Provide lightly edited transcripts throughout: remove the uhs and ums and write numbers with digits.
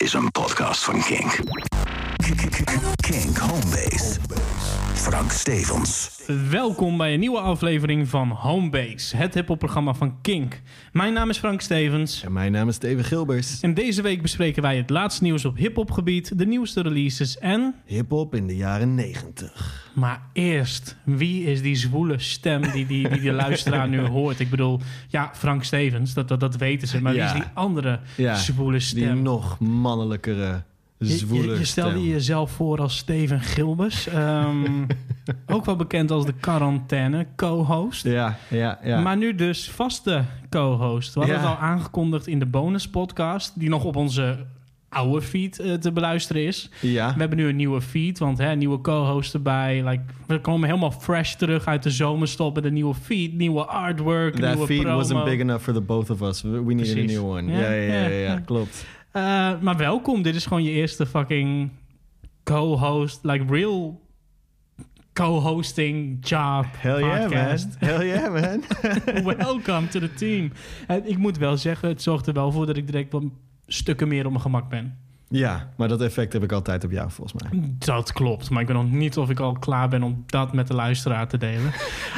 is een podcast van Kink. Kink Homebase. Frank Stevens. Welkom bij een nieuwe aflevering van Homebase, het hiphopprogramma van Kink. Mijn naam is Frank Stevens. En mijn naam is Steven Gilbers. En deze week bespreken wij het laatste nieuws op hiphopgebied, de nieuwste releases en... Hiphop in de jaren 90. Maar eerst, wie is die zwoele stem die de luisteraar nu hoort? Ik bedoel, ja, Frank Stevens, dat weten ze. Maar wie is die andere zwoele stem? Die nog mannelijkere... Je stelde jezelf voor als Steven Gilbers. Ook wel bekend als de quarantaine co-host. Ja. Maar nu dus vaste co-host. We hadden het al aangekondigd in de bonus podcast, die nog op onze oude feed te beluisteren is. Ja. We hebben nu een nieuwe feed, want een nieuwe co-host erbij. We komen helemaal fresh terug uit de zomerstop met een nieuwe feed, nieuwe artwork, That nieuwe feed promo. wasn't big enough for the both of us. We needed a new one. Ja, klopt. Maar welkom, dit is gewoon je eerste fucking co-host, like real co-hosting job podcast. Hell yeah, man. Welcome to the team. Ik moet wel zeggen, het zorgt er wel voor dat ik direct wat stukken meer op mijn gemak ben. Ja, maar dat effect heb ik altijd op jou, volgens mij. Dat klopt, maar ik ben nog niet of ik al klaar ben om dat met de luisteraar te delen.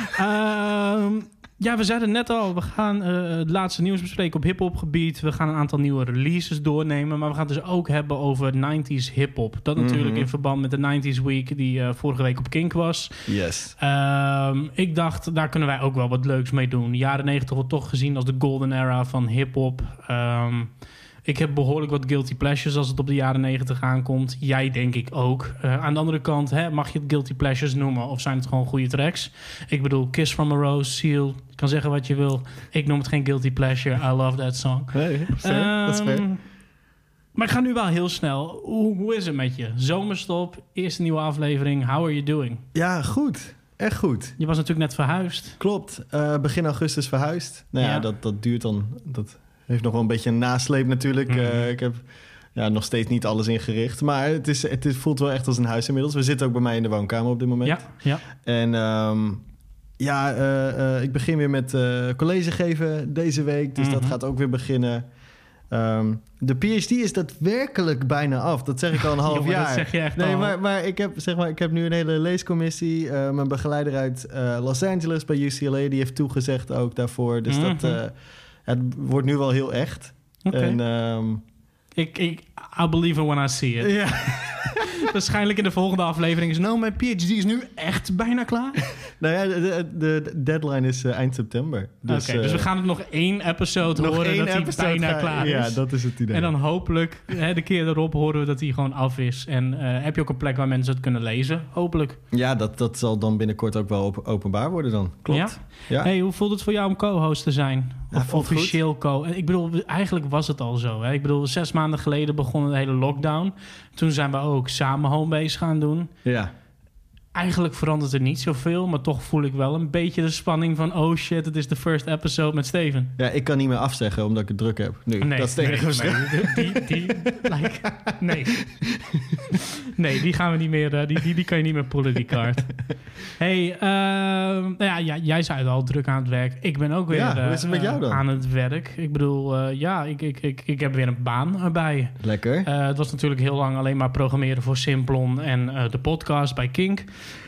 Ja, we zeiden net al, we gaan het laatste nieuws bespreken op hiphopgebied. We gaan een aantal nieuwe releases doornemen. Maar we gaan het dus ook hebben over 90s hiphop. Dat natuurlijk in verband met de 90s Week die vorige week op Kink was. Yes. Ik dacht, daar kunnen wij ook wel wat leuks mee doen. De jaren 90 wordt toch gezien als de golden era van hiphop. Ik heb behoorlijk wat guilty pleasures als het op de jaren 90 aankomt. Jij denk ik ook. Aan de andere kant, mag je het guilty pleasures noemen of zijn het gewoon goede tracks? Ik bedoel, Kiss from a Rose, Seal, je kan zeggen wat je wil. Ik noem het geen guilty pleasure. I love that song. Nee, fair. Dat is fair. Maar ik ga nu wel heel snel. Hoe is het met je? Zomerstop, eerste nieuwe aflevering. How are you doing? Ja, goed. Echt goed. Je was natuurlijk net verhuisd. Klopt. Begin augustus verhuisd. Nou ja, dat duurt dan... Dat heeft nog wel een beetje een nasleep natuurlijk. Ik heb nog steeds niet alles ingericht. Maar het voelt wel echt als een huis inmiddels. We zitten ook bij mij in de woonkamer op dit moment. Ja. En ik begin weer met college geven deze week. Dus dat gaat ook weer beginnen. De PhD is daadwerkelijk bijna af. Dat zeg ik al een half jaar. Dat zeg je echt nee, al. Maar ik heb nu een hele leescommissie. Mijn begeleider uit Los Angeles bij UCLA... die heeft toegezegd ook daarvoor. Dus het wordt nu wel heel echt. Okay. En, I believe it when I see it. Ja. Waarschijnlijk in de volgende aflevering is... mijn PhD is nu echt bijna klaar. Nou ja, de deadline is eind september. Dus, dus we gaan het nog 1 episode horen dat hij bijna klaar is. Ja, dat is het idee. En dan hopelijk, de keer erop horen we dat hij gewoon af is. En heb je ook een plek waar mensen het kunnen lezen? Hopelijk. Ja, dat zal dan binnenkort ook wel openbaar worden dan. Klopt. Ja? Hey, hoe voelt het voor jou om co-host te zijn? Of officieel ik bedoel, eigenlijk was het al zo. Hè? Ik bedoel, 6 maanden geleden begon de hele lockdown. Toen zijn we ook samen Homebase gaan doen. Ja. Eigenlijk verandert er niet zoveel, maar toch voel ik wel een beetje de spanning van... oh shit, het is de first episode met Steven. Ja, ik kan niet meer afzeggen omdat ik het druk heb nu. Nee, dat is het enige verschil. Nee, die gaan we niet meer... Die kan je niet meer pullen, die kaart. Hey, jij zei het al, druk aan het werk. Ik ben ook weer hoe is het met jou dan? Aan het werk. Ik bedoel, ik heb weer een baan erbij. Lekker. Het was natuurlijk heel lang alleen maar programmeren voor Simplon en de podcast bij Kink.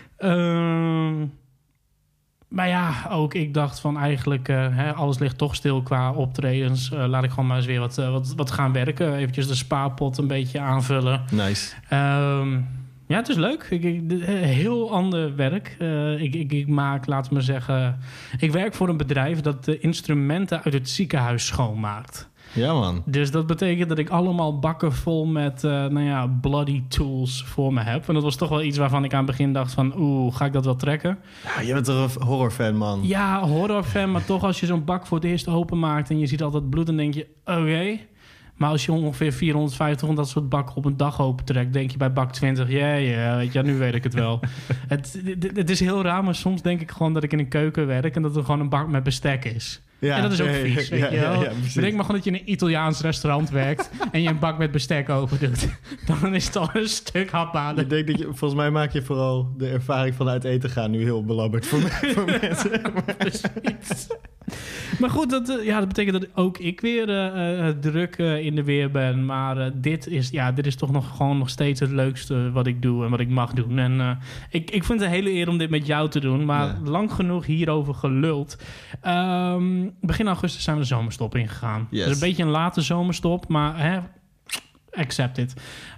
Maar ja, ook ik dacht van eigenlijk... alles ligt toch stil qua optredens. Laat ik gewoon maar eens weer wat gaan werken. Eventjes de spaarpot een beetje aanvullen. Nice. Ja, het is leuk. Heel ander werk. Ik maak, laten we zeggen... Ik werk voor een bedrijf dat de instrumenten uit het ziekenhuis schoonmaakt. Ja, man. Dus dat betekent dat ik allemaal bakken vol met bloody tools voor me heb. En dat was toch wel iets waarvan ik aan het begin dacht van... ga ik dat wel trekken? Ja, je bent toch een horrorfan, man? Ja, horrorfan. Maar toch als je zo'n bak voor het eerst openmaakt... en je ziet altijd bloed, dan denk je... oké. Maar als je ongeveer 450 van dat soort bakken op een dag opentrekt... denk je bij bak 20... weet je, nu weet ik het wel. Het is heel raar, maar soms denk ik gewoon dat ik in een keuken werk... en dat er gewoon een bak met bestek is. Ja, en dat is ook vies, weet je wel. Bedenk maar gewoon dat je in een Italiaans restaurant werkt... en je een bak met bestek open doet. Dan is het al een stuk hapbaarder. Ik denk dat volgens mij maak je vooral de ervaring van uit eten gaan... nu heel belabberd voor mensen. Precies. Maar goed, dat betekent dat ook ik weer druk in de weer ben. Maar dit is toch nog steeds het leukste wat ik doe en wat ik mag doen. En ik vind het een hele eer om dit met jou te doen. Maar lang genoeg hierover geluld. Begin augustus zijn we de zomerstop ingegaan. Yes. Dus een beetje een late zomerstop, maar accept it.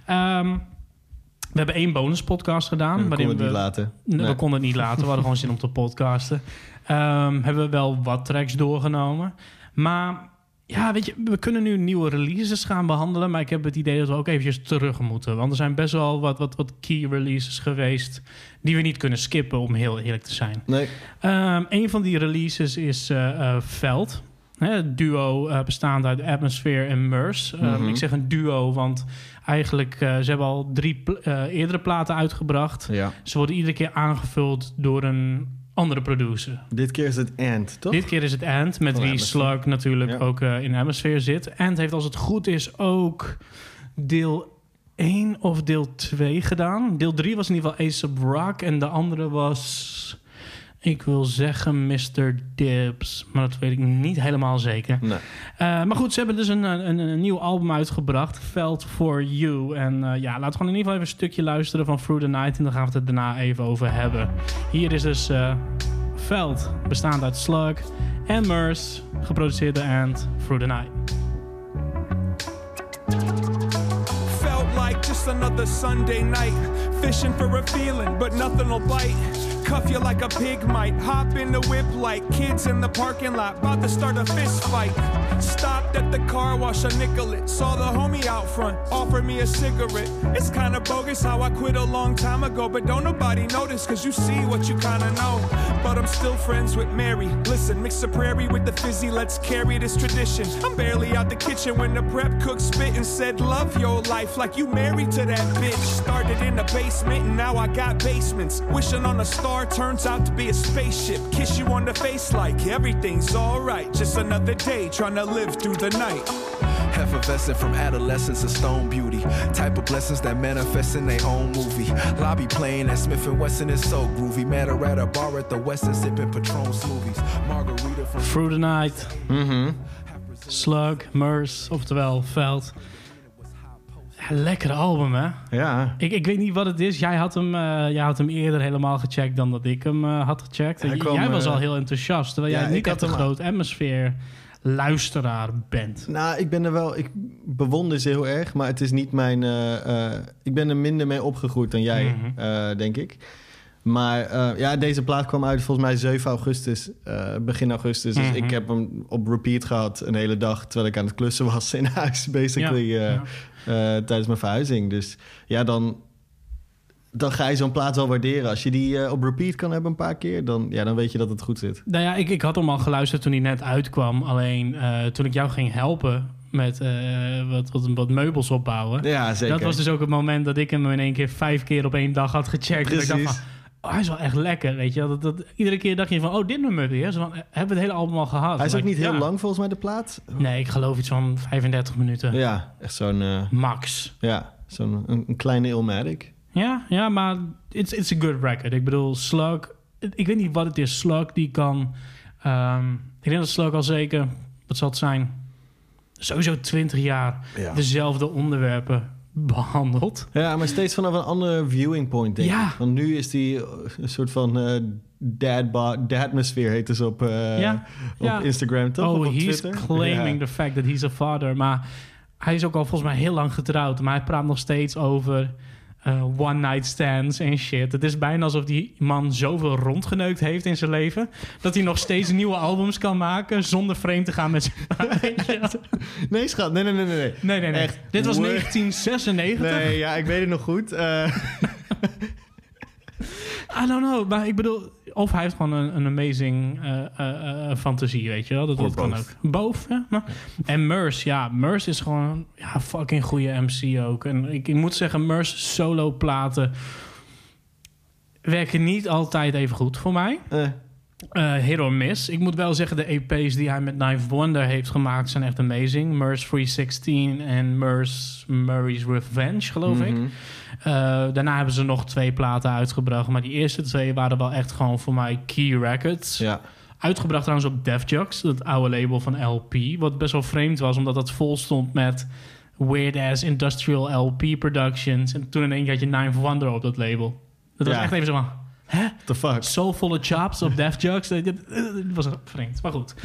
We hebben 1 bonuspodcast gedaan. We konden het niet laten. We konden het niet laten. We hadden gewoon zin om te podcasten. Hebben we wel wat tracks doorgenomen. Maar ja, weet je, we kunnen nu nieuwe releases gaan behandelen. Maar ik heb het idee dat we ook eventjes terug moeten. Want er zijn best wel wat key releases geweest die we niet kunnen skippen, om heel eerlijk te zijn. Nee. Een van die releases is Veld. Het duo bestaande uit Atmosphere en Murs. Ik zeg een duo, want eigenlijk ze hebben al 3 eerdere platen uitgebracht. Ja. Ze worden iedere keer aangevuld door een andere producer. Dit keer is het Ant, toch? Dit keer is het Ant, met wie Slug natuurlijk ook in Atmosphere zit. Ant heeft, als het goed is, ook deel 1 of deel 2 gedaan. Deel 3 was in ieder geval A$AP Rock en de andere was, ik wil zeggen, Mr. Dibs. Maar dat weet ik niet helemaal zeker. Nee. Maar goed, ze hebben dus een nieuw album uitgebracht. Felt For You. En laten we gewoon in ieder geval even een stukje luisteren van Through the Night. En dan gaan we het er daarna even over hebben. Hier is dus Felt, bestaand uit Slug en Murs. Geproduceerd door Ant, Through the Night. Felt like just another Sunday night. Fishing for a feeling, but nothing will bite. Cuff you like a pig might. Hop in the whip like kids in the parking lot. About to start a fist fight. Stopped at the car wash, I nickel it. Saw the homie out front, offered me a cigarette. It's kinda bogus how I quit a long time ago. But don't nobody notice, cause you see what you kinda know. But I'm still friends with Mary. Listen, mix a prairie with the fizzy, let's carry this tradition. I'm barely out the kitchen when the prep cook spit and said, love your life like you married to that bitch. Started in the basement and now I got basements. Wishing on a star turns out to be a spaceship. Kiss you on the face like everything's alright. Just another day trying to live through the night. Effervescent from adolescence to stone beauty. Type of blessings that manifest in their own movie. Lobby playing at Smith & Wesson is so groovy. Met her at a bar at the Westin sipping Patron smoothies. Margarita from Through the Night. Slug, Murs, oftewel Veld. Ja, lekkere album, hè? Ja. Ik weet niet wat het is. Jij had hem eerder helemaal gecheckt dan dat ik hem had gecheckt. Jij was al heel enthousiast, terwijl jij niet echt een groot Atmosphere luisteraar bent. Nou, ik bewonder ze heel erg, maar het is niet mijn... ik ben er minder mee opgegroeid dan jij, denk ik. Maar deze plaat kwam uit volgens mij 7 augustus, begin augustus. Dus ik heb hem op repeat gehad een hele dag, terwijl ik aan het klussen was in huis, basically, tijdens mijn verhuizing. Dus ja, dan ga je zo'n plaat wel waarderen. Als je die op repeat kan hebben een paar keer, dan weet je dat het goed zit. Nou ja, ik had hem al geluisterd toen hij net uitkwam. Alleen toen ik jou ging helpen met wat meubels opbouwen. Ja, zeker. Dat was dus ook het moment dat ik hem in één keer 5 keer op 1 dag had gecheckt. Precies. En ik dacht van, hij is wel echt lekker, weet je. Iedere keer dacht je van, dit nummer weer. Zo van, hebben we het hele album al gehad? Hij is ook niet heel lang volgens mij, de plaat. Nee, ik geloof iets van 35 minuten. Ja, echt zo'n... Max. Ja, zo'n een kleine Illmatic. Ja, maar it's a good record. Ik bedoel, Slug... Ik weet niet wat het is. Slug, die kan... ik denk dat Slug al zeker... Wat zal het zijn? Sowieso 20 jaar dezelfde onderwerpen behandeld. Ja, maar steeds vanaf een andere viewing point, denk ik. Want nu is die een soort van... Dadmosphere heet dus op Instagram, toch? Oh, of op he's Twitter? claiming the fact that he's a father. Maar hij is ook al volgens mij heel lang getrouwd. Maar hij praat nog steeds over... one-night stands en shit. Het is bijna alsof die man zoveel rondgeneukt heeft in zijn leven... dat hij nog steeds nieuwe albums kan maken... zonder vreemd te gaan met zijn... Nee, schat. Nee. Nee. Echt. Dit was 1996. Nee, ja, ik weet het nog goed. I don't know, maar ik bedoel... Of hij heeft gewoon een amazing fantasie, weet je wel. Dat kan ook. Boven, ja. En Murs is gewoon een fucking goede MC ook. En ik moet zeggen, Murs solo platen werken niet altijd even goed voor mij. Hit or miss. Ik moet wel zeggen, de EP's die hij met Knife Wonder heeft gemaakt zijn echt amazing. Murs 316 en Murray's Revenge, geloof ik. Daarna hebben ze nog 2 platen uitgebracht. Maar die eerste 2 waren wel echt gewoon voor mij key records. Ja. Uitgebracht trouwens op Def Jux, dat oude label van LP. Wat best wel vreemd was, omdat dat vol stond met weird-ass industrial LP productions. En toen in één keer had je Nine for Wonder op dat label. Dat was echt even zo van... Hè? The fuck? Soulvolle chops op Def Jux. Dat was vreemd, maar goed.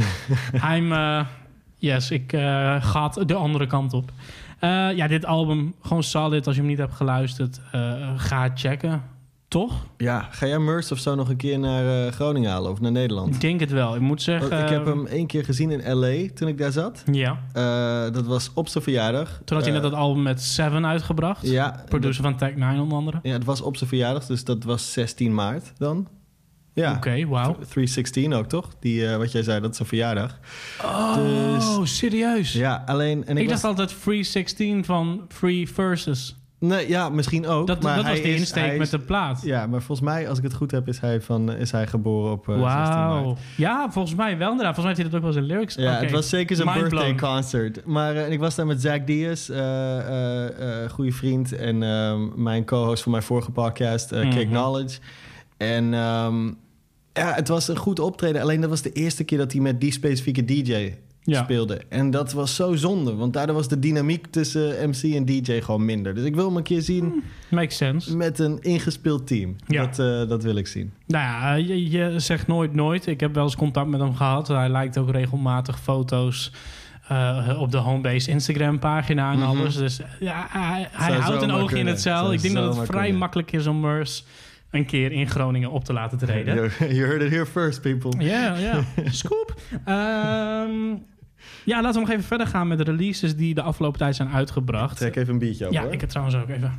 Ik ga de andere kant op. Dit album, gewoon solid. Als je hem niet hebt geluisterd, ga het checken. Toch? Ja, ga jij Murs of zo nog een keer naar Groningen halen of naar Nederland? Ik denk het wel. Ik moet zeggen... Ik heb hem 1 keer gezien in L.A. toen ik daar zat. Ja. Dat was op zijn verjaardag. Toen had hij net dat album met Seven uitgebracht. Ja. Producer van Tech 9 onder andere. Ja, het was op zijn verjaardag, dus dat was 16 maart dan. Ja. Oké, wauw. 316 ook, toch? Die, wat jij zei, dat is zijn verjaardag. Oh, serieus? Ja, alleen... En ik dacht altijd 316 van Free Versus. Nee, ja, misschien ook. Dat was de insteek met de plaat. Ja, maar volgens mij, als ik het goed heb, is hij geboren op 16 maart. Ja, volgens mij wel inderdaad. Volgens mij heeft hij dat ook wel zijn lyrics. Ja, het was zeker zijn birthday concert. Maar ik was daar met Zach Diaz, goede vriend. En mijn co-host van mijn vorige podcast, Kick Knowledge. En het was een goed optreden. Alleen dat was de eerste keer dat hij met die specifieke DJ... speelde. En dat was zo zonde. Want daardoor was de dynamiek tussen MC en DJ gewoon minder. Dus ik wil hem een keer zien... Makes sense. Met een ingespeeld team. Ja. Dat wil ik zien. Nou ja, je zegt nooit. Ik heb wel eens contact met hem gehad. Hij lijkt ook regelmatig foto's... op de Homebase Instagram pagina en alles. Dus ja, hij houdt een oogje in het zeil. Ik denk dat het vrij makkelijk is om Murs... een keer in Groningen op te laten treden. You heard it here first, people. Ja. Scoop. Laten we nog even verder gaan met de releases die de afgelopen tijd zijn uitgebracht. Trek even een biertje op, Ja, hoor. ik heb trouwens ook even.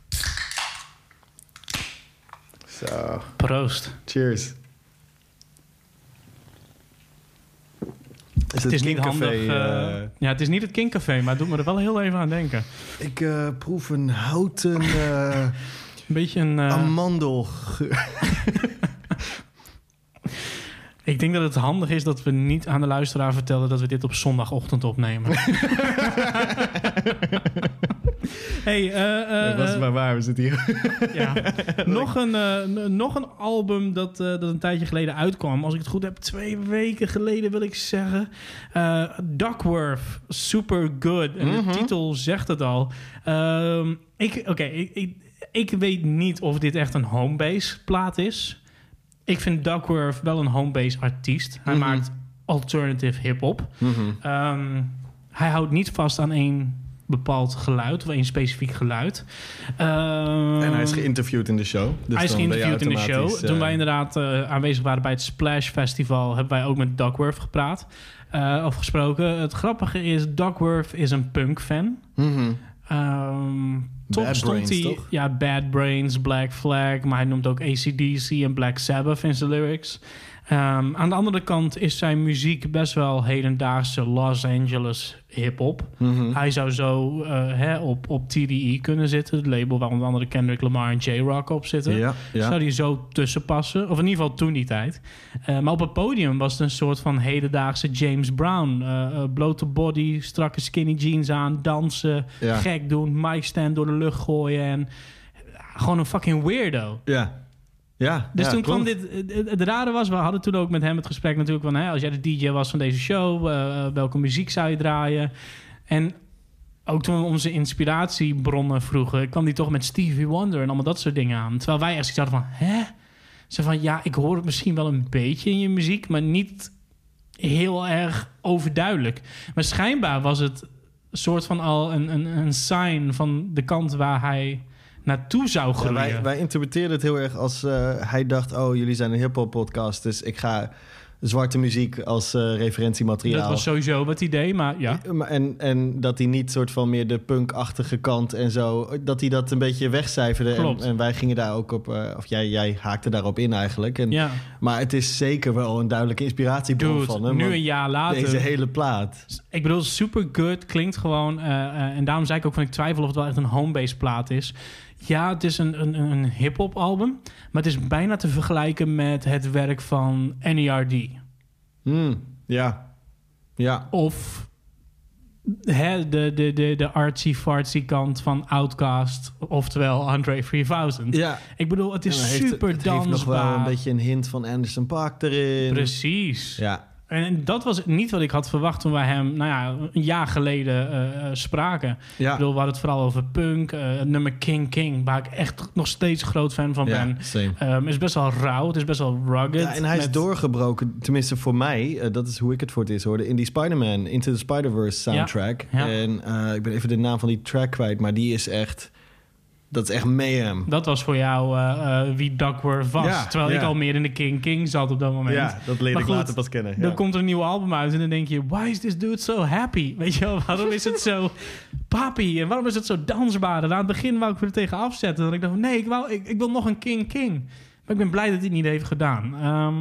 Zo. Proost. Cheers. Het is niet handig. Het is niet het Kinkcafé, maar het doet me er wel heel even aan denken. Ik proef een houten... een beetje een... amandelgeur. Ik denk dat het handig is dat we niet aan de luisteraar vertellen... dat we dit op zondagochtend opnemen. Was het maar waar, we zitten hier. Ja. Nog een album dat een tijdje geleden uitkwam. Als ik het goed heb, 2 weken geleden wil ik zeggen. Duckworth, Super Good. En de titel zegt het al. Ik weet niet of dit echt een Homebase plaat is. Ik vind Duckworth wel een Homebase artiest. Hij maakt alternative hip-hop. Hij houdt niet vast aan één bepaald geluid of één specifiek geluid. En hij is geïnterviewd in de show. Dus hij is geïnterviewd in de show. Toen wij inderdaad aanwezig waren bij het Splash Festival... hebben wij ook met Duckworth gepraat of gesproken. Het grappige is, Duckworth is een punk-fan. Toch stond hij... toch? Ja, Bad Brains, Black Flag... maar hij noemt ook AC/DC en Black Sabbath in zijn lyrics. Aan de andere kant is zijn muziek best wel hedendaagse Los Angeles hip-hop. Hij zou zo op TDE kunnen zitten. Het label waar onder andere Kendrick Lamar en J-Rock op zitten. Ja. Zou die zo tussen passen? Of in ieder geval toen die tijd. Maar op het podium was het een soort van hedendaagse James Brown. Blote body, strakke skinny jeans aan, dansen, gek doen, mic stand door de lucht gooien en gewoon een fucking weirdo. Ja, dus toen klopt. kwam dit... Het rare was, we hadden toen ook met hem het gesprek natuurlijk van... als jij de DJ was van deze show, welke muziek zou je draaien? En ook toen we onze inspiratiebronnen vroegen... kwam die toch met Stevie Wonder en allemaal dat soort dingen aan. Terwijl wij echt zoiets hadden van... Ze van, ja, ik hoor het misschien wel een beetje in je muziek... maar niet heel erg overduidelijk. Maar schijnbaar was het soort van al een sign van de kant waar hij... naartoe zou groeien. Ja, wij interpreteerden het heel erg als hij dacht... jullie zijn een hip-hop podcast, dus ik ga zwarte muziek als referentiemateriaal. Dat was sowieso wat idee, maar ja. En dat hij niet soort van meer de punkachtige kant en zo... dat hij dat een beetje wegcijferde. En wij gingen daar ook op... of jij haakte daarop in eigenlijk. Maar het is zeker wel een duidelijke inspiratiebron van hem. Nu een jaar later... Deze hele plaat. Ik bedoel, Super Good klinkt gewoon... en daarom zei ik ook van ik twijfel of het wel echt een Homebase plaat is... Ja, het is een hip-hop album, maar het is bijna te vergelijken met het werk van NERD. Ja. Of de artsy-fartsy kant van Outkast, oftewel Andre 3000. Ja. Ik bedoel, het is Ja, super het dansbaar. heeft nog wel een beetje een hint van Anderson .Paak erin. Precies. Ja. En dat was niet wat ik had verwacht toen wij hem, een jaar geleden spraken. Ja. Ik bedoel, we hadden het vooral over punk. Het nummer King, waar ik echt nog steeds groot fan van ben. Same. Is best wel rauw, het is best wel rugged. Ja, en hij is doorgebroken, tenminste voor mij, dat is hoe ik het voor het eerst hoorde, in die Spider-Man Into the Spider-Verse soundtrack. Ja. En ik ben even de naam van die track kwijt, maar die is echt... Dat is echt mayhem. Dat was voor jou wie Duckworth was. Ja, Terwijl ik al meer in de King zat op dat moment. Ja, dat leerde ik later pas kennen. Ja. Dan komt er een nieuw album uit en dan denk je... Why is this dude so happy? Weet je wel, waarom is het zo papi? En waarom is het zo dansbaar? En aan het begin wou ik er tegen afzetten. En ik dacht, nee, ik wil nog een King. Maar ik ben blij dat hij het niet heeft gedaan.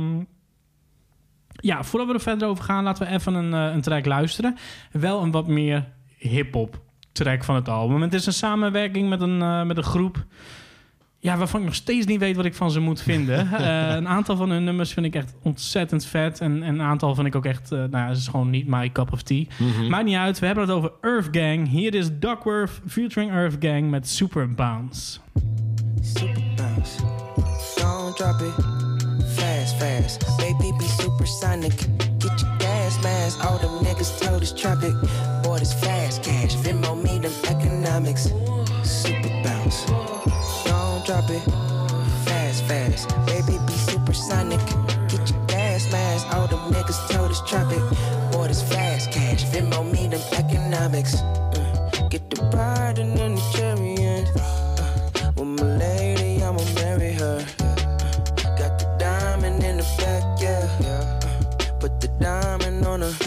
Voordat we er verder over gaan... laten we even een track luisteren. Wel een wat meer hip-hop track van het album. Het is een samenwerking met een groep... waarvan ik nog steeds niet weet wat ik van ze moet vinden. Een aantal van hun nummers vind ik echt ontzettend vet. En een aantal vind ik ook echt... het is gewoon niet my cup of tea. Mm-hmm. Maakt niet uit. We hebben het over Earth Gang. Hier is Duckworth featuring Earth Gang met Super Bounce. Super bounce. Don't drop it. Fast. Baby be supersonic. Get your gas mask. All them niggas told us trap it. Boy, this fast cash. Venmo me them economics. Super bounce. Don't drop it. Fast. Baby be supersonic. Get your gas mask. All them niggas told us trap it. Boy, this fast cash. Venmo me them economics. Get the bride and then the chariot. With my lady, I'ma marry her. Got the diamond in the back, yeah. Put the diamond on her.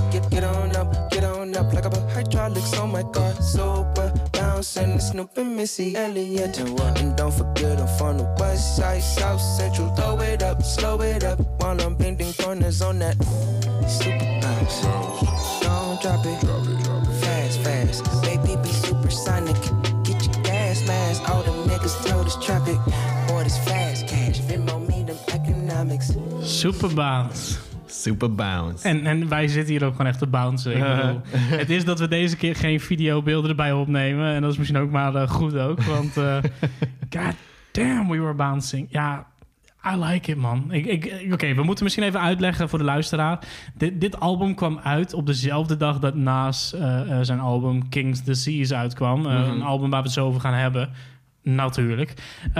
Get on up like a hydraulics on my car. Super bouncing, Snoop and Missy Elliott. And don't forget I'm from the west side, south central. Throw it up, slow it up while I'm bending corners on that super bounce. Don't drop it, fast. Baby be supersonic. Get your gas mask. All them niggas told us trap it. Boy, this fast cash. Venmo me them economics. Super Bounce. Super bounce. En wij zitten hier ook gewoon echt te bouncen. Ik bedoel, het is dat we deze keer geen videobeelden erbij opnemen. En dat is misschien ook maar goed ook. Want god damn, we were bouncing. Ja, I like it, man. Oké, we moeten misschien even uitleggen voor de luisteraar. Dit album kwam uit op dezelfde dag dat Nas zijn album King's Disease uitkwam. Een album waar we het zo over gaan hebben. Natuurlijk.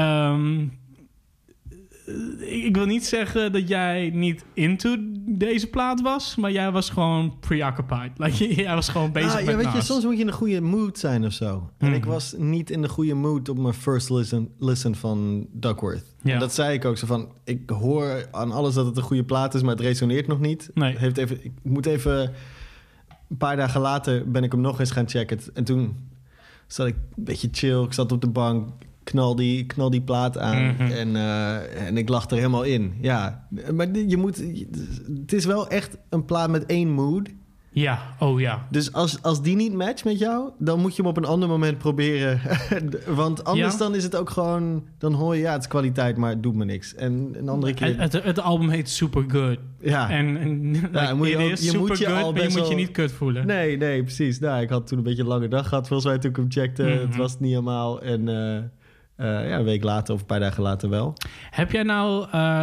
Ik wil niet zeggen dat jij niet into deze plaat was, maar jij was gewoon preoccupied. Jij was gewoon bezig met weet je, Nas. soms moet je in een goede mood zijn of zo. En ik was niet in de goede mood op mijn first listen van Duckworth. Ja. En dat zei ik ook zo van, ik hoor aan alles dat het een goede plaat is, maar het resoneert nog niet. Nee. Ik moet even... Een paar dagen later ben ik hem nog eens gaan checken. En toen zat ik een beetje chill. Ik zat op de bank, knal die plaat aan. En ik lag er helemaal in. Ja, maar het is wel echt een plaat met één mood. Ja, oh ja. Dus als die niet matcht met jou, dan moet je hem op een ander moment proberen. Want anders dan is het ook gewoon... Dan hoor je, het is kwaliteit, maar het doet me niks. En een andere keer... Het album heet Super Good. Ja. Je moet je niet kut voelen. Nee, precies. Nou, ik had toen een beetje een lange dag gehad, volgens mij, toen ik hem checkte. Het was niet helemaal. En een week later of een paar dagen later wel. Heb jij nou...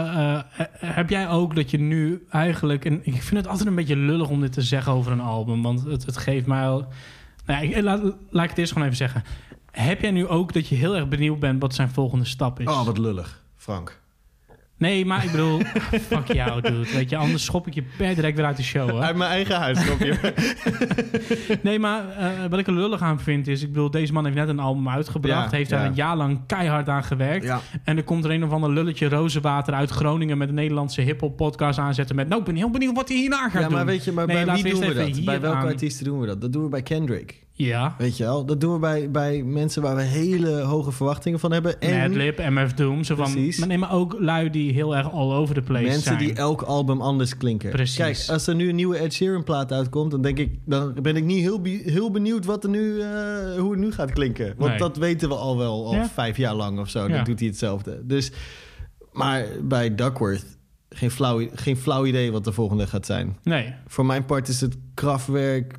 heb jij ook dat je nu eigenlijk... En ik vind het altijd een beetje lullig om dit te zeggen over een album. Want het geeft mij al... laat ik het eerst gewoon even zeggen. Heb jij nu ook dat je heel erg benieuwd bent wat zijn volgende stap is? Oh, wat lullig, Frank. Nee, maar ik bedoel... fuck jou, dude. Weet je, anders schop ik je per direct weer uit de show, hè? Uit mijn eigen huis, schop je. Nee, maar wat ik er lullig aan vind is... Ik bedoel, deze man heeft net een album uitgebracht. Heeft daar een jaar lang keihard aan gewerkt. Ja. En er komt er een of ander lulletje rozenwater uit Groningen... met een Nederlandse hiphop podcast aanzetten met... Nou, ik ben heel benieuwd wat hij hierna gaat doen. Ja, maar weet je, bij wie doen we dat? Bij welke artiesten doen we dat? Dat doen we bij Kendrick. Ja. Weet je wel? Dat doen we bij mensen waar we hele hoge verwachtingen van hebben. En Madlib, MF Doom. Zo van, maar ook lui die heel erg all over the place mensen zijn. Die elk album anders klinken. Precies. Kijk, als er nu een nieuwe Ed Sheeran plaat uitkomt... dan ben ik niet heel benieuwd hoe het nu gaat klinken. Want dat weten we al 5 jaar lang of zo. Dan doet hij hetzelfde. Dus, maar bij Duckworth... Geen flauw idee wat de volgende gaat zijn. Nee. Voor mijn part is het Kraftwerk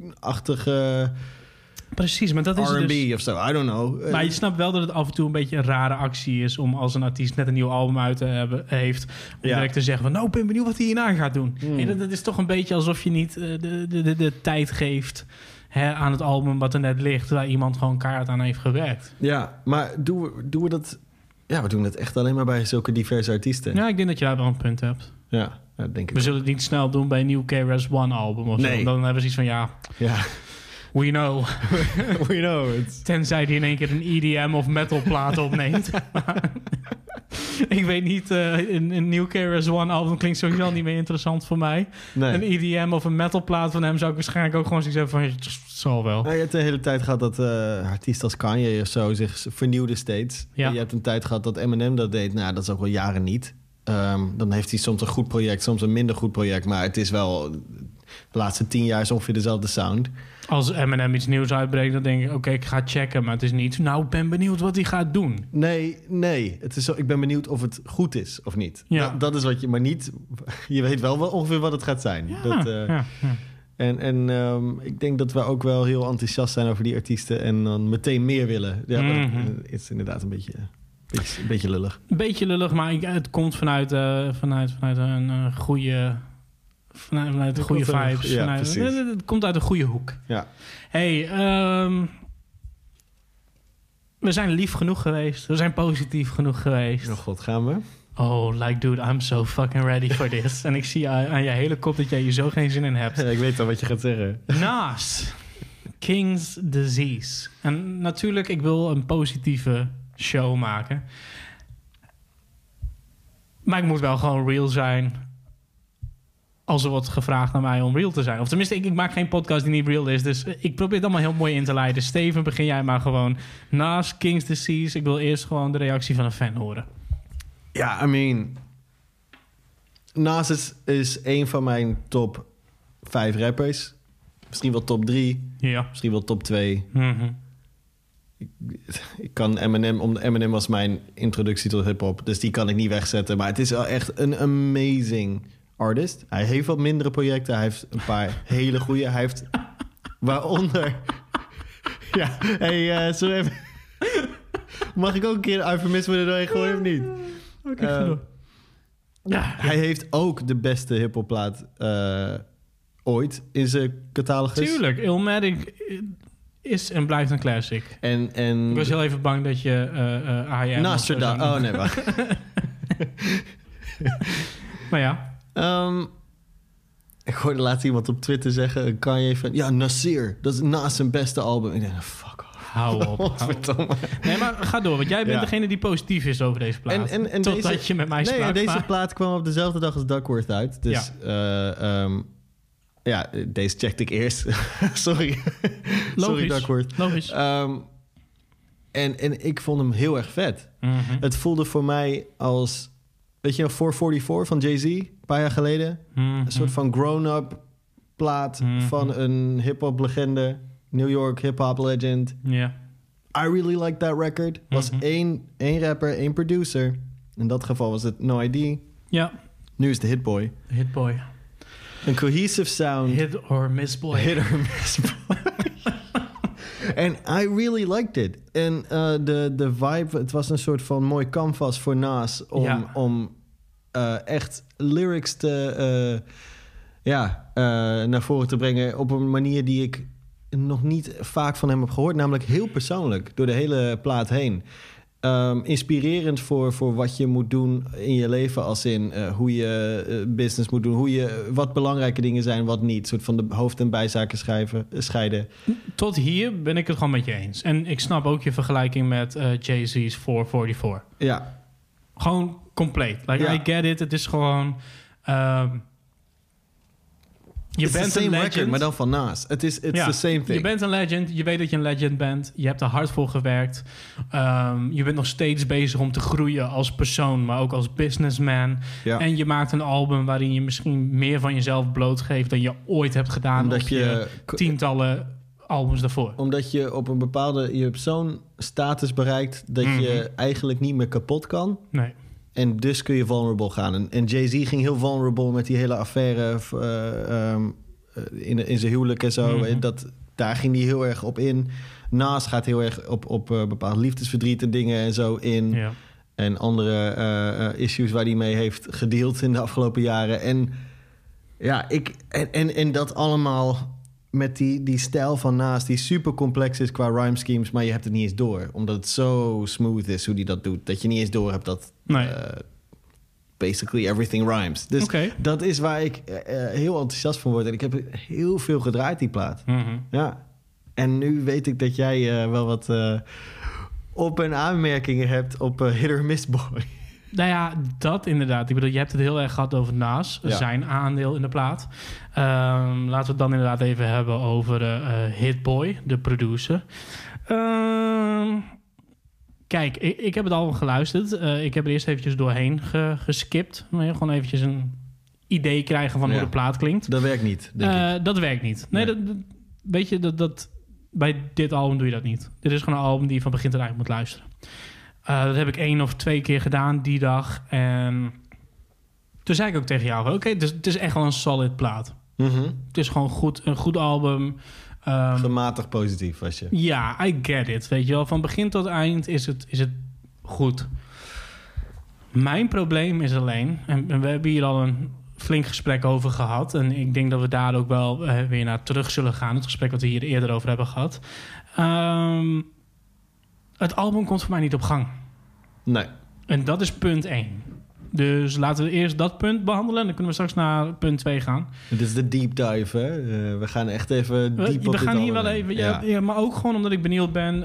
country-achtige Precies, maar dat is R&B dus... of zo. I don't know. Maar je snapt wel dat het af en toe een beetje een rare actie is... om als een artiest net een nieuw album uit heeft... om direct te zeggen van... nou, ik ben benieuwd wat hij hierna gaat doen. Hey, dat is toch een beetje alsof je niet de tijd geeft... aan het album wat er net ligt... waar iemand gewoon keihard aan heeft gewerkt. Ja, maar doen we dat... Ja, we doen dat echt alleen maar bij zulke diverse artiesten. Ja, ik denk dat je daar wel een punt hebt. Ja, denk ik. We zullen het niet snel doen bij een nieuw KRS-One album of zo. Dan hebben we zoiets van, ja... We know. We know it. Tenzij die in één keer een EDM of metal plaat opneemt. Ik weet niet, een nieuw KRS-One album klinkt sowieso niet meer interessant voor mij. Nee. Een EDM of een metal plaat van hem zou ik waarschijnlijk ook gewoon zoiets hebben van... Het zal wel. Nou, je hebt de hele tijd gehad dat artiesten als Kanye of zo zich vernieuwde steeds. Ja. En je hebt een tijd gehad dat Eminem dat deed. Nou, dat is ook al jaren niet. Dan heeft hij soms een goed project, soms een minder goed project. Maar het is wel... De laatste 10 jaar is ongeveer dezelfde sound. Als Eminem iets nieuws uitbrengt, dan denk ik... Oké, ik ga checken, maar het is niet... Nou, ik ben benieuwd wat hij gaat doen. Nee. Het is zo, ik ben benieuwd of het goed is of niet. Ja. Dat is wat je... Maar niet... Je weet wel ongeveer wat het gaat zijn. Ja, En ik denk dat we ook wel heel enthousiast zijn over die artiesten... en dan meteen meer willen. Ja, maar dat is inderdaad een beetje lullig. Een beetje lullig, maar het komt vanuit een goede... Vanuit de goede vibes. Ja, het komt uit een goede hoek. Ja. Hey, we zijn lief genoeg geweest. We zijn positief genoeg geweest. Oh god, gaan we? Oh, like dude, I'm so fucking ready for this. En ik zie aan je hele kop dat jij hier zo geen zin in hebt. Ik weet al wat je gaat zeggen. Nas, King's Disease. En natuurlijk, ik wil een positieve show maken. Maar ik moet wel gewoon real zijn... als er wordt gevraagd naar mij om real te zijn. Of tenminste, ik maak geen podcast die niet real is. Dus ik probeer het allemaal heel mooi in te leiden. Steven, begin jij maar gewoon. Nas, King's Disease. Ik wil eerst gewoon de reactie van een fan horen. Ja, I mean... Nas is een van mijn top 5 rappers. Misschien wel top 3. Ja. Misschien wel top 2. Mm-hmm. Ik kan Eminem was mijn introductie tot hip-hop. Dus die kan ik niet wegzetten. Maar het is wel echt een amazing... artist. Hij heeft wat mindere projecten. Hij heeft een paar hele goede. Hij heeft waaronder... Ja, hey, zo even... Mag ik ook een keer een eufemisme er doorheen gooien of niet? Oké, Hij heeft ook de beste hiphopplaat ooit in zijn catalogus. Tuurlijk, Illmatic is en blijft een classic. En Ik was heel even bang dat je I Am... Nostradamus. Oh nee, wacht. Maar ja... ik hoorde laatst iemand op Twitter zeggen... kan je even... Ja, Nasir. Dat is naast zijn beste album. Ik dacht, fuck off. Hou op. Nee, maar ga door. Want jij bent degene die positief is over deze plaat. En totdat je met mij sprak. Nee, deze plaat kwam op dezelfde dag als Duckworth uit. Dus deze checkte ik eerst. Sorry. Sorry, Duckworth. Logisch. En ik vond hem heel erg vet. Mm-hmm. Het voelde voor mij als... Weet je nog 444 van Jay-Z? Een paar jaar geleden. Mm-hmm. Een soort van grown-up plaat van een hip-hop legende. New York hip-hop legend. Yeah. I really like that record. Was één rapper, één producer. In dat geval was het No ID. Ja. Nu is de Hitboy. Hitboy. Een cohesive sound. Hit or miss boy. Hit or miss boy. En I really liked it. En de vibe, het was een soort van mooi canvas voor Nas... om echt lyrics naar voren te brengen... op een manier die ik nog niet vaak van hem heb gehoord. Namelijk heel persoonlijk, door de hele plaat heen. Inspirerend voor wat je moet doen in je leven... als in hoe je business moet doen... wat belangrijke dingen zijn, wat niet. Een soort van de hoofd- en bijzaken scheiden. Tot hier ben ik het gewoon met je eens. En ik snap ook je vergelijking met Jay-Z's 444. Ja. Gewoon compleet. I get it. Het is gewoon... je bent een legend. Record, maar dan van Nas. It's the same thing. Je bent een legend. Je weet dat je een legend bent. Je hebt er hard voor gewerkt. Je bent nog steeds bezig om te groeien als persoon, maar ook als businessman. Ja. En je maakt een album waarin je misschien meer van jezelf blootgeeft dan je ooit hebt gedaan. Omdat op je tientallen albums daarvoor. Omdat je op een bepaalde... Je hebt zo'n status bereikt dat je eigenlijk niet meer kapot kan. Nee. En dus kun je vulnerable gaan. En Jay-Z ging heel vulnerable met die hele affaire in zijn huwelijk en zo. Mm-hmm. Daar ging hij heel erg op in. Nas gaat heel erg op bepaald liefdesverdriet en dingen en zo in. Ja. En andere issues waar hij mee heeft gedeeld in de afgelopen jaren. En ja, en dat allemaal met die stijl van Nas die super complex is qua rhyme schemes, maar je hebt het niet eens door. Omdat het zo smooth is hoe hij dat doet, dat je niet eens door hebt dat basically everything rhymes. Dus dat is waar ik heel enthousiast van word. En ik heb heel veel gedraaid, die plaat. Mm-hmm. Ja. En nu weet ik dat jij wel wat op- en aanmerkingen hebt op Hit or Miss Boy. Nou ja, dat inderdaad. Ik bedoel, je hebt het heel erg gehad over Nas, zijn aandeel in de plaat. Laten we het dan inderdaad even hebben over Hit Boy, de producer. Kijk, ik heb het al geluisterd. Ik heb er eerst eventjes doorheen geskipt. Gewoon eventjes een idee krijgen van hoe de plaat klinkt. Dat werkt niet, denk ik. Dat werkt niet. Nee. Weet je, dat bij dit album doe je dat niet. Dit is gewoon een album die je van begin tot eind moet luisteren. Dat heb ik 1 of 2 keer gedaan die dag. En toen zei ik ook tegen jou, oké, het is echt wel een solid plaat. Mm-hmm. Het is gewoon een goed album. Gematigd positief was je. Ja, I get it. Weet je wel, van begin tot eind is het goed. Mijn probleem is alleen, en we hebben hier al een flink gesprek over gehad. En ik denk dat we daar ook wel weer naar terug zullen gaan. Het gesprek wat we hier eerder over hebben gehad. Het album komt voor mij niet op gang. Nee. En dat is punt 1. Dus laten we eerst dat punt behandelen. En dan kunnen we straks naar punt 2 gaan. Dit is de deep dive, hè? We gaan echt even diep op dit. We gaan hier wel even... Ja, maar ook gewoon omdat ik benieuwd ben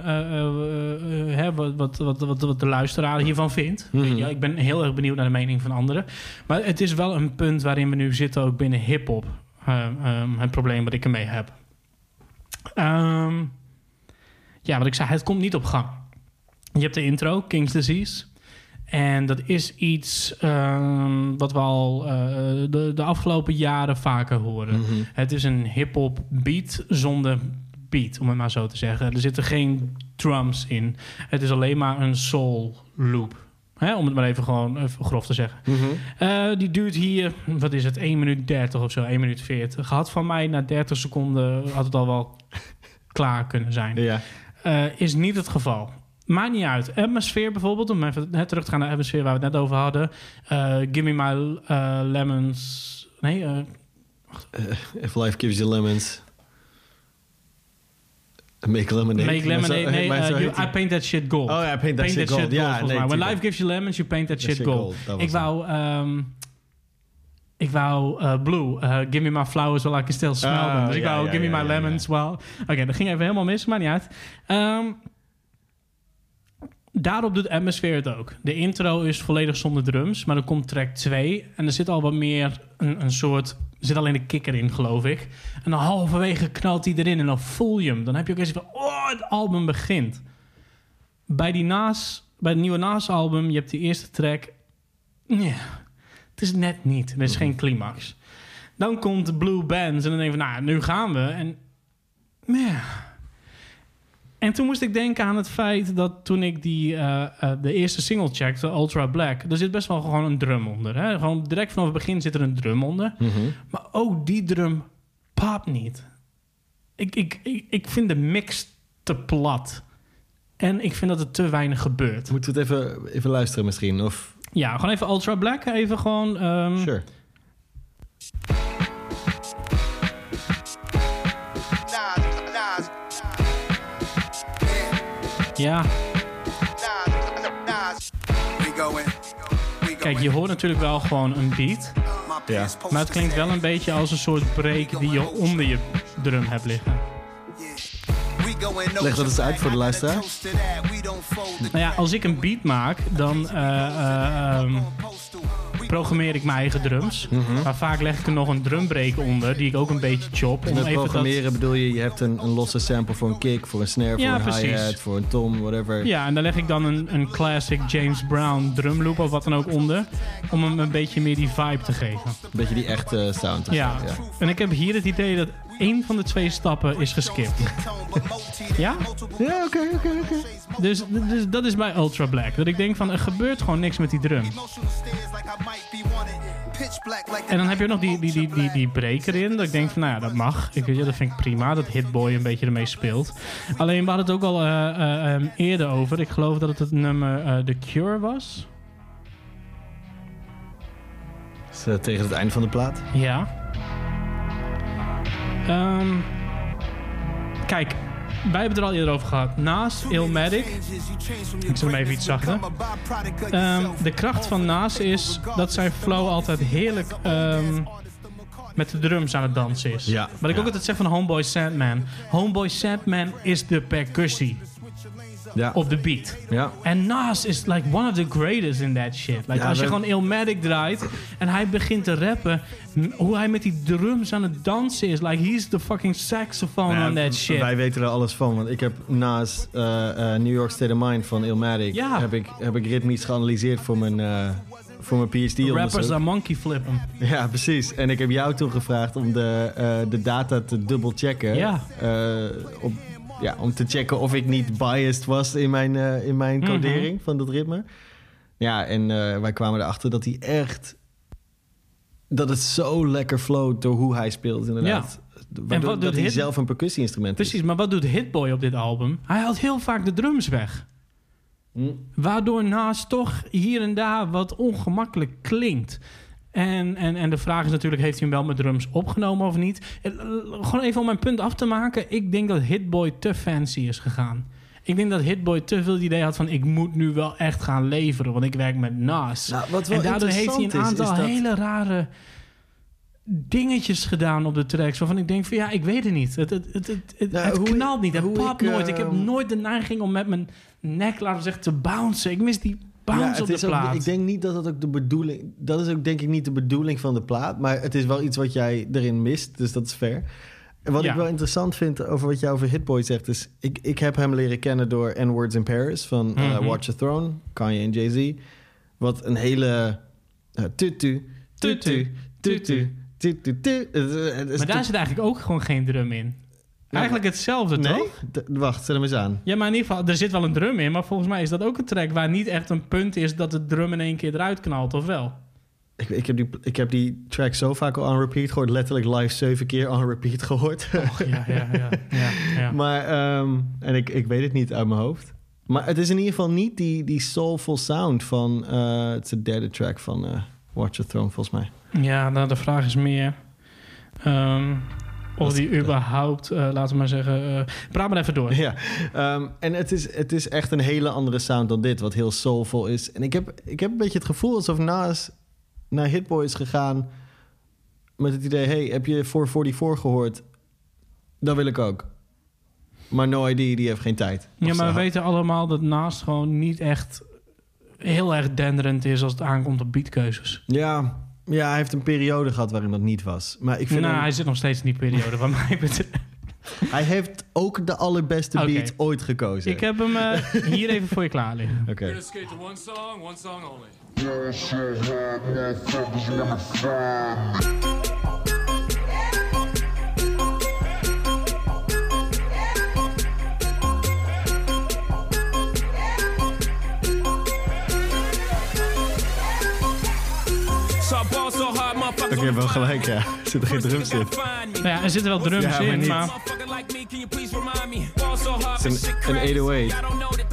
wat de luisteraar hiervan vindt. Mm-hmm. Ja, ik ben heel erg benieuwd naar de mening van anderen. Maar het is wel een punt waarin we nu zitten, ook binnen hiphop. Het probleem wat ik ermee heb. Ja, wat ik zei, het komt niet op gang. Je hebt de intro, King's Disease. En dat is iets wat we al de afgelopen jaren vaker horen. Mm-hmm. Het is een hip-hop beat zonder beat, om het maar zo te zeggen. Er zitten geen drums in. Het is alleen maar een soul loop. Om het maar even grof te zeggen. Mm-hmm. Die duurt hier, wat is het, 1 minuut 30 of zo, 1 minuut 40. Had van mij na 30 seconden had het al wel klaar kunnen zijn. Ja. Is niet het geval. Maakt niet uit. Atmosphere bijvoorbeeld, om even terug te gaan naar Atmosphere waar we het net over hadden. Give me my lemons. Nee, if life gives you lemons. Make lemonade. Make lemonade. I paint that shit gold. Oh ja, paint that shit gold. Ja, nee, when life gives you lemons, you paint that shit gold. Ik wou Blue. Give me my flowers while I can still smell them. Dus ik wou give me my lemons while... Oké, dat ging even helemaal mis, maar niet uit. Daarop doet Atmosphere het ook. De intro is volledig zonder drums, maar dan komt track 2 en er zit al wat meer een soort... Er zit alleen de kikker in, geloof ik. En dan halverwege knalt hij erin en dan voel je hem. Dan heb je ook eens van, het album begint. Bij het nieuwe Nas-album, je hebt die eerste track... Yeah, het is net niet. Er is geen climax. Dan komt de Blue Bands en dan denk je van, nu gaan we. En En toen moest ik denken aan het feit dat toen ik de eerste single checkte, Ultra Black, er zit best wel gewoon een drum onder. Hè? Gewoon direct vanaf het begin zit er een drum onder. Mm-hmm. Maar ook die drum papt niet. Ik vind de mix te plat. En ik vind dat er te weinig gebeurt. Moeten we het even luisteren misschien? Of... Ja, gewoon even Ultra Black. Even gewoon... Sure. Ja. Kijk, je hoort natuurlijk wel gewoon een beat. Ja. Maar het klinkt wel een beetje als een soort break die je onder je drum hebt liggen. Leg dat eens uit voor de luisteraar. Nou ja, als ik een beat maak, dan programmeer ik mijn eigen drums. Mm-hmm. Maar vaak leg ik er nog een drumbreak onder, die ik ook een beetje chop. En met programmeren bedoel je hebt een losse sample voor een kick, voor een snare, voor een hi-hat, voor een tom, whatever. Ja, en dan leg ik dan een classic James Brown drumloop of wat dan ook onder, om hem een beetje meer die vibe te geven. Een beetje die echte sound. Ja, en ik heb hier het idee dat 1 van de 2 stappen is geskipt. Ja? Ja, oké. Dus dat is bij Ultra Black. Dat ik denk van, er gebeurt gewoon niks met die drum. En dan heb je ook nog die break erin. Dat ik denk van, nou ja, dat mag. Dat vind ik prima. Dat Hitboy een beetje ermee speelt. Alleen, we hadden het ook al eerder over. Ik geloof dat het nummer The Cure was. Dus, tegen het einde van de plaat. Ja. Kijk, wij hebben het er al eerder over gehad. Nas, Illmatic. Ik zet hem even iets zachter. De kracht van Nas is dat zijn flow altijd heerlijk met de drums aan het dansen is. Ja. Wat ik ook altijd zeg van Homeboy Sandman. Homeboy Sandman is de percussie. Ja. Op de beat. Ja. En Nas is like one of the greatest in that shit. Like, als je gewoon Illmatic draait en hij begint te rappen, hoe hij met die drums aan het dansen is. Like, he's the fucking saxophone on that shit. Wij weten er alles van, want ik heb Nas New York State of Mind van Illmatic heb ik ritmisch geanalyseerd voor mijn PhD-onderzoek. Rappers are monkey flippen. Ja, precies. En ik heb jou toen gevraagd om de data te dubbel checken. Ja. Om te checken of ik niet biased was in mijn codering van dat ritme. Ja, en wij kwamen erachter dat hij echt... Dat het zo lekker flowt door hoe hij speelt, inderdaad. Ja. En dat hij zelf een percussie-instrument is. Precies, maar wat doet Hitboy op dit album? Hij haalt heel vaak de drums weg. Waardoor Nas toch hier en daar wat ongemakkelijk klinkt. En de vraag is natuurlijk, heeft hij hem wel met drums opgenomen of niet? Gewoon even om mijn punt af te maken. Ik denk dat Hitboy te fancy is gegaan. Ik denk dat Hitboy te veel het idee had van... ik moet nu wel echt gaan leveren, want ik werk met Nas. Nou, en daardoor heeft hij een aantal hele rare dingetjes gedaan op de tracks... waarvan ik denk van ja, ik weet het niet. Het knalt niet, het papt nooit. Ik heb nooit de neiging om met mijn nek, laten we zeggen, te bouncen. Ik mis die bounce op de plaat. Ook, ik denk niet dat ook de bedoeling... Dat is ook denk ik niet de bedoeling van de plaat. Maar het is wel iets wat jij erin mist, dus dat is fair. En wat ik wel interessant vind over wat jij over Hitboy zegt... is ik heb hem leren kennen door N-Words in Paris... van Watch the Throne, Kanye en Jay-Z. Wat een hele... tutu. Maar daar zit eigenlijk ook gewoon geen drum in. Eigenlijk hetzelfde, toch? Wacht, zet hem eens aan. Ja, maar in ieder geval, er zit wel een drum in... maar volgens mij is dat ook een track waar niet echt een punt is... dat de drum in één keer eruit knalt, of wel? Ik heb die track zo vaak al on repeat gehoord. Letterlijk live 7 keer on repeat gehoord. Ja. Maar, en ik weet het niet uit mijn hoofd. Maar het is in ieder geval niet die soulful sound van... het is de derde track van Watch the Throne, volgens mij. Ja, nou, de vraag is meer... of die überhaupt, laten we maar zeggen... praat maar even door. Ja, en het is echt een hele andere sound dan dit... wat heel soulful is. En ik heb een beetje het gevoel alsof Nas... naar Hitboy is gegaan met het idee... hey, heb je 444 gehoord? Dat wil ik ook. Maar No ID, die heeft geen tijd. Ja, maar we weten allemaal dat Nas gewoon niet echt... heel erg denderend is als het aankomt op beatkeuzes. Ja, hij heeft een periode gehad waarin dat niet was. Maar ik vind hij zit nog steeds in die periode van mij. Hij heeft ook de allerbeste beat ooit gekozen. Ik heb hem hier even voor je klaar liggen. Oké. We're gonna skate to one song only. Oké, wel gelijk, ja. Er zitten geen drums in. Nou ja, er zitten wel drums in, maar... Het is een 808.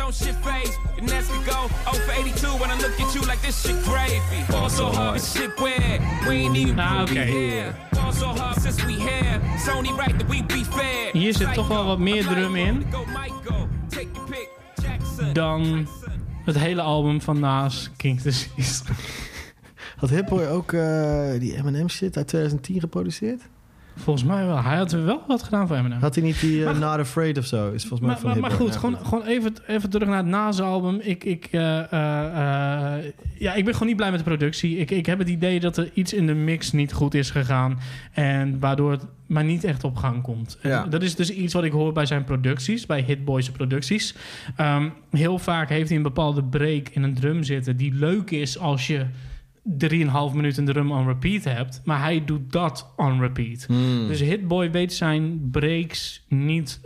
Nou, oké. Hier zit toch wel wat meer drum in... dan het hele album van Nas, King Disease. Had Hitboy ook die Eminem shit uit 2010 geproduceerd? Volgens mij wel. Hij had wel wat gedaan voor Eminem. Had hij niet die Not Afraid of zo? Is volgens mij van Hitboy. Maar goed, gewoon even terug naar het Nas-album. Ik ben gewoon niet blij met de productie. Ik heb het idee dat er iets in de mix niet goed is gegaan. En waardoor het maar niet echt op gang komt. Ja. Dat is dus iets wat ik hoor bij zijn producties. Bij Hitboy's producties. Heel vaak heeft hij een bepaalde break in een drum zitten... die leuk is als je... 3,5 minuten de drum on repeat hebt. Maar hij doet dat on repeat. Dus Hitboy weet zijn breaks niet...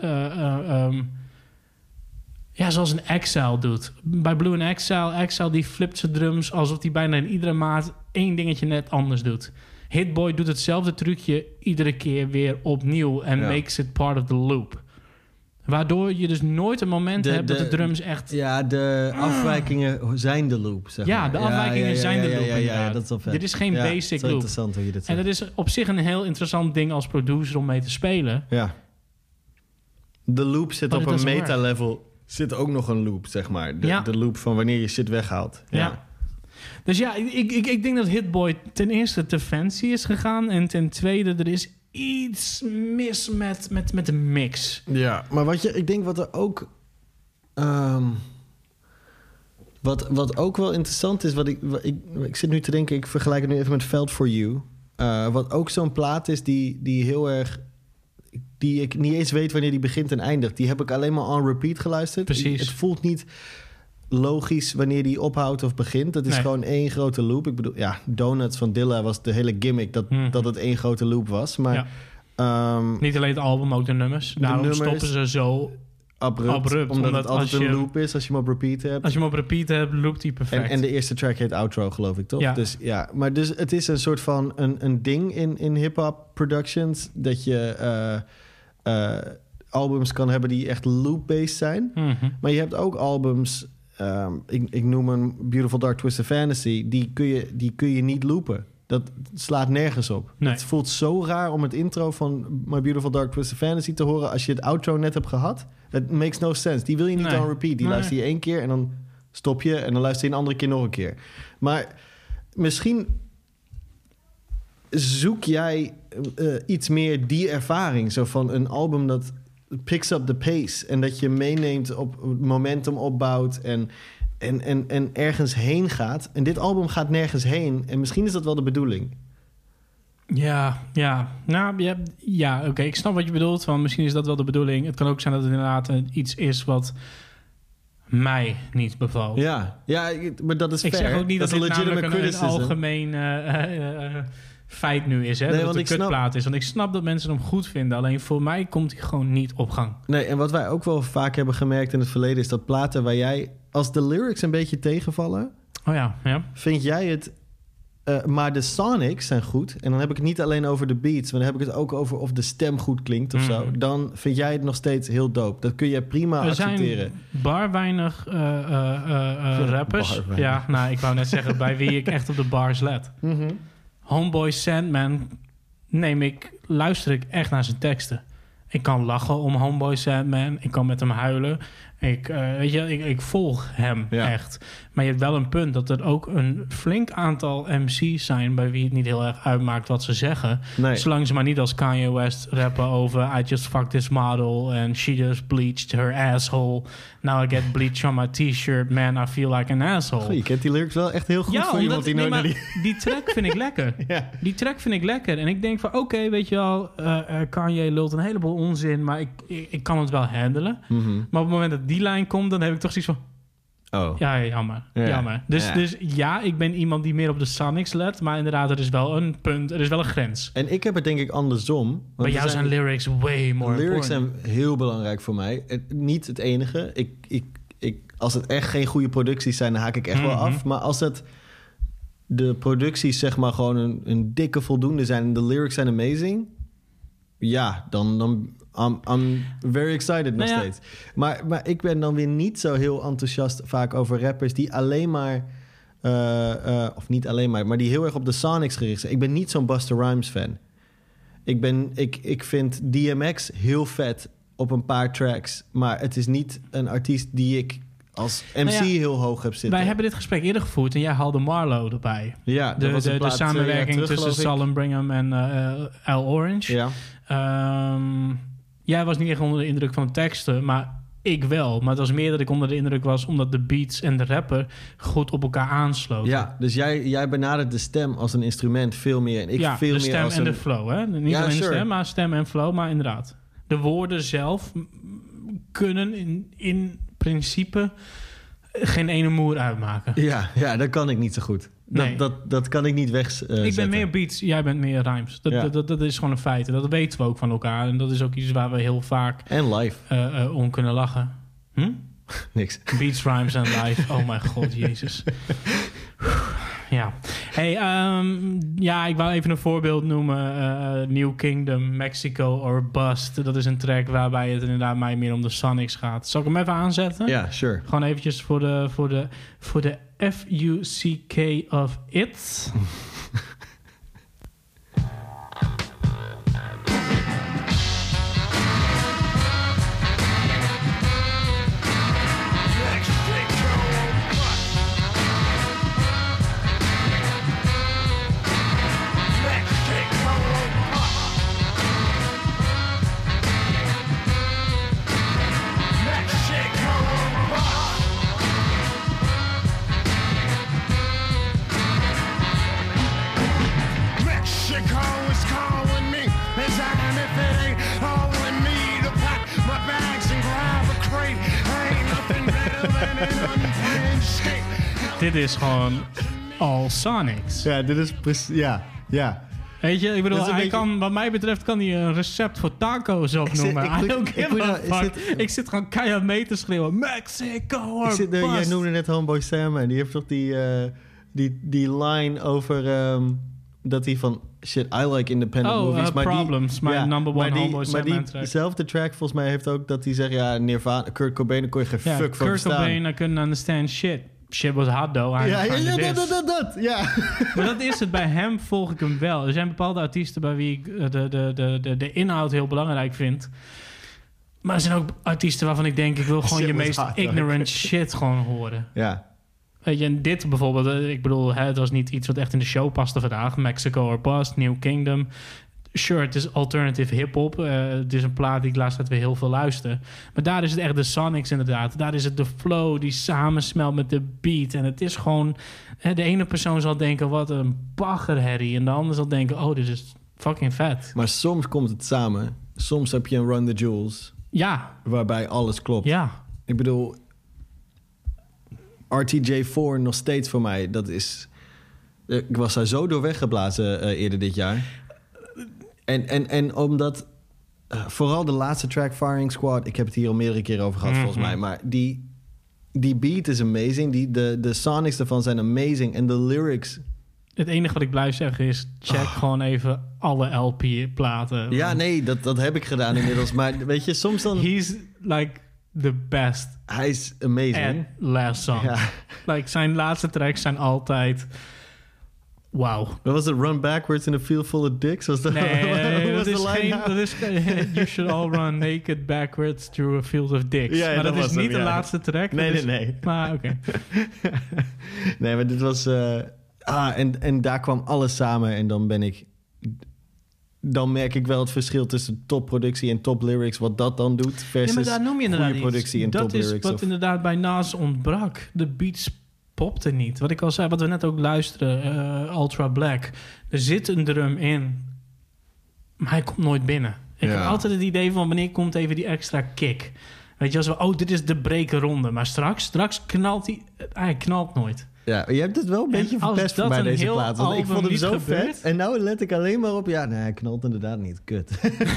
zoals een Exile doet. Bij Blue en Exile die flipt zijn drums... alsof hij bijna in iedere maat één dingetje net anders doet. Hitboy doet hetzelfde trucje iedere keer weer opnieuw en makes it part of the loop. Waardoor je dus nooit een moment hebt dat de drums echt... Ja, de afwijkingen zijn de loop, zeg maar. Ja, de afwijkingen zijn de loop, ja, dat is wel vet. Dit is geen basic loop. Interessant hoe je dit zegt. En dat is op zich een heel interessant ding als producer om mee te spelen. Ja. De loop zit op een meta-level. Zit ook nog een loop, zeg maar. De loop van wanneer je shit weghaalt. Ja. Dus ja, ik denk dat Hitboy ten eerste te fancy is gegaan. En ten tweede, er is iets mis met de mix. Ja, maar ik denk wat er ook... Wat ook wel interessant is... Ik zit nu te denken, ik vergelijk het nu even met Felt For You. Wat ook zo'n plaat is die heel erg... die ik niet eens weet wanneer die begint en eindigt. Die heb ik alleen maar on repeat geluisterd. Precies. Het voelt niet logisch wanneer die ophoudt of begint. Dat is gewoon één grote loop. Ik bedoel, Donuts van Dilla was de hele gimmick... dat het één grote loop was. Maar, niet alleen het album, ook de nummers. Daarom stoppen ze zo abrupt. Omdat het altijd een loop is als je hem op repeat hebt. Als je hem op repeat hebt, loopt hij perfect. En de eerste track heet Outro, geloof ik, toch? Ja. Dus het is een soort van een ding in hip-hop productions... dat je albums kan hebben die echt loop-based zijn. Mm-hmm. Maar je hebt ook albums... ik noem een Beautiful Dark Twisted Fantasy... die kun je niet loopen. Dat slaat nergens op. Nee. Het voelt zo raar om het intro van My Beautiful Dark Twisted Fantasy te horen... als je het outro net hebt gehad. It makes no sense. Die wil je niet on repeat. Die luister je 1 keer en dan stop je... en dan luister je een andere keer nog een keer. Maar misschien zoek jij iets meer die ervaring. Zo van een album dat picks up the pace... en dat je meeneemt op momentum opbouwt... En ergens heen gaat. En dit album gaat nergens heen. En misschien is dat wel de bedoeling. Ja. Nou, ja, oké. Ik snap wat je bedoelt. Want misschien is dat wel de bedoeling. Het kan ook zijn dat het inderdaad iets is wat mij niet bevalt. Ja, maar dat is fair. Ik zeg ook niet dat is dit namelijk een algemeen feit nu is. Hè? Nee, dat het een kutplaat is. Want ik snap dat mensen hem goed vinden. Alleen voor mij komt hij gewoon niet op gang. Nee, en wat wij ook wel vaak hebben gemerkt in het verleden... is dat platen waar jij... als de lyrics een beetje tegenvallen... Oh ja. Vind jij het... maar de sonics zijn goed. En dan heb ik het niet alleen over de beats... maar dan heb ik het ook over of de stem goed klinkt of zo. Dan vind jij het nog steeds heel dope. Dat kun je prima accepteren. Er zijn bar weinig rappers. Bar weinig. Ja, nou, ik wou net zeggen... bij wie ik echt op de bars let. Mm-hmm. Homeboy Sandman luister ik echt naar zijn teksten. Ik kan lachen om Homeboy Sandman. Ik kan met hem huilen. Ik volg hem echt. Maar je hebt wel een punt dat er ook een flink aantal MC's zijn... bij wie het niet heel erg uitmaakt wat ze zeggen. Nee. Zolang ze maar niet als Kanye West rappen over... I just fucked this model and she just bleached her asshole. Now I get bleach on my t-shirt. Man, I feel like an asshole. Goh, je kent die lyrics wel echt heel goed voor iemand die nooit naar die track vind ik lekker. Ja. Die track vind ik lekker. En ik denk van, oké, weet je wel... Kanye lult een heleboel onzin... maar ik kan het wel handelen. Mm-hmm. Maar op het moment dat die lijn komt... dan heb ik toch zoiets van... Oh. Ja, jammer. Dus ik ben iemand die meer op de sonics let... maar inderdaad, er is wel een punt, er is wel een grens. En ik heb het denk ik andersom. Bij jou zijn lyrics way more lyrics zijn heel belangrijk voor mij. Niet het enige. Als het echt geen goede producties zijn, dan haak ik echt wel af. Maar als de producties zeg maar gewoon een dikke voldoende zijn... en de lyrics zijn amazing... ja, dan I'm very excited nog steeds. Maar ik ben dan weer niet zo heel enthousiast vaak over rappers... die alleen maar... of niet alleen maar die heel erg op de sonics gericht zijn. Ik ben niet zo'n Busta Rhymes fan. Ik vind DMX heel vet op een paar tracks... maar het is niet een artiest die ik als MC heel hoog heb zitten. Wij hebben dit gesprek eerder gevoerd en jij haalde Marlo erbij. Ja, de samenwerking tussen Salem Brigham en Al Orange. Ja. Jij was niet echt onder de indruk van de teksten, maar ik wel. Maar het was meer dat ik onder de indruk was... omdat de beats en de rapper goed op elkaar aansloten. Ja, dus jij benadert de stem als een instrument veel meer. En ik veel meer de stem als en de flow. Hè? Niet alleen de stem, maar stem en flow. Maar inderdaad, de woorden zelf kunnen in principe geen ene moer uitmaken. Ja, dat kan ik niet zo goed. Dat kan ik niet wegzetten. Ik ben meer beats, jij bent meer rhymes. Dat is gewoon een feit. Dat weten we ook van elkaar. En dat is ook iets waar we heel vaak... En live. Om kunnen lachen. Niks. Beats, rhymes en live. Oh mijn god, Jezus. Ja. Hey, ik wou even een voorbeeld noemen. New Kingdom, Mexico or Bust. Dat is een track waarbij het inderdaad mij meer om de Sonics gaat. Zal ik hem even aanzetten? Ja, sure. Gewoon eventjes voor de FUCK of it. Dit is gewoon all Sonics. Ja, dit is precies... Ja. Weet je, ik bedoel, wat mij betreft kan hij een recept voor taco's opnoemen. Ik zit gewoon keihard mee te schreeuwen. Mexico or bust. Jij noemde net Homeboy Sam en die heeft toch die line over... dat hij van... Shit, I like independent movies. Maar Problems, mijn number one Homeboy Sam track. Maar diezelfde track volgens mij heeft ook dat hij zegt... Ja, Nirvana, Kurt Cobain, daar kon je geen fuck van verstaan. Kurt Cobain, I couldn't understand shit. Shit was hot though. Dat. Ja. Maar dat is het. Bij hem volg ik hem wel. Er zijn bepaalde artiesten bij wie ik de inhoud heel belangrijk vind. Maar er zijn ook artiesten waarvan ik denk... ik wil gewoon je meest ignorant shit gewoon horen. Ja. Weet je, en dit bijvoorbeeld... ik bedoel, het was niet iets wat echt in de show paste vandaag. Mexico or Bust, New Kingdom... Sure, het is alternative hip-hop. Het is een plaat die ik laatst tijd weer heel veel luister. Maar daar is het echt de Sonics inderdaad. Daar is het de flow die samensmelt met de beat. En het is gewoon... de ene persoon zal denken, wat een baggerherrie. En de ander zal denken, oh, dit is fucking vet. Maar soms komt het samen. Soms heb je een Run the Jewels. Ja. Waarbij alles klopt. Ja. Ik bedoel... RTJ4 nog steeds voor mij. Dat is... Ik was daar zo door weggeblazen eerder dit jaar... En omdat vooral de laatste track, Firing Squad... ik heb het hier al meerdere keren over gehad volgens mij... maar die beat is amazing. De sonics ervan zijn amazing. En de lyrics... Het enige wat ik blijf zeggen is... check gewoon even alle LP-platen. Ja, nee, dat heb ik gedaan inmiddels. Maar weet je, soms dan... He's like the best. Hij is amazing. At last song. Ja. Like, zijn laatste tracks zijn altijd... Wow. Wat was het? Run backwards in a field full of dicks? Was dat, nee, dat is geen... You should all run naked backwards through a field of dicks. Ja, maar dat is niet de laatste track. Nee. Maar oké. Nee, maar dit was... En daar kwam alles samen en dan merk ik wel het verschil tussen topproductie en top lyrics, wat dat dan doet, versus maar daar noem je inderdaad goede productie en top lyrics. Dat is wat inderdaad bij Nas ontbrak. De beats popte niet. Wat ik al zei, wat we net ook luisteren, Ultra Black. Er zit een drum in, maar hij komt nooit binnen. Ik heb altijd het idee van, wanneer komt even die extra kick? Weet je, als we, dit is de brekenronde. Maar straks knalt hij knalt nooit. Ja, je hebt het wel een beetje verpest voor mij, deze plaat. Want ik vond hem zo vet. En nou let ik alleen maar op... Ja, nee, hij knalt inderdaad niet. Kut.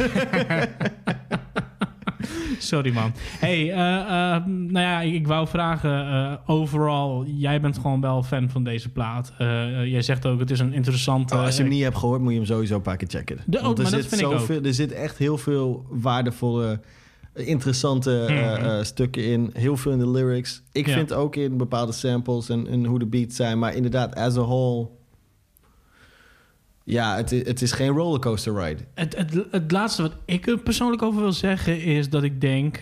Sorry, man. Hey, nou ja, ik wou vragen... overal, jij bent gewoon wel fan van deze plaat. Jij zegt ook, het is een interessante... als je hem niet hebt gehoord, moet je hem sowieso een paar keer checken. Want maar dat vind ik ook. Er zit echt heel veel waardevolle... interessante stukken in. Heel veel in de lyrics. Ik vind ook in bepaalde samples en hoe de beats zijn. Maar inderdaad, as a whole... Ja, het is geen rollercoaster ride. Het laatste wat ik er persoonlijk over wil zeggen... is dat ik denk...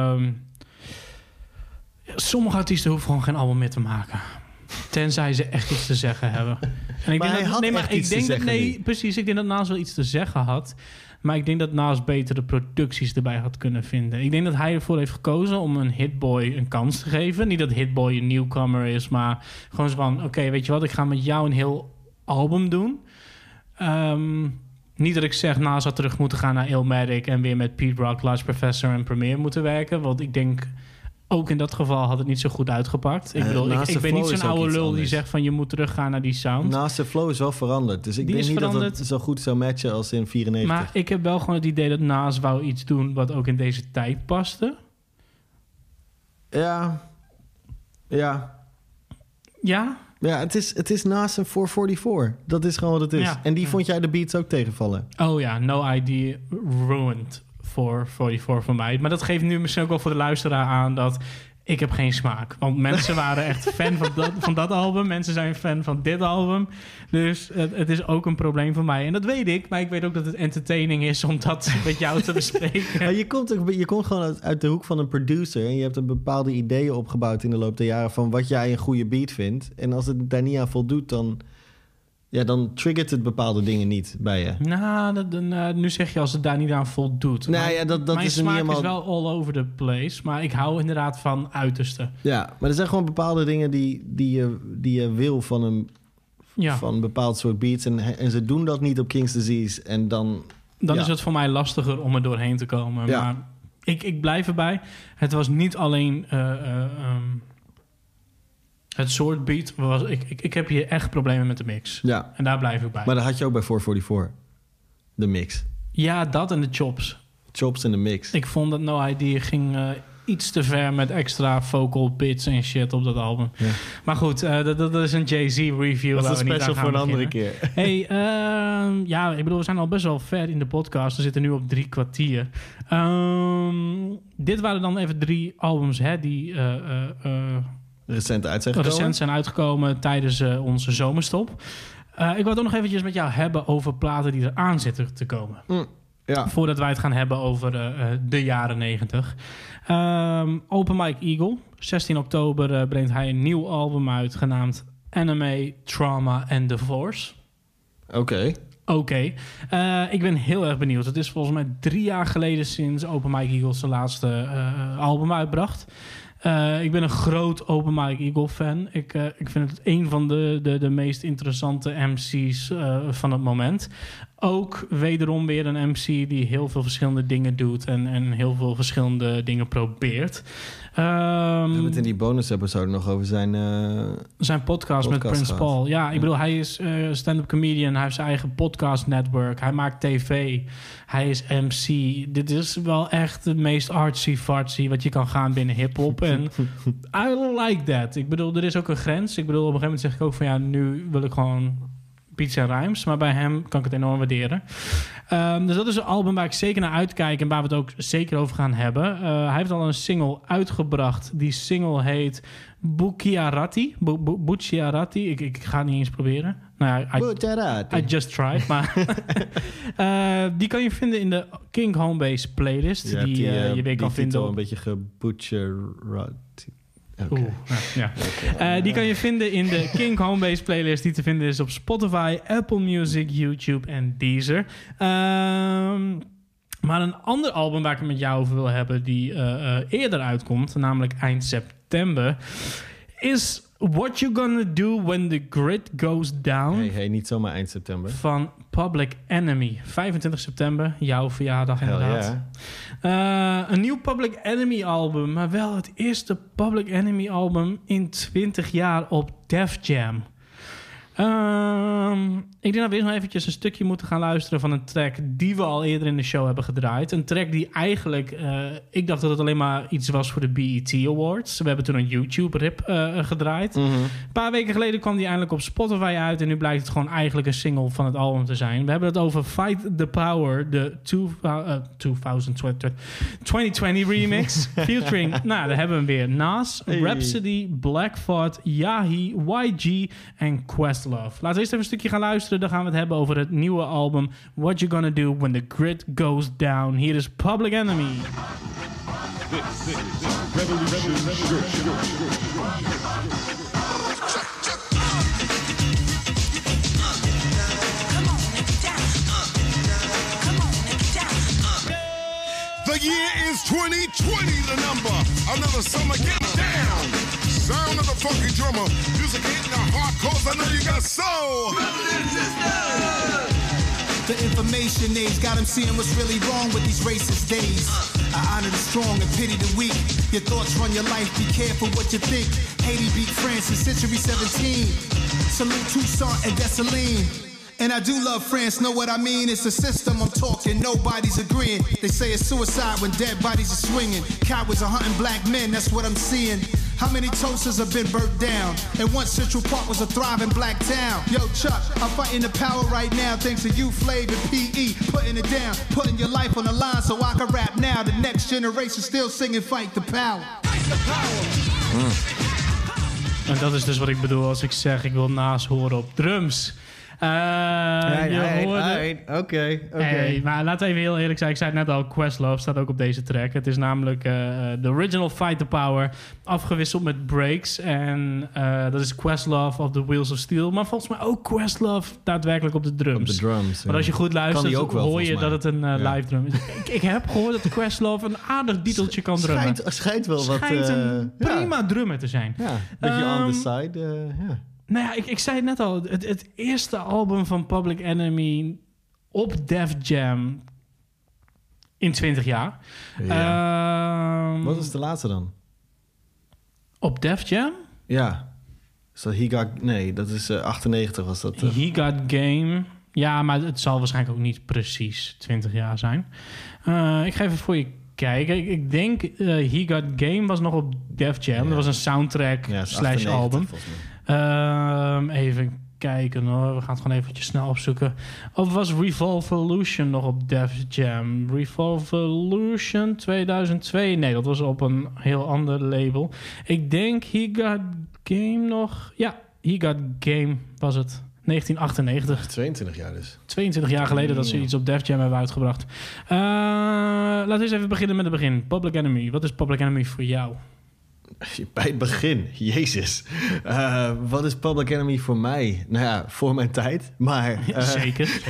sommige artiesten hoeven gewoon geen album meer te maken. Tenzij ze echt iets te zeggen hebben. En ik maar denk hij had echt iets te zeggen. Nee, precies. Ik denk dat Nas wel iets te zeggen had... Maar ik denk dat Nas betere producties erbij had kunnen vinden. Ik denk dat hij ervoor heeft gekozen om een Hitboy een kans te geven. Niet dat Hitboy een newcomer is, maar gewoon zo van... Oké, weet je wat, ik ga met jou een heel album doen. Niet dat ik zeg, Nas had terug moeten gaan naar Illmatic... en weer met Pete Rock, Large Professor en Premier moeten werken. Want ik denk... Ook in dat geval had het niet zo goed uitgepakt. Ik bedoel, ik ben niet zo'n oude lul die zegt van... je moet teruggaan naar die sound. Naast de flow is wel veranderd. Dus ik denk niet dat het zo goed zou matchen als in 94. Maar ik heb wel gewoon het idee dat Nas wou iets doen... wat ook in deze tijd paste. Ja. Ja? Ja, het is naast een 444. Dat is gewoon wat het is. Ja. En die vond jij de beats ook tegenvallen? Oh ja, No ID ruined 444 voor mij. Maar dat geeft nu misschien ook wel voor de luisteraar aan dat ik heb geen smaak. Want mensen waren echt fan van dat album. Mensen zijn fan van dit album. Dus het is ook een probleem voor mij. En dat weet ik. Maar ik weet ook dat het entertaining is om dat met jou te bespreken. Ja, je komt gewoon uit de hoek van een producer. En je hebt een bepaalde ideeën opgebouwd in de loop der jaren van wat jij een goede beat vindt. En als het daar niet aan voldoet, dan triggert het bepaalde dingen niet bij je. Nou, nu zeg je als het daar niet aan voldoet. Nou ja, dat mijn is smaak niet helemaal... is wel all over the place. Maar ik hou inderdaad van uiterste. Ja, maar er zijn gewoon bepaalde dingen die je wil van een bepaald soort beats. En ze doen dat niet op King's Disease. En dan is het voor mij lastiger om er doorheen te komen. Ja. Maar ik blijf erbij. Het was niet alleen... het soort beat. Ik heb hier echt problemen met de mix. Ja. En daar blijf ik bij. Maar dat had je ook bij 444. De mix. Ja, dat en de chops. Chops en de mix. Ik vond dat No ID ging iets te ver met extra vocal bits en shit op dat album. Ja. Maar goed, dat is een Jay-Z review. Dat is een special voor een andere keer. Hey, ik bedoel, we zijn al best wel ver in de podcast. We zitten nu op 3 kwartier. Dit waren dan even 3 albums die... recent zijn uitgekomen tijdens onze zomerstop. Ik wil het ook nog eventjes met jou hebben over platen die er aan zitten te komen. Ja. Voordat wij het gaan hebben over de jaren 90. Open Mike Eagle. 16 oktober brengt hij een nieuw album uit genaamd Anime, Trauma and Divorce. Oké. Ik ben heel erg benieuwd. Het is volgens mij 3 jaar geleden sinds Open Mike Eagle zijn laatste album uitbracht. Ik ben een groot Open Mike Eagle fan. Ik vind het een van de meest interessante MC's van het moment. Ook wederom weer een MC die heel veel verschillende dingen doet en heel veel verschillende dingen probeert. We hebben het in die bonus-episode nog over zijn podcast met Prince Paul. Ja, ik bedoel, hij is stand-up comedian. Hij heeft zijn eigen podcast-network. Hij maakt tv. Hij is MC. Dit is wel echt het meest artsy-fartsy wat je kan gaan binnen hiphop. En I like that. Ik bedoel, er is ook een grens. Ik bedoel, op een gegeven moment zeg ik ook van... ja, nu wil ik gewoon beats en rhymes. Maar bij hem kan ik het enorm waarderen. Dus dat is een album waar ik zeker naar uitkijk... en waar we het ook zeker over gaan hebben. Hij heeft al een single uitgebracht. Die single heet Bucciarati. Bucciarati. Ik ga het niet eens proberen. Nou ja, I just tried. Maar die kan je vinden in de King Homebase playlist. Ja, die je weer kan vinden. Een beetje gebutcherati. Okay. Die kan je vinden in de King Homebase playlist die te vinden is op Spotify, Apple Music, YouTube en Deezer. Maar een ander album waar ik het met jou over wil hebben die eerder uitkomt, namelijk eind september, is What You Gonna Do When The Grid Goes Down. Hey, niet zomaar eind september. Van Public Enemy. 25 september, jouw verjaardag inderdaad. Een nieuw Public Enemy album, maar wel het eerste Public Enemy album in 20 jaar op Def Jam. Ik denk dat we eerst nog eventjes een stukje moeten gaan luisteren van een track die we al eerder in de show hebben gedraaid. Een track die eigenlijk, ik dacht dat het alleen maar iets was voor de BET Awards. We hebben toen een YouTube-rip gedraaid. Mm-hmm. Een paar weken geleden kwam die eindelijk op Spotify uit en nu blijkt het gewoon eigenlijk een single van het album te zijn. We hebben het over Fight the Power, de 2020 remix. Featuring, nou, daar hebben we hem weer. Nas, Rhapsody, Black Thought, Yahi, YG en Questlove. Laten we eerst even een stukje gaan luisteren. Dan gaan we het hebben over het nieuwe album What You Gonna Do When The Grid Goes Down. Hier is Public Enemy. The year is 2020, the number. Another summer, get down. Sound of the funky drummer. Music hitting the hard cause I know you got soul. The information age got them seeing what's really wrong with these racist days. I honor the strong and pity the weak. Your thoughts run your life, be careful what you think. Haiti beat France in century 17. Salute Toussaint and Dessalines. And I do love France, know what I mean? It's the system I'm talking, nobody's agreeing. They say it's suicide when dead bodies are swinging. Cowards are hunting black men, that's what I'm seeing. How many toasters have been burnt down? And once Central Park was a thriving black town. Yo, Chuck, I'm fighting the power right now thanks to you, Flav and P.E. Putting it down, putting your life on the line so I can rap now. The next generation still singing Fight the Power. Fight the power. En dat is dus wat ik bedoel als ik zeg ik wil Nas horen op drums. Oké. Maar laten we even heel eerlijk zijn. Ik zei het net al, Questlove staat ook op deze track. Het is namelijk de original Fight the Power, afgewisseld met breaks. En dat is Questlove of the Wheels of Steel. Maar volgens mij ook Questlove daadwerkelijk op de drums. Op de drums. Maar als je goed luistert, hoor je dat het een live drum is. Ik heb gehoord dat Questlove een aardig dieteltje kan drummen. Schijnt wel wat... Schijnt een prima drummer te zijn. Ja, een beetje on the side, ja. Nou ja, ik zei het net al. Het eerste album van Public Enemy op Def Jam in 20 jaar. Ja. Wat is de laatste dan? Op Def Jam? Ja. Is dat He Got... Nee, dat is 98 was dat. He Got Game. Ja, maar het zal waarschijnlijk ook niet precies 20 jaar zijn. Ik ga even voor je kijken. Ik denk He Got Game was nog op Def Jam. Dat was een soundtrack / album. Even kijken hoor. We gaan het gewoon eventjes snel opzoeken. Of was Revolvolution nog op Def Jam? Revolvolution 2002? Nee, dat was op een heel ander label. Ik denk He Got Game nog... Ja, He Got Game was het. 1998. 22 jaar dus. 22 jaar geleden dat ze iets op Def Jam hebben uitgebracht. Laten we eens even beginnen met het begin. Public Enemy. Wat is Public Enemy voor jou? Bij het begin, jezus. Wat is Public Enemy voor mij? Nou ja, voor mijn tijd, maar... Zeker.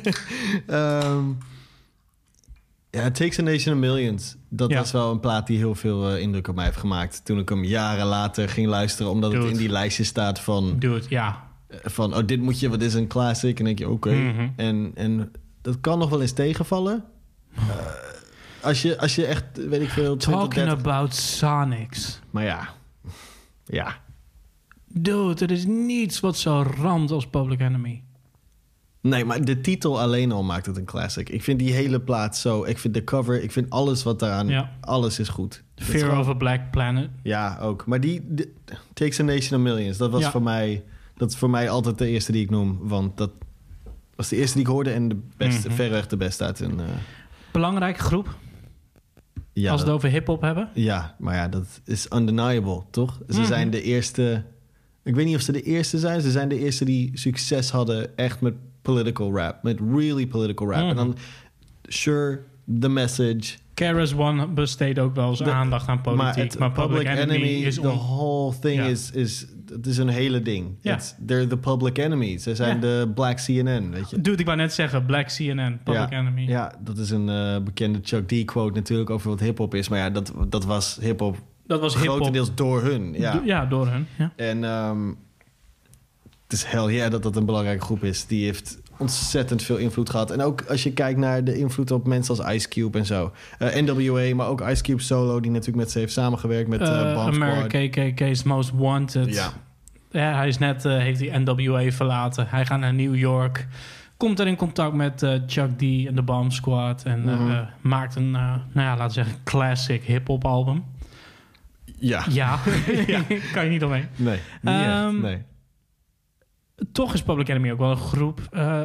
It Takes a Nation of Millions. Dat was wel een plaat die heel veel indruk op mij heeft gemaakt. Toen ik hem jaren later ging luisteren, omdat het in die lijstje staat van... Van, dit moet je, wat is een classic? En dan denk je, oké. Mm-hmm. En dat kan nog wel eens tegenvallen. Als je echt, weet ik veel... Talking about Sonics. Maar ja. Dude, er is niets wat zo ramt als Public Enemy. Nee, maar de titel alleen al maakt het een classic. Ik vind die hele plaat zo... Ik vind de cover, ik vind alles wat daaraan... Ja. Alles is goed. Fear of a Black Planet. Ja, ook. Maar die Takes a Nation of Millions, dat was voor mij... Dat is voor mij altijd de eerste die ik noem. Want dat was de eerste die ik hoorde... en de beste, verreweg de beste uit een... Belangrijke groep? Ja, als we het over hiphop hebben? Ja, maar ja, dat is undeniable, toch? Ze zijn de eerste... Ik weet niet of ze de eerste zijn. Ze zijn de eerste die succes hadden echt met political rap. Met really political rap. En dan, sure, The Message... KRS-One besteedt ook wel eens aandacht aan politiek. Maar Public Enemy is... The whole thing is... Het is een hele ding. Ja. They're the public enemy. Ze zijn de Black CNN, weet je. Dude, ik wou net zeggen, Black CNN, Public Enemy. Ja, dat is een bekende Chuck D quote natuurlijk over wat hiphop is. Maar ja, dat was hiphop. Dat was grotendeels door hun. Ja, door hun. Ja. En het is hell dat een belangrijke groep is. Die heeft ontzettend veel invloed gehad. En ook als je kijkt naar de invloed op mensen als Ice Cube en zo. NWA, maar ook Ice Cube solo, die natuurlijk met ze heeft samengewerkt met Bomb Squad. KKK's Most Wanted. Ja, hij is net, heeft die NWA verlaten. Hij gaat naar New York. Komt er in contact met Chuck D en de Bomb Squad. En maakt een, laten we zeggen, classic hip-hop album. Ja. Kan je niet omheen. Nee, niet echt, nee. Toch is Public Enemy ook wel een groep.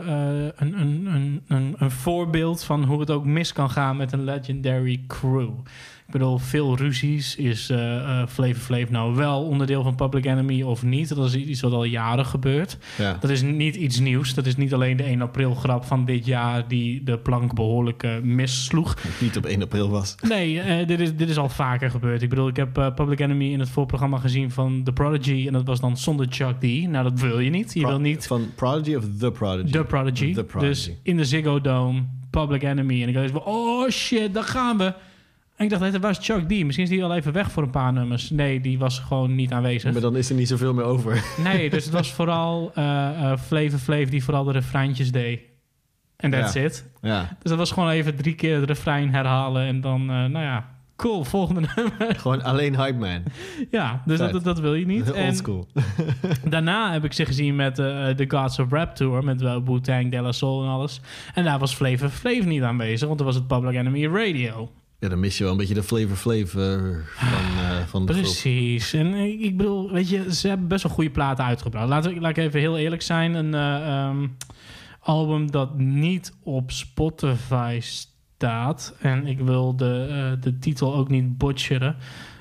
Een voorbeeld van hoe het ook mis kan gaan met een legendary crew. Ik bedoel, veel ruzies. Is Flavor Flav nou wel onderdeel van Public Enemy of niet? Dat is iets wat al jaren gebeurt. Ja. Dat is niet iets nieuws. Dat is niet alleen de 1 april grap van dit jaar die de plank behoorlijk missloeg. Niet op 1 april was. Nee, dit is al vaker gebeurd. Ik bedoel, ik heb Public Enemy in het voorprogramma gezien van The Prodigy. En dat was dan zonder Chuck D. Nou, dat wil je niet. Je wil niet... Van Prodigy of The Prodigy? The Prodigy. The Prodigy. Dus in de Ziggo Dome, Public Enemy. En ik dacht van, oh shit, daar gaan we. En ik dacht, waar is Chuck D? Misschien is die al even weg voor een paar nummers. Nee, die was gewoon niet aanwezig. Maar dan is er niet zoveel meer over. Nee, dus het was vooral Flavor Flav die vooral de refreintjes deed. En that's it. Ja. Dus dat was gewoon even 3 keer het refrein herhalen. En dan, Cool, volgende nummer. Gewoon alleen Hype Man. Ja, dus dat wil je niet. Old school. Daarna heb ik ze gezien met de Gods of Rap Tour. Met Wu-Tang, De La Soul en alles. En daar was Flavor Flav niet aanwezig. Want er was het Public Enemy Radio. Ja, dan mis je wel een beetje de Flavor Flav van de Precies. groep. En ik bedoel, weet je, ze hebben best wel goede platen uitgebracht. Laat ik even heel eerlijk zijn. Een album dat niet op Spotify staat. En ik wil de titel ook niet butcheren.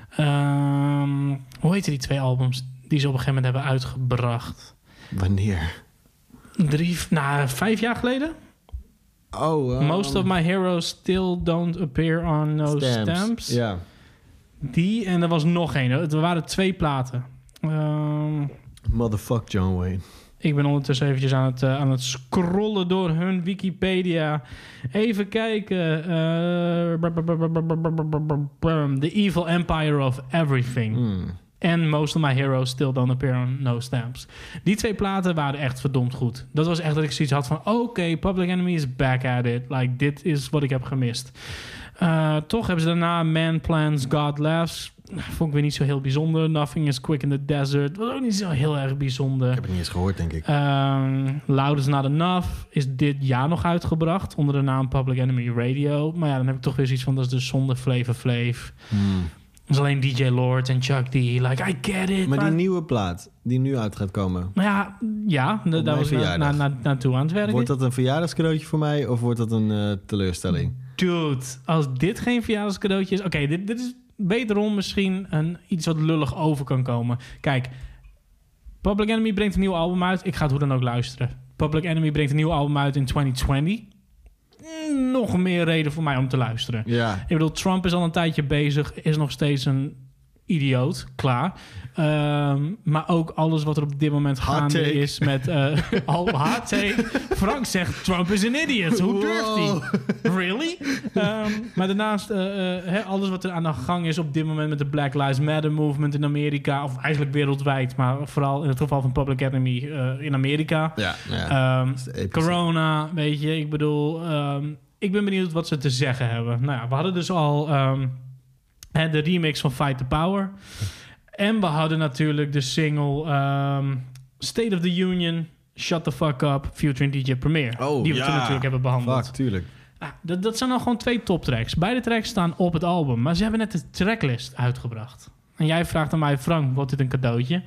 Hoe heette die 2 albums die ze op een gegeven moment hebben uitgebracht? Wanneer? 5 jaar geleden? Most of my heroes still don't appear on no stamps. Ja. Die en er was nog één. Er waren 2 platen. Motherfuck John Wayne. Ik ben ondertussen eventjes aan het scrollen door hun Wikipedia. Even kijken. The Evil Empire of Everything. En Most of My Heroes Still Don't Appear on No Stamps. Die 2 platen waren echt verdomd goed. Dat was echt dat ik zoiets had van... Oké, Public Enemy is back at it. Like, dit is wat ik heb gemist. Toch hebben ze daarna Man Plans, God Laughs. Vond ik weer niet zo heel bijzonder. Nothing is Quick in the Desert. Was ook niet zo heel erg bijzonder. Ik heb het niet eens gehoord, denk ik. Loud is Not Enough is dit jaar nog uitgebracht. Onder de naam Public Enemy Radio. Maar ja, dan heb ik toch weer zoiets van... Dat is dus zonder Flavor Flav. Dat is alleen DJ Lord en Chuck D. Like, I get it. Maar die nieuwe plaat die nu uit gaat komen... Nou ja, daar was ik naartoe aan het werken. Wordt dat een verjaardagscadeautje voor mij... of wordt dat een teleurstelling? Dude, als dit geen verjaardagscadeautje is... Oké, dit is wederom misschien iets wat lullig over kan komen. Kijk, Public Enemy brengt een nieuw album uit. Ik ga het hoe dan ook luisteren. Public Enemy brengt een nieuw album uit in 2020... Nog meer reden voor mij om te luisteren. Ja. Ik bedoel, Trump is al een tijdje bezig. Is nog steeds een idioot. Klaar. Maar ook alles wat er op dit moment gaande is met... hard take. Frank zegt, Trump is een idiot. Hoe durft hij? Really? Maar daarnaast, alles wat er aan de gang is op dit moment... met de Black Lives Matter movement in Amerika... of eigenlijk wereldwijd, maar vooral in het geval van Public Enemy in Amerika. Ja. Corona, weet je. Ik bedoel, ik ben benieuwd wat ze te zeggen hebben. Nou ja, we hadden dus al de remix van Fight the Power... En we hadden natuurlijk de single State of the Union, Shut the Fuck Up, featuring DJ Premier. Die we toen natuurlijk hebben behandeld. Fuck, tuurlijk. Dat zijn al gewoon 2 toptracks. Beide tracks staan op het album, maar ze hebben net de tracklist uitgebracht. En jij vraagt aan mij, Frank, wordt dit een cadeautje?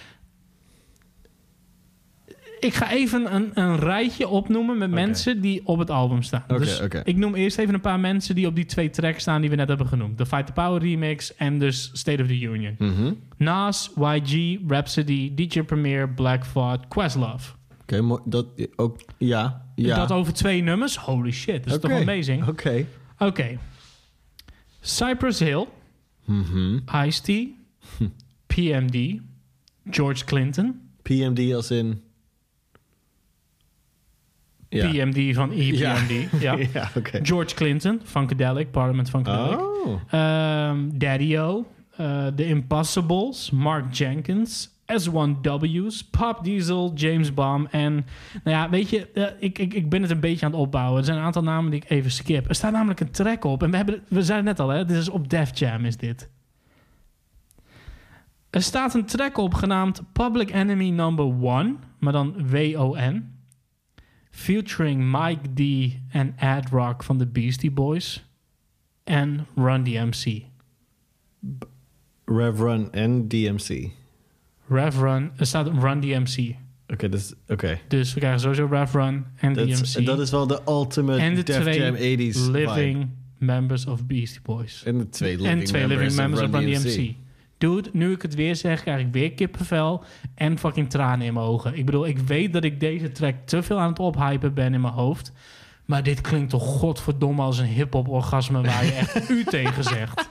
Ik ga even een rijtje opnoemen met mensen die op het album staan. Ik noem eerst even een paar mensen die op die 2 tracks staan die we net hebben genoemd. De Fight the Power remix en dus State of the Union. Nas, YG, Rhapsody, DJ Premier, Black Thought, Questlove. Dat ook, ja. Dat over 2 nummers? Holy shit, dat is toch amazing? Oké. Cypress Hill, Ice-T, PMD, George Clinton. PMD als in... Ja. PMD van EPMD. Ja. George Clinton, Funkadelic, Parliament Funkadelic. Daddy-O, The Impossibles, Mark Jenkins, S1W's, Pop Diesel, James Bond. En nou ja, weet je, ik ben het een beetje aan het opbouwen. Er zijn een aantal namen die ik even skip. Er staat namelijk een track op. En we zeiden net al, hè, dit is op Def Jam is dit. Er staat een track op genaamd Public Enemy Number 1, maar dan WON. Featuring Mike D en Ad Rock van de Beastie Boys. En Run DMC. Rev Run en DMC. Rev Run, er staat Run DMC. Dus we krijgen sowieso Rev Run en DMC. Dat is wel de ultimate Def Jam 80s living vibe. Members of Beastie Boys. En de 2 living members of Run DMC. Dude, nu ik het weer zeg, krijg ik weer kippenvel en fucking tranen in mijn ogen. Ik bedoel, ik weet dat ik deze track te veel aan het ophypen ben in mijn hoofd. Maar dit klinkt toch godverdomme als een hip-hop orgasme waar je echt u tegen zegt.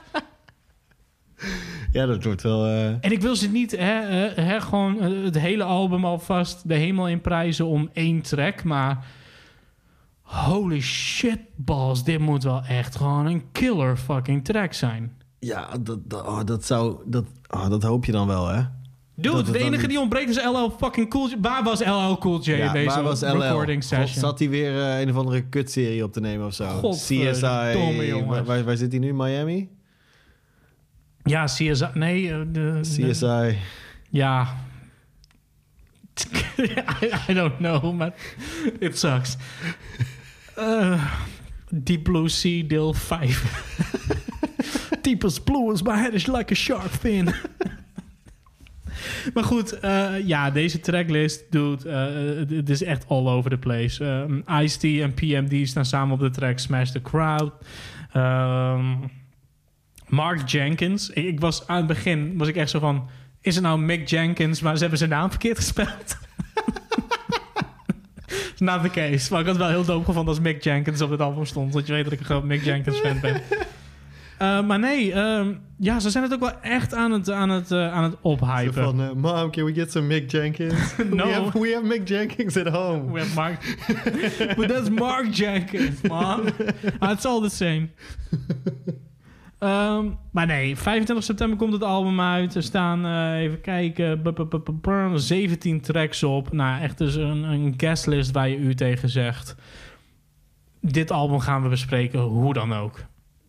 Ja, dat wordt wel... En ik wil ze niet gewoon het hele album alvast de hemel in prijzen om 1 track. Maar holy shit balls, dit moet wel echt gewoon een killer fucking track zijn. Ja, dat hoop je dan wel, hè? Dude, de enige die ontbreekt is LL fucking Cool J. Waar was LL Cool J in deze recording session? Zat hij weer een of andere kutserie op te nemen of zo? CSI. Domme, waar zit hij nu? Miami? Ja, CSI. Nee, CSI. Ja. I don't know, maar it sucks. Deep Blue Sea, deel 5. Deep as blue as my head is like a shark fin. Maar goed, deze tracklist, dude, het is echt all over the place. Ice-T en PMD staan samen op de track Smash the Crowd. Mark Jenkins. Ik was aan het begin, was ik echt zo van... Is het nou Mick Jenkins, maar ze hebben zijn naam verkeerd gespeld? It's not the case. Maar ik had wel heel dope gevonden als Mick Jenkins op het album stond. Dat je weet dat ik een groot Mick Jenkins fan ben. Maar nee, ze zijn het ook wel echt aan het ophypen. Zo van, Mom, can we get some Mick Jenkins? No. We have Mick Jenkins at home. We have Mark. But that's Mark Jenkins, Mom. It's all the same. Maar nee, 25 september komt het album uit. Er staan, even kijken, 17 tracks op. Nou, echt dus een guestlist waar je u tegen zegt. Dit album gaan we bespreken, hoe dan ook.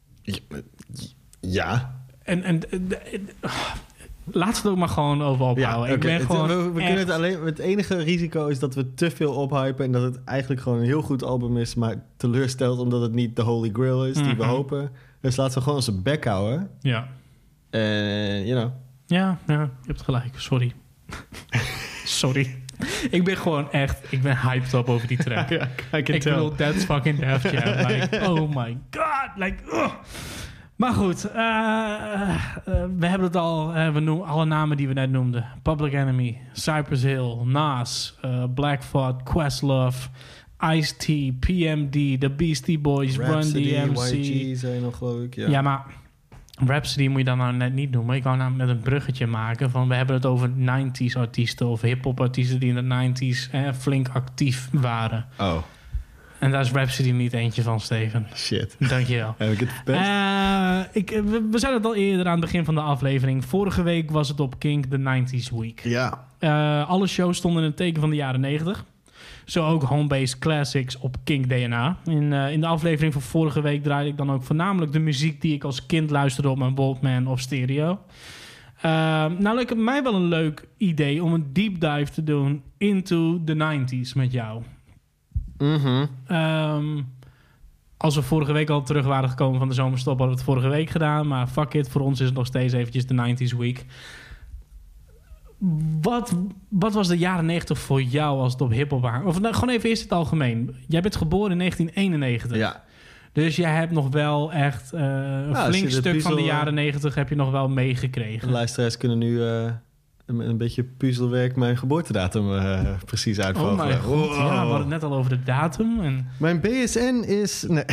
Ja. En laten we het ook maar gewoon over ophouden. Ja, Ik ben gewoon we kunnen het alleen. Het enige risico is dat we te veel ophypen en dat het eigenlijk gewoon een heel goed album is, maar teleurstelt omdat het niet de Holy Grail is die we hopen. Dus laten we gewoon onze bek houden. Ja. Ja, je hebt gelijk. Sorry. Sorry. Ik ben hyped up over die track. Ja, ik bedoel, that's fucking Def Jam. Like, oh my god. Like, Maar goed, we hebben het al. We noemen alle namen die we net noemden. Public Enemy, Cypress Hill, Nas, Black Thought, Questlove, Ice-T, PMD, The Beastie Boys, Rhapsody, Run DMC. YG zijn nog, geloof ik. Ja, maar Rhapsody moet je dan nou net niet noemen. Ik wou nou met een bruggetje maken van... we hebben het over 90s artiesten of hip-hop artiesten die in de 90s flink actief waren. Oh. En daar is Rhapsody niet eentje van, Steven. Shit. Dankjewel. Heb ik het verpest? We zeiden het al eerder aan het begin van de aflevering. Vorige week was het op Kink de 90s Week. Ja. Alle shows stonden in het teken van de jaren 90. Zo ook Homebase Classics op Kink DNA. In de aflevering van vorige week draaide ik dan ook voornamelijk de muziek die ik als kind luisterde op mijn Walkman of stereo. Nou leek het mij wel een leuk idee om een deep dive te doen into the 90s met jou. Als we vorige week al terug waren gekomen van de zomerstop, hadden we het vorige week gedaan. Maar fuck it, voor ons is het nog steeds eventjes de 90s Week. Wat was de jaren 90 voor jou als het op hiphop waren? Of nou, gewoon even eerst het algemeen. Jij bent geboren in 1991. Ja. Dus jij hebt nog wel echt een flink stuk van de jaren 90 heb je nog wel meegekregen. De luisteraars kunnen nu een beetje puzzelwerk mijn geboortedatum precies uitvogelen. Oh mijn god, ja, we hadden het net al over de datum. En... Mijn BSN is... Nee.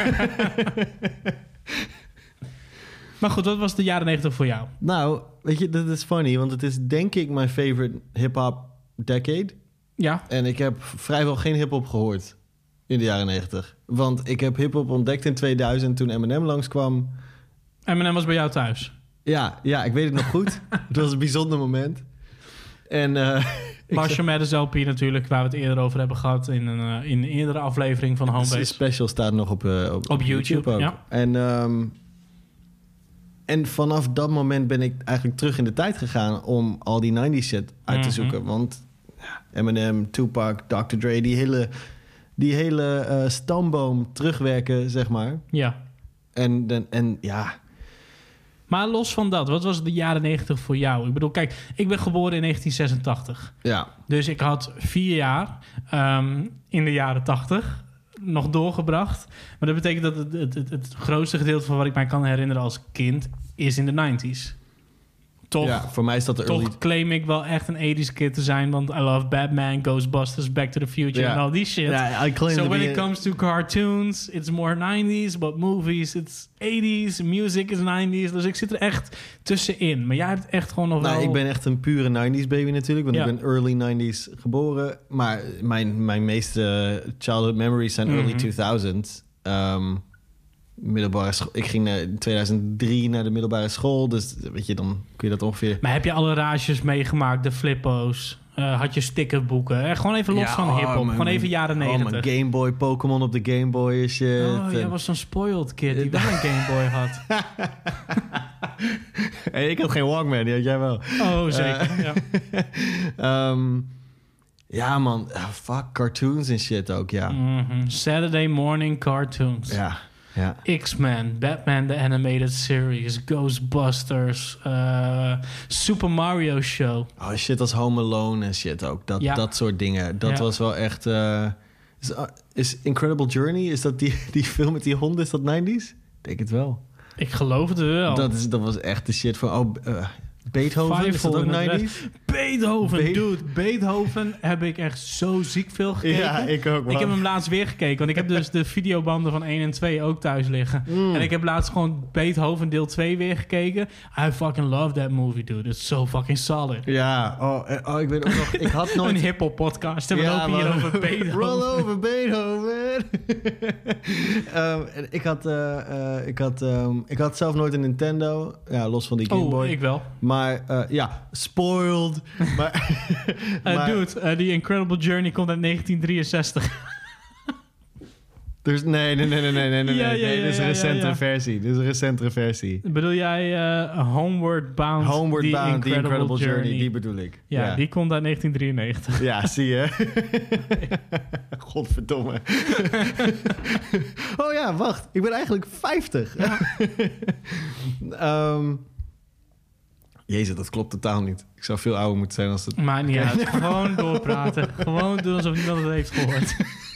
Maar goed, wat was de jaren 90 voor jou? Nou, weet je, dat is funny, want het is denk ik mijn favorite hip-hop decade. Ja. En ik heb vrijwel geen hip-hop gehoord in de jaren 90. Want ik heb hip-hop ontdekt in 2000 toen Eminem langskwam. Eminem was bij jou thuis? Ja, ik weet het nog goed. Het was een bijzonder moment. En Marshall Mathers LP natuurlijk, waar we het eerder over hebben gehad in een eerdere aflevering van Homebase. De special staat nog op YouTube ook. Ja. En vanaf dat moment ben ik eigenlijk terug in de tijd gegaan om al die 90s shit uit te zoeken. Want Eminem, Tupac, Dr. Dre, die hele stamboom terugwerken, zeg maar. Ja. En ja... Maar los van dat, wat was de jaren 90 voor jou? Ik bedoel, kijk, ik ben geboren in 1986. Ja. Dus ik had 4 jaar in de jaren 80 nog doorgebracht. Maar dat betekent dat het grootste gedeelte van wat ik mij kan herinneren als kind is in de 90s. Toch, ja, voor mij is dat de early... Toch claim ik wel echt een 80s kid te zijn, want I love Batman, Ghostbusters, Back to the Future en al die shit. Ja, I claim so when it comes to cartoons, it's more 90s, but movies, it's 80s, music is 90s. Dus ik zit er echt tussenin. Maar jij hebt echt gewoon nog wel... Ik ben echt een pure 90s baby natuurlijk, want ik ben early 90s geboren. Maar mijn meeste childhood memories zijn early 2000s. Middelbare school. Ik ging in 2003 naar de middelbare school. Dus weet je, dan kun je dat ongeveer... Maar heb je alle rages meegemaakt? De flippo's? Had je stickerboeken? Gewoon even los van hiphop. Gewoon even jaren 90. Mijn Game Boy, Pokémon op de Game Boy en shit. Oh, jij was zo'n spoiled kid die wel een Game Boy had. Hey, ik had geen Walkman, die had jij wel. Oh, zeker. Ja, man. Fuck, cartoons en shit ook, ja. Saturday morning cartoons. Ja. X-Men, Batman the Animated Series, Ghostbusters, Super Mario Show. Oh, shit als Home Alone en shit ook. Dat soort dingen. Dat was wel echt... Is Incredible Journey, is dat die film met die honden, is dat 90s? Ik denk het wel. Ik geloof het wel. Dat was echt de shit van... Beethoven, is dat ook 90s? Beethoven, dude. Beethoven heb ik echt zo ziek veel gekeken. Ja, ik ook, man. Ik heb hem laatst weer gekeken. Want ik heb dus de videobanden van 1 en 2 ook thuis liggen. En ik heb laatst gewoon Beethoven deel 2 weer gekeken. I fucking love that movie, dude. It's so fucking solid. Ja, ik weet ook nog... Ik had nooit... Een hiphop podcast. En we lopen hier over Beethoven. Roll over Beethoven. Ik had zelf nooit een Nintendo. Ja, los van die Game Boy. Oh, ik wel. Maar spoiled. Dude, die Incredible Journey komt uit 1963. Dus nee. Dit is een recentere versie. Dit is een recentere versie. Bedoel jij Homeward Bound? Homeward Bound, die Incredible Journey, die bedoel ik. Ja, die komt uit 1993. Ja, zie je. Godverdomme. Oh ja, wacht. Ik ben eigenlijk 50. Ja. Jezus, dat klopt totaal niet. Ik zou veel ouder moeten zijn als het... Maar niet uit. Gewoon doorpraten. Gewoon doen alsof niemand het heeft gehoord.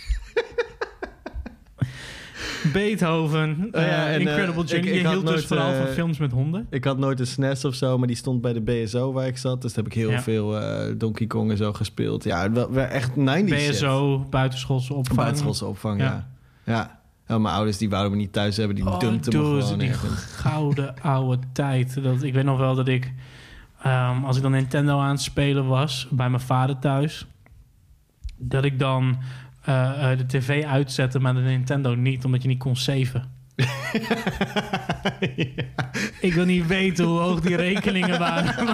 Beethoven, Incredible Journey. Je hield dus vooral van films met honden. Ik had nooit een SNES of zo, maar die stond bij de BSO waar ik zat. Dus daar heb ik heel veel Donkey Kong en zo gespeeld. Ja, wel echt 90's BSO, buitenschoolse opvang. Buitenschoolse opvang, ja. Mijn ouders die wouden me niet thuis hebben. Die dumpten me gewoon die gouden oude tijd. Ik weet nog wel dat ik... als ik dan Nintendo aan het spelen was... bij mijn vader thuis... dat ik dan de tv uitzette... maar de Nintendo niet, omdat je niet kon saven. Ik wil niet weten hoe hoog die rekeningen waren.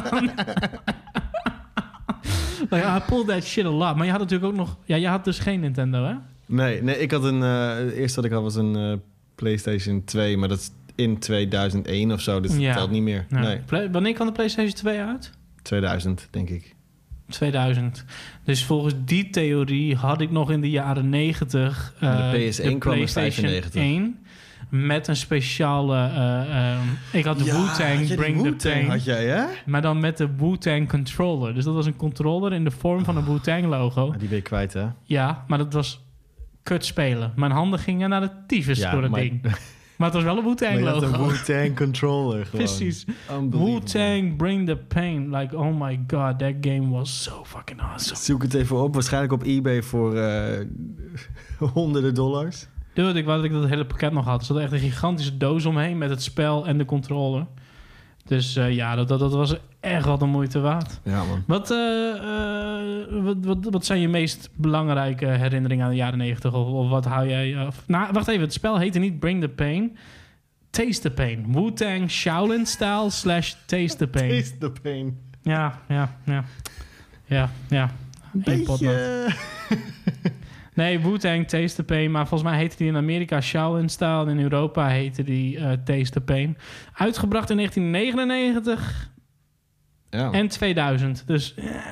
I pulled that shit a lot. Maar je had natuurlijk ook nog... Ja, je had dus geen Nintendo, hè? Nee, ik had het eerste wat ik had was een PlayStation 2, maar dat is in 2001 of zo, dus dat telt niet meer. Nee. Wanneer kwam de PlayStation 2 uit? 2000, denk ik. 2000. Dus volgens die theorie had ik nog in de jaren 90 de PS1 kwam in 95. 1 met een speciale... ik had de Wu-Tang Bring the Pain. Had jij, hè? Maar dan met de Wu-Tang controller. Dus dat was een controller in de vorm van een Wu-Tang logo. Die ben je kwijt, hè? Ja, maar dat was kut spelen. Mijn handen gingen naar de tyfus door het ding. Maar het was wel een Wu-Tang logo. Een Wu-Tang controller gewoon. Precies. Wu-Tang Bring the Pain. Like, oh my god, that game was so fucking awesome. Zoek het even op. Waarschijnlijk op eBay voor honderden dollars. Dude, ik wou dat ik dat hele pakket nog had. Er zat echt een gigantische doos omheen met het spel en de controller. Dus dat was echt wel de moeite waard. Ja, man. Wat zijn je meest belangrijke herinneringen aan de jaren 90? Of wat hou jij af? Nou, wacht even. Het spel heette niet Bring the Pain. Taste the Pain. Wu-Tang Shaolin Style / Taste the Pain. Taste the Pain. Ja. Beetje... Nee, Wu-Tang Taste the Pain. Maar volgens mij heette die in Amerika Shaolin Style. En in Europa heette die Taste the Pain. Uitgebracht in 1999 en 2000. Dus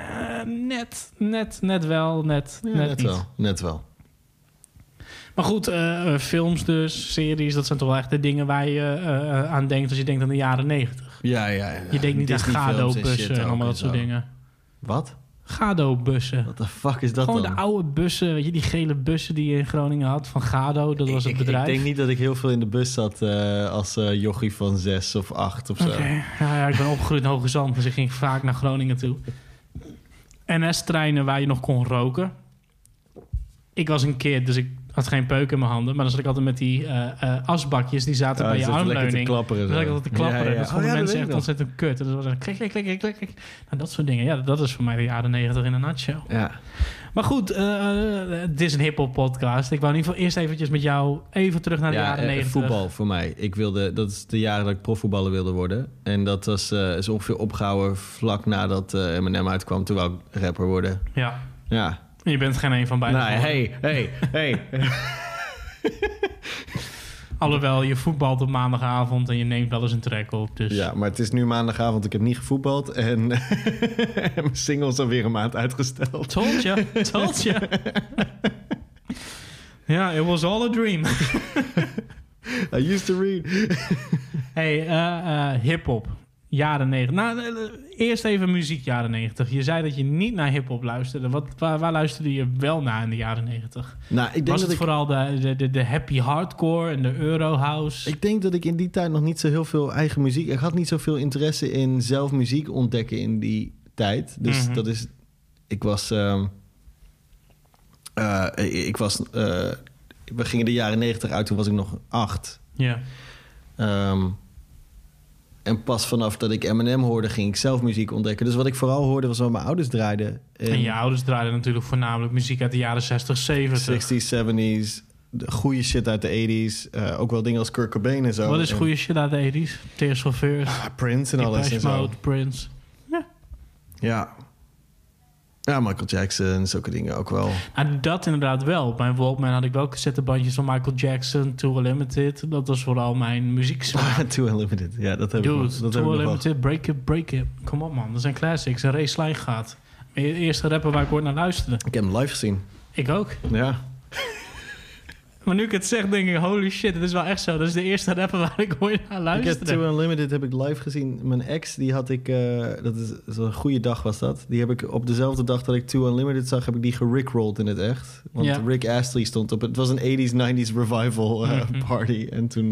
net wel. Net wel. Maar goed, films dus, series. Dat zijn toch wel echt de dingen waar je aan denkt als je denkt aan de jaren 90. Ja. Je denkt niet aan Gado-bussen en allemaal dat soort dingen. Wat? Gado-bussen. Wat de fuck is dat Gewoon dan? De oude bussen, weet je, die gele bussen die je in Groningen had van Gado. Dat was het bedrijf. Ik denk niet dat ik heel veel in de bus zat als jochie van 6 of 8 of zo. Okay. Ja, ik ben opgegroeid in Hoge Zand, dus ik ging vaak naar Groningen toe. NS-treinen waar je nog kon roken. Ik was een keer, dus ik had geen peuk in mijn handen. Maar dan zat ik altijd met die asbakjes, die zaten bij je armleuning. Te klapperen. Dan zat ik altijd te klapperen. Dat vonden mensen echt ontzettend kut. Dus dat was klik. Nou, dat soort dingen. Ja, dat is voor mij de jaren 90 in een nutshell. Ja. Maar goed, dit is een hiphop podcast. Ik wou in ieder geval eerst eventjes met jou even terug naar de jaren 90. Voetbal voor mij. Dat is de jaren dat ik profvoetballer wilde worden. En dat is ongeveer opgehouden vlak nadat Eminem uitkwam. Toen wou ik rapper worden. Ja. Je bent geen een van beiden. Nee, hey. Alhoewel, je voetbalt op maandagavond en je neemt wel eens een track op. Dus. Ja, maar het is nu maandagavond. Ik heb niet gevoetbald. En mijn single is alweer een maand uitgesteld. Told you. Ja, it was all a dream. I used to read. Hey, hip-hop. Jaren 90. Nou, eerst even muziek jaren 90. Je zei dat je niet naar hip-hop luisterde. Waar luisterde je wel naar in de jaren 90? Nou, ik denk Was het vooral de happy hardcore en de Eurohouse? Ik denk dat ik in die tijd nog niet zo heel veel eigen muziek... Ik had niet zoveel interesse in zelf muziek ontdekken in die tijd. Dus dat is... Ik was... we gingen de jaren 90 uit, toen was ik nog 8. Ja. En pas vanaf dat ik Eminem hoorde, ging ik zelf muziek ontdekken. Dus wat ik vooral hoorde, was wat mijn ouders draaiden. En je ouders draaiden natuurlijk voornamelijk muziek uit de jaren 60, 70. 60s, 70s, goede shit uit de 80s. Ook wel dingen als Kurt Cobain en zo. Wat is goede shit uit de 80s? Tears for Fears. Prince en alles en zo. Prince. Ja. Ja, Michael Jackson, zulke dingen ook wel. Nou, dat inderdaad wel. Op mijn Walkman had ik wel cassettebandjes van Michael Jackson, Too Unlimited. Dat was vooral mijn muzieksmaak. Too Unlimited, ja, dat heb ik wel. Dude, Too Unlimited, Break It. Kom op man, dat zijn classics. En Ray Sly gaat. De eerste rapper waar ik ooit naar luisterde. Ik heb hem live gezien. Ik ook. Ja. Maar nu ik het zeg, denk ik, holy shit, het is wel echt zo. Dat is de eerste rapper waar ik ooit naar luisterde. Ik heb Too Unlimited heb ik live gezien. Mijn ex, die had ik... dat is een goede dag was dat. Die heb ik op dezelfde dag dat ik Too Unlimited zag... heb ik die gerickrolled in het echt. Want Rick Astley stond op... Het was een 80s, 90s revival party. En toen...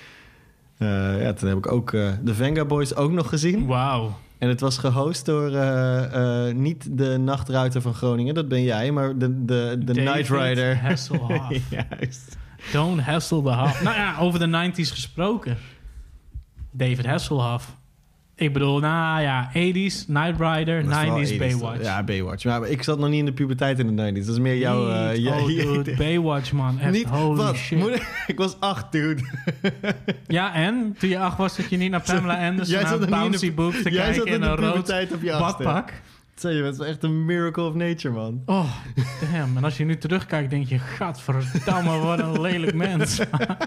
toen heb ik ook de Venga Boys ook nog gezien. Wauw. En het was gehost door niet de nachtruiter van Groningen, dat ben jij, maar de Night Rider. Hasselhoff. Juist. Don't hassle the Huff. Nou ja, over de 90s gesproken. David Hasselhoff. Ik bedoel, 80s, Night Rider, 90s, Baywatch. Ja, Baywatch. Maar ik zat nog niet in de puberteit in de 90s. Dat is meer jouw... dude, Baywatch, man. Echt, niet, holy wat? shit. Ik was 8, dude. Ja, en? Toen je 8 was, dat je niet naar Pamela Anderson naar Bouncy Books te kijken in een rood badpak. Zeg je, het is echt een miracle of nature, man. Oh, damn. En als je nu terugkijkt, denk je... Gadverdamme, wat een lelijk mens.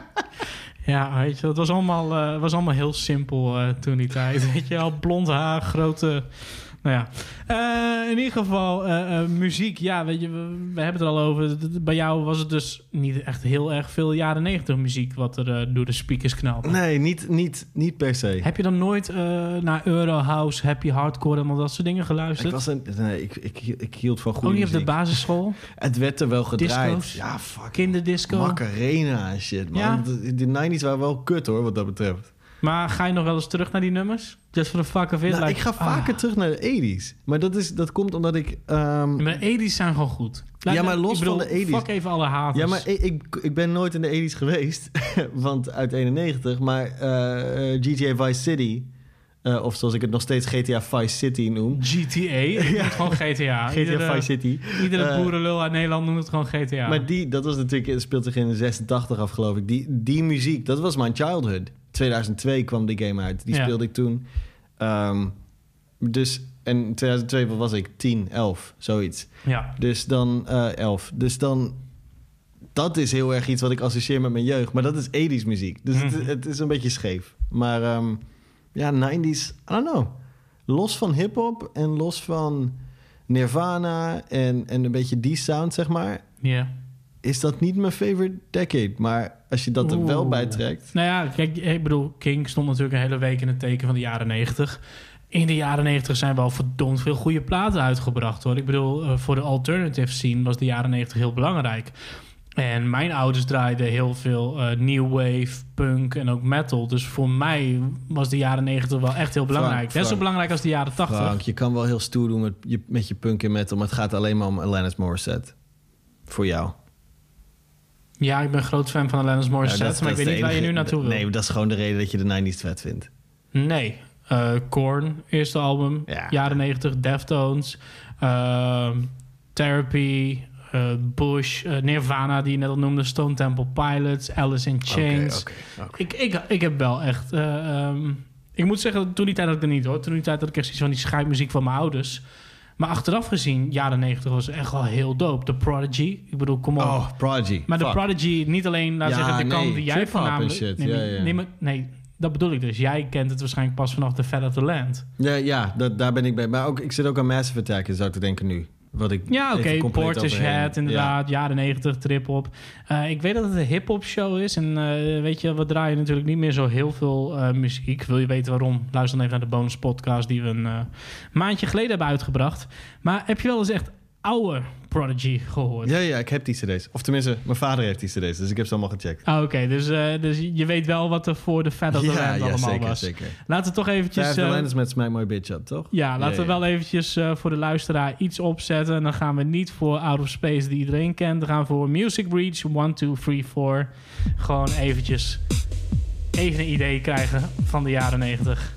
Ja, weet je, het was allemaal heel simpel toen die tijd. Weet je, al blond haar, grote... Nou ja, in ieder geval muziek. Ja, weet je, we hebben het er al over. Bij jou was het dus niet echt heel erg veel jaren 90 muziek... wat er door de speakers knalde. Nee, niet per se. Heb je dan nooit naar Eurohouse, Happy Hardcore... en al dat soort dingen geluisterd? Ik hield van goede muziek. Ook niet op de basisschool? Het werd er wel gedraaid. Disco's? Ja, fuck. Kinderdisco? Macarena en shit, man. Ja? De 90s waren wel kut, hoor, wat dat betreft. Maar ga je nog wel eens terug naar die nummers? Just for the fuck of it? Nou, ik ga vaker terug naar de 80s. Maar dat komt omdat ik... Maar de 80s zijn gewoon goed. Maar los van de 80s... Fuck even alle haters. Ja, maar ik ben nooit in de 80s geweest. Want uit 91. Maar GTA Vice City... of zoals ik het nog steeds GTA Vice City noem. GTA? Ik noem het gewoon GTA. GTA Vice City. Iedere boerenlul uit Nederland noemt het gewoon GTA. Maar dat was natuurlijk... speelt zich in 86 af, geloof ik. Die muziek, dat was mijn childhood. 2002 kwam die game uit. Die speelde ik toen. Dus... En in 2002 was ik 10, 11, zoiets. Ja. Dus dan 11. Dus dan... Dat is heel erg iets wat ik associeer met mijn jeugd. Maar dat is 80s muziek. Dus het is een beetje scheef. Maar ja, 90s... I don't know. Los van hiphop en los van Nirvana... en een beetje die sound, zeg maar... Ja. Is dat niet mijn favorite decade. Maar als je dat er wel bij trekt... Nou ja, kijk, ik bedoel... King stond natuurlijk een hele week in het teken van de jaren 90... In de jaren 90 zijn wel verdomd veel goede platen uitgebracht, hoor. Ik bedoel, voor de alternative scene was de jaren 90 heel belangrijk. En mijn ouders draaiden heel veel new wave, punk en ook metal. Dus voor mij was de jaren 90 wel echt heel belangrijk. Net zo belangrijk als de jaren 80. Frank, je kan wel heel stoer doen met je punk en metal... maar het gaat alleen maar om Alanis Morissette. Voor jou. Ja, ik ben een groot fan van Alanis Morissette... maar ik weet niet waar je nu naartoe wil. Nee, dat is gewoon de reden dat je de 90s vet vindt. Nee. Korn, eerste album, jaren 90, Deftones, Therapy, Bush, Nirvana, die je net al noemde, Stone Temple Pilots, Alice in Chains. Okay. Ik heb wel echt... ik moet zeggen, toen die tijd had ik er niet, hoor. Toen die tijd had ik echt zoiets van die scheidmuziek van mijn ouders. Maar achteraf gezien, jaren 90 was echt wel heel dope. The Prodigy, ik bedoel, kom op. Oh, Prodigy. Maar de Prodigy, niet alleen, de kant die jij voornamelijk... Nee, dat bedoel ik dus. Jij kent het waarschijnlijk pas vanaf The Fat of the Land. Ja, daar ben ik bij. Maar ook, ik zit ook aan Massive Attack, zou ik te denken nu. Portishead, inderdaad. Ja. Jaren 90, trip-hop. Ik weet dat het een hip-hop show is. En weet je, we draaien natuurlijk niet meer zo heel veel muziek. Wil je weten waarom? Luister dan even naar de bonus podcast die we een maandje geleden hebben uitgebracht. Maar heb je wel eens echt oude Prodigy gehoord? Ja, ik heb die cd's. Of tenminste, mijn vader heeft die cd's. Dus ik heb ze allemaal gecheckt. Oké, dus je weet wel wat er voor de Fat of the Land allemaal was. Zeker. Laten we toch eventjes... Fat of the Land is met Smack My Bitch Up, toch? Ja, laten we wel eventjes voor de luisteraar iets opzetten. En dan gaan we niet voor Out of Space die iedereen kent. Dan gaan we voor Music Breach 1, 2, 3, 4. Gewoon eventjes even een idee krijgen van de jaren 90.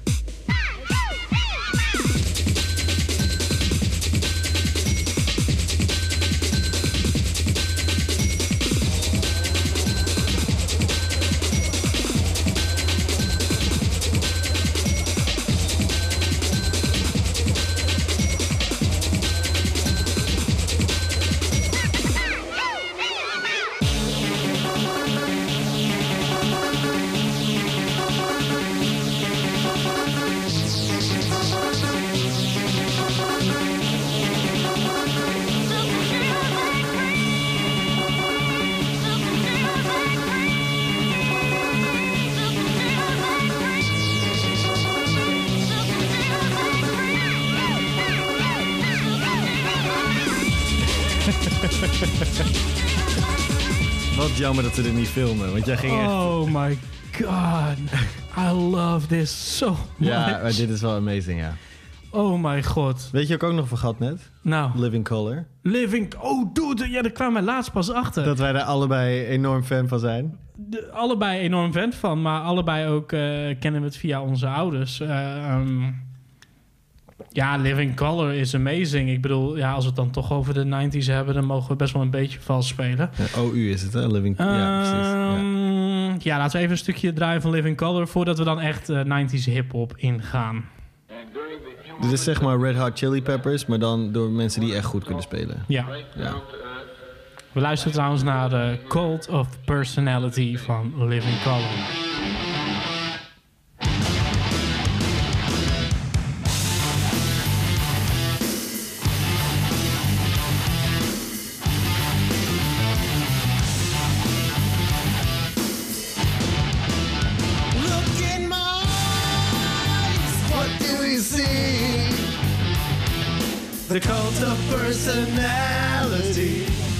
Wat jammer dat we dit niet filmen, want jij ging echt... Oh my god. I love this so much. Ja, maar dit is wel amazing, ja. Oh my god. Weet je wat ik ook nog vergat net? Nou. Living Colour. Oh dude, ja, daar kwamen wij laatst pas achter. Dat wij daar allebei enorm fan van zijn. Allebei enorm fan van, maar allebei ook kennen we het via onze ouders. Ja, Living Colour is amazing. Ik bedoel, ja, als we het dan toch over de 90s hebben, dan mogen we best wel een beetje vals spelen. Ja, OU is het, hè? Living Colour. Ja, precies. Ja, laten we even een stukje draaien van Living Colour voordat we dan echt 90s hip-hop ingaan. Dit is zeg maar Red Hot Chili Peppers, maar dan door mensen die echt goed kunnen spelen. Ja. We luisteren trouwens naar de Cult of Personality van Living Colour. The cult of personality.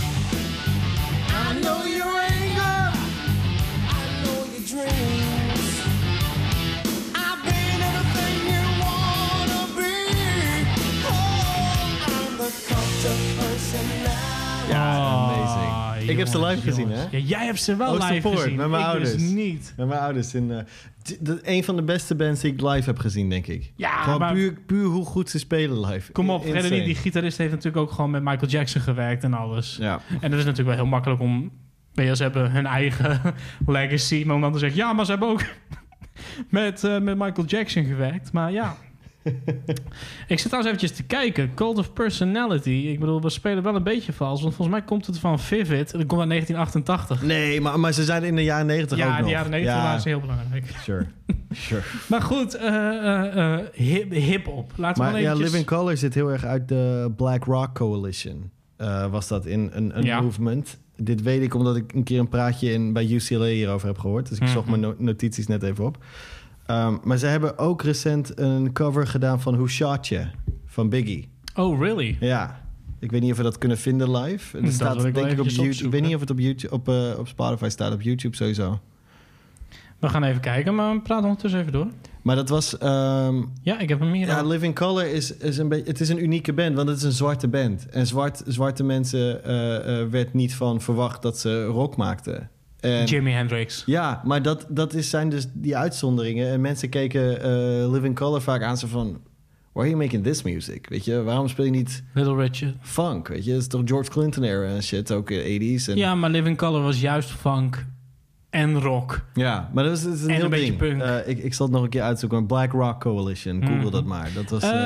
I know your anger, I know your dreams. I've been everything you wanna be. Oh, I'm the cult of personality. Ja, amazing. Ik heb ze live gezien, hè? Ja, jij hebt ze wel live gezien. Met mijn ouders. Dus niet. Met mijn ouders. Een van de beste bands die ik live heb gezien, denk ik. Ja, gewoon maar puur hoe goed ze spelen live. Kom op, verder niet. Die gitarist heeft natuurlijk ook gewoon met Michael Jackson gewerkt en alles. Ja. En dat is natuurlijk wel heel makkelijk om... Ze hebben hun eigen legacy, maar om dan te zeggen... Ja, maar ze hebben ook met Michael Jackson gewerkt. Maar ja... Ik zit trouwens eventjes te kijken. Cult of Personality. Ik bedoel, we spelen wel een beetje vals. Want volgens mij komt het van Vivid. Dat komt uit 1988. Nee, maar ze zijn in de jaren 90 ook nog. Ja, in de jaren 90 waren ze heel belangrijk. Sure. Maar goed, hip-hop. Laten we wel eventjes... Ja, Living Colour zit heel erg uit de Black Rock Coalition. Was dat in een movement. Dit weet ik omdat ik een keer een praatje bij UCLA hierover heb gehoord. Dus ik zocht mijn notities net even op. Maar ze hebben ook recent een cover gedaan van Who Shot Ya? Van Biggie. Oh, really? Ja. Ik weet niet of we dat kunnen vinden live. Het staat denk ik op YouTube. Ik weet niet of het op YouTube, op Spotify staat. Op YouTube sowieso. We gaan even kijken, maar we praten ondertussen even door. Maar dat was... ja, ik heb hem hier. Ja, Living Colour is een beetje... Het is een unieke band, want het is een zwarte band. En zwarte mensen werd niet van verwacht dat ze rock maakten. En, Jimi Hendrix. Ja, maar dat zijn dus die uitzonderingen. En mensen keken Living Colour vaak aan zo van... Why are you making this music? Weet je, waarom speel je niet... Little Richard. Funk, weet je. Dat is toch George Clinton era en shit, ook in de 80s. En... Ja, maar Living Colour was juist funk en rock. Ja, maar dat is een heel beetje ding. punk. Ik zal het nog een keer uitzoeken. Black Rock Coalition, Google dat maar. Dat was...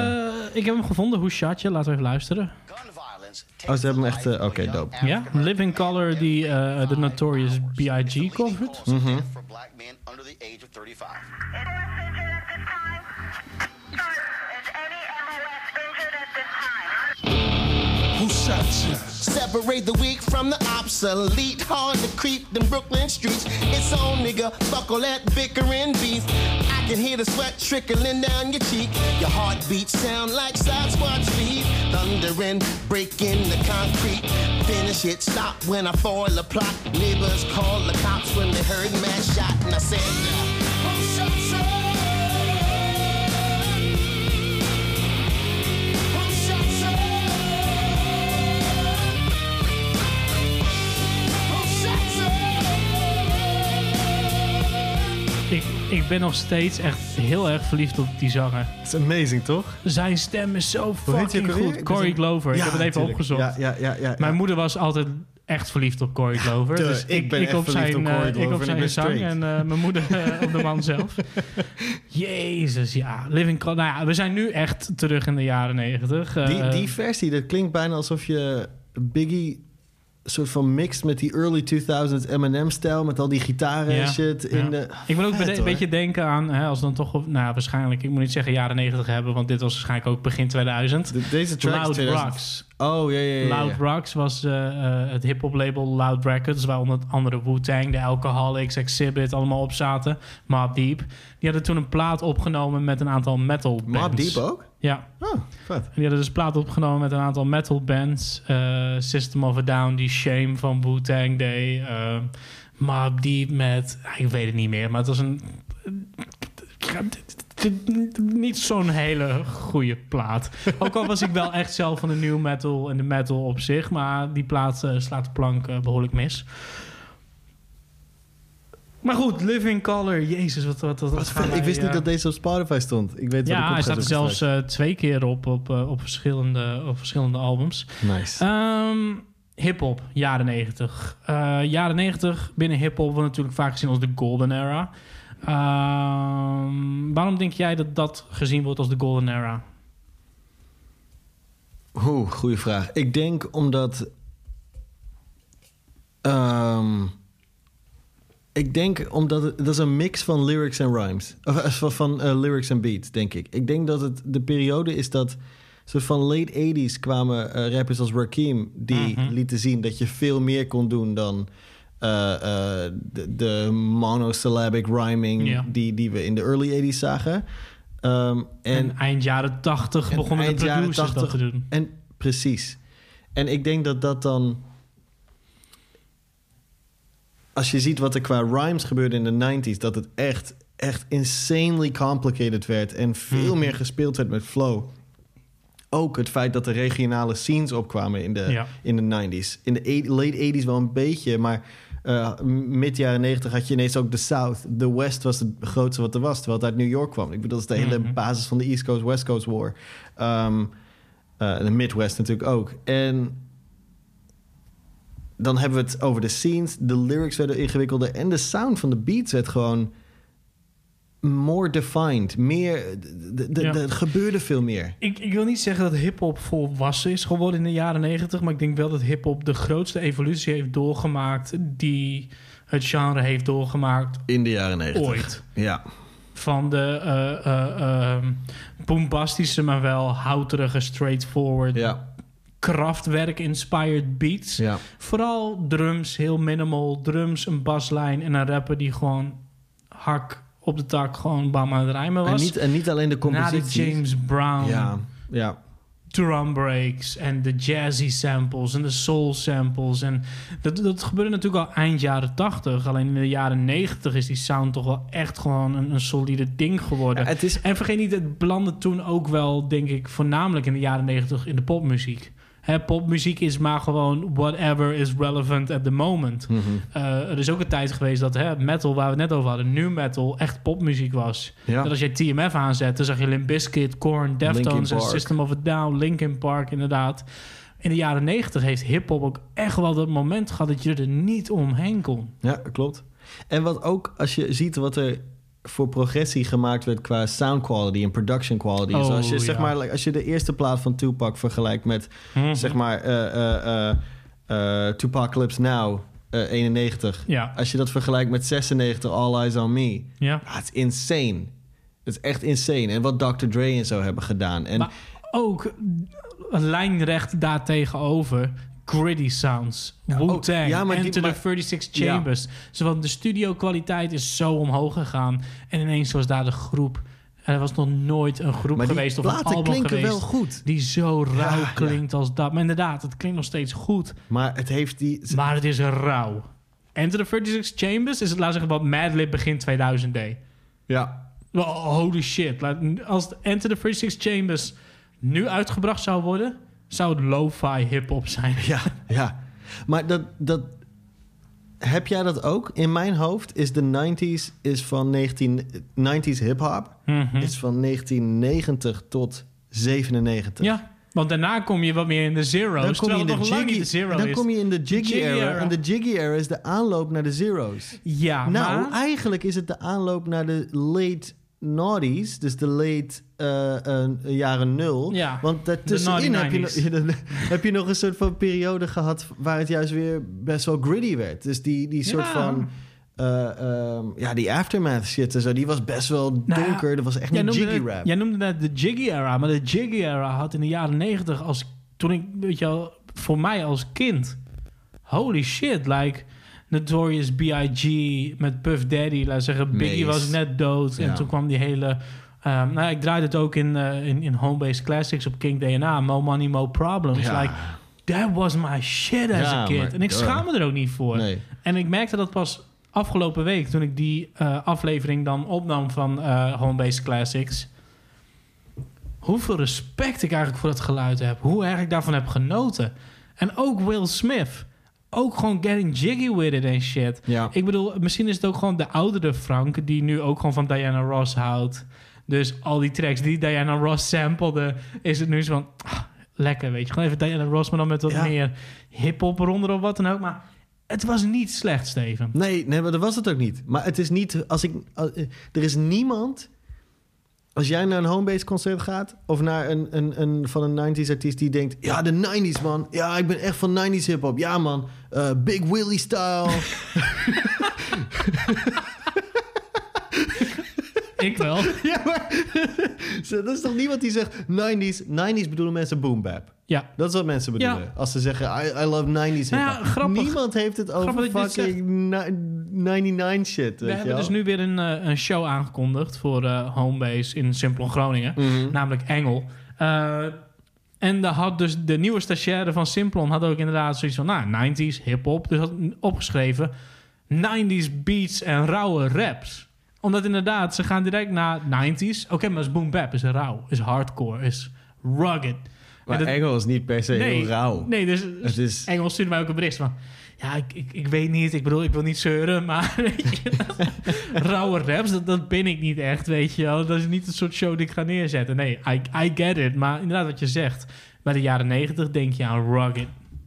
Ik heb hem gevonden, Hoe Shot You? Laten we even luisteren. Oh, ze hebben hem echt... Oké, dope. Ja, Living Colour die de Notorious B.I.G. covert. Mhm. Who shot you? Separate the weak from the obsolete. Hard to creep them Brooklyn streets. It's on, nigga. Buckle that bickering beef. I can hear the sweat trickling down your cheek. Your heartbeat sound like Sasquatch feet. Thundering, breaking the concrete. Finish it, stop when I foil a plot. Neighbors call the cops when they heard mass shot. And I said, who shot you? Ik ben nog steeds echt heel erg verliefd op die zanger. Het is amazing, toch? Zijn stem is zo Hoe heet fucking hij ook alweer? goed. Corey Glover. Ik heb het even tuurlijk. opgezocht. Ja. Mijn moeder was altijd echt verliefd op Corey Glover. Dus ik ben echt op verliefd zijn, op Corey Glover ik op en ik zijn ben zang straight. en mijn moeder op de man zelf. Jezus, ja. Living Colour. Nou ja, we zijn nu echt terug in de jaren 90. Die versie, dat klinkt bijna alsof je Biggie soort van mixed met die early 2000s Eminem-stijl, met al die gitaren en shit. Ik wil ook een beetje denken aan, als dan toch, waarschijnlijk, ik moet niet zeggen jaren 90 hebben, want dit was waarschijnlijk ook begin 2000. Deze track Loud 2000. Rocks. Oh, ja. Loud Rocks was het hip-hop label Loud Records, waar onder andere Wu-Tang, de Alcoholics, Exhibit allemaal op zaten. Mobb Deep. Die hadden toen een plaat opgenomen met een aantal metal bands. Mobb Deep ook? Ja. Oh, vet. En die hadden dus plaat opgenomen met een aantal metal bands. System of a Down, die Shame van Wu-Tang Day. Mobb Deep met... ik weet het niet meer, maar het was een... niet zo'n hele goede plaat. Ook al was ik wel echt zelf van de new metal en de metal op zich. Maar die plaat slaat de plank behoorlijk mis. Maar goed, Living Colour. Jezus, wat vet. Ik wist niet dat deze op Spotify stond. Ik weet wat hij staat er zelfs 2 keer op verschillende albums. Nice. Hip-hop, jaren 90. Jaren 90 binnen hip-hop wordt natuurlijk vaak gezien als de golden era. Waarom denk jij dat dat gezien wordt als de golden era? Goeie vraag. Ik denk omdat... dat is een mix van lyrics en rhymes. Of van lyrics en beats, denk ik. Ik denk dat het de periode is dat... soort van late 80s kwamen rappers als Rakim... die lieten zien dat je veel meer kon doen dan... de monosyllabic rhyming die we in de early 80s zagen. En eind jaren 80 begonnen de producers dat te doen. En precies. En ik denk dat dan... als je ziet wat er qua rhymes gebeurde in de 90s... dat het echt insanely complicated werd... en veel meer gespeeld werd met flow. Ook het feit dat de regionale scenes opkwamen in de 90s. In de late 80s wel een beetje, maar... mid jaren 90 had je ineens ook de South. De West was het grootste wat er was, terwijl het uit New York kwam. Ik bedoel, dat is de hele basis van de East Coast-West Coast War. De Midwest natuurlijk ook. En dan hebben we het over de scenes. De lyrics werden ingewikkelder en de sound van de beats werd gewoon more defined. Meer, er gebeurde veel meer. Ik wil niet zeggen dat hiphop volwassen is geworden in de jaren 90, maar ik denk wel dat hiphop de grootste evolutie heeft doorgemaakt die het genre heeft doorgemaakt in de jaren 90. Ooit. Ja. Van de bombastische, maar wel houterige, straightforward, kraftwerk-inspired beats. Ja. Vooral drums, heel minimal. Drums, een baslijn en een rapper die gewoon hak op de tak gewoon bam aan het rijmen was. En niet alleen de composities. Na de James Brown. Ja. Drum breaks en de jazzy samples en de soul samples. En dat gebeurde natuurlijk al eind jaren 80. Alleen in de jaren 90 is die sound toch wel echt gewoon een solide ding geworden. Ja, en vergeet niet, het belandde toen ook wel, denk ik, voornamelijk in de jaren 90 in de popmuziek. Popmuziek is maar gewoon whatever is relevant at the moment. Er is ook een tijd geweest dat metal, waar we het net over hadden, nu metal, echt popmuziek was. Ja. Dat als jij TMF aanzette, zag je Limp Bizkit, Korn, Deftones en System of a Down, Linkin Park inderdaad. In de jaren 90 heeft hiphop ook echt wel dat moment gehad dat je er niet omheen kon. Ja, klopt. En wat ook, als je ziet wat er voor progressie gemaakt werd qua sound quality en production quality. Dus als je zeg maar, als je de eerste plaat van Tupac vergelijkt met zeg maar Tupacalypse Now 91. Ja. Als je dat vergelijkt met 96 All Eyes on Me. Ja. Het is insane. Het is echt insane. En wat Dr. Dre en zo hebben gedaan. En maar ook lijnrecht daartegenover gritty sounds. Wu-Tang, Enter the 36 Chambers. Zowel de studio kwaliteit is zo omhoog gegaan. En ineens was daar de groep. En er was nog nooit een groep geweest of een album klinken geweest wel goed. Die zo rauw klinkt als dat. Maar inderdaad, het klinkt nog steeds goed. Maar het heeft Maar het is rauw. Enter the 36 Chambers is het, laat zeggen, wat Madlib begin 2000 deed. Ja. Holy shit. Als Enter the 36 Chambers nu uitgebracht zou worden, zou het lo-fi hip-hop zijn. Ja. Maar dat heb jij dat ook? In mijn hoofd is de 90s is van 90s hip-hop. Is van 1990 tot 97. Ja, want daarna kom je wat meer in de zeros. Dan kom je in de Jiggy. kom je in de Jiggy era. En de Jiggy era is de aanloop naar de zeros. Ja, nou, maar eigenlijk is het de aanloop naar de late noughties, dus de late jaren 0. Ja, want daartussenin heb je nog een soort van periode gehad waar het juist weer best wel gritty werd. Dus die soort van die aftermath shit en zo, die was best wel donker. Dat was echt niet jiggy rap. Jij noemde net de Jiggy era, maar de Jiggy era had in de jaren 90 toen ik, weet je wel, voor mij als kind, holy shit, like Notorious B.I.G. met Puff Daddy, laat zeggen, Biggie was net dood. En toen kwam die hele ik draaide het ook in Homebase Classics op King DNA. Mo Money, Mo Problems. Ja. Like, that was my shit as a kid. En ik schaam me er ook niet voor. Nee. En ik merkte dat pas afgelopen week, toen ik die aflevering dan opnam van Homebase Classics. Hoeveel respect ik eigenlijk voor dat geluid heb. Hoe erg ik daarvan heb genoten. En ook Will Smith. Ook gewoon getting jiggy with it en shit. Ja. Ik bedoel, misschien is het ook gewoon de oudere Frank, die nu ook gewoon van Diana Ross houdt. Dus al die tracks die Diana Ross samplede, is het nu zo van lekker, weet je. Gewoon even Diana Ross, maar dan met wat meer hip-hop eronder of wat dan ook. Maar het was niet slecht, Steven. Nee, maar dat was het ook niet. Maar het is niet, er is niemand, als jij naar een Homebase concert gaat of naar een van een 90s artiest die denkt, ja, de 90s, man. Ja, ik ben echt van 90s hip-hop. Ja, man. Big Willie style. Ik wel. Ja, maar dat is toch niemand die zegt 90s. 90s bedoelen mensen boom bap. Ja. Dat is wat mensen bedoelen. Ja. Als ze zeggen, I love 90s hip-hop. Nou ja, niemand heeft het over fucking 99 shit. We hebben dus nu weer een show aangekondigd voor Homebase in Simplon Groningen. Namelijk Engel. En daar had dus de nieuwe stagiaire van Simplon had ook inderdaad zoiets van, 90s hip-hop. Dus had opgeschreven 90s beats en rauwe raps. Omdat inderdaad, ze gaan direct naar 90s. Oké, maar is boom bap, is rauw, is hardcore, is rugged. Maar Engel is niet per se heel rauw. Nee, dus Engel stuurde mij ook een bericht van, ja, ik weet niet, ik bedoel, ik wil niet zeuren, maar weet je, rauwe raps, dat ben ik niet echt, weet je wel. Dat is niet het soort show die ik ga neerzetten. Nee, I get it. Maar inderdaad wat je zegt, bij de jaren 90 denk je aan rugged.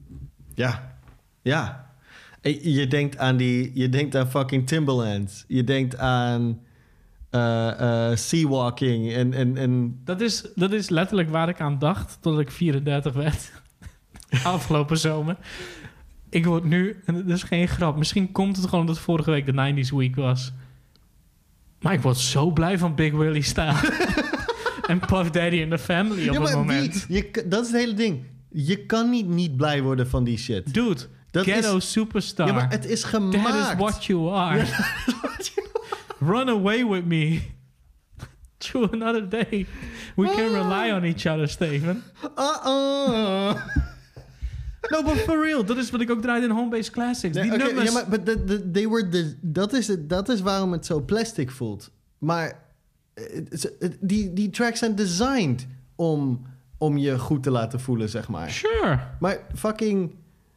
Ja. Je denkt aan fucking Timberlands. Je denkt aan Seawalking en Dat is letterlijk waar ik aan dacht tot ik 34 werd. Afgelopen zomer. Ik word nu, en dat is geen grap, misschien komt het gewoon omdat vorige week de 90s week was. Maar ik word zo blij van Big Willie style. En Puff Daddy and the Family op het moment. Dat is het hele ding. Je kan niet blij worden van die shit. Dude, ghetto superstar. Ja, maar het is gemaakt. That is what you are. Run away with me. To another day. We can rely on each other, Steven. No, but for real. Dat is wat ik ook draaide in Homebase Classics. Die nummers... Ja, maar dat is waarom het zo plastic voelt. Maar die tracks zijn designed om je goed te laten voelen, zeg maar. Sure. Maar fucking...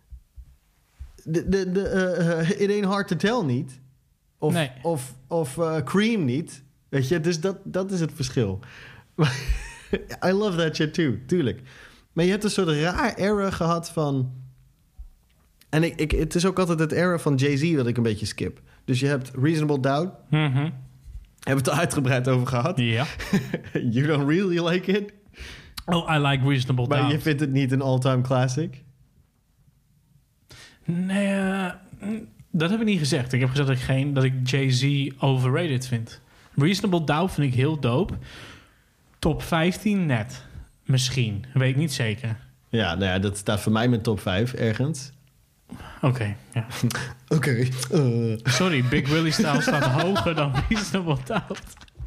It ain't hard to tell niet. Of Cream niet. Weet je, dus dat is het verschil. I love that shit too, tuurlijk. Maar je hebt een soort raar era gehad van... En het is ook altijd het era van Jay-Z dat ik een beetje skip. Dus je hebt Reasonable Doubt. Hebben we het er uitgebreid over gehad. Ja. You don't really like it? Oh, I like Reasonable Doubt. Maar je vindt het niet een all-time classic? Nee, dat heb ik niet gezegd. Ik heb gezegd dat ik Jay-Z overrated vind. Reasonable Doubt vind ik heel dope. Top 15 net. Misschien. Weet ik niet zeker. Ja, nou ja, dat staat voor mij in mijn top 5 ergens. Oké, ja. Oké. Sorry, Big Willie Style staat hoger dan Reasonable Doubt.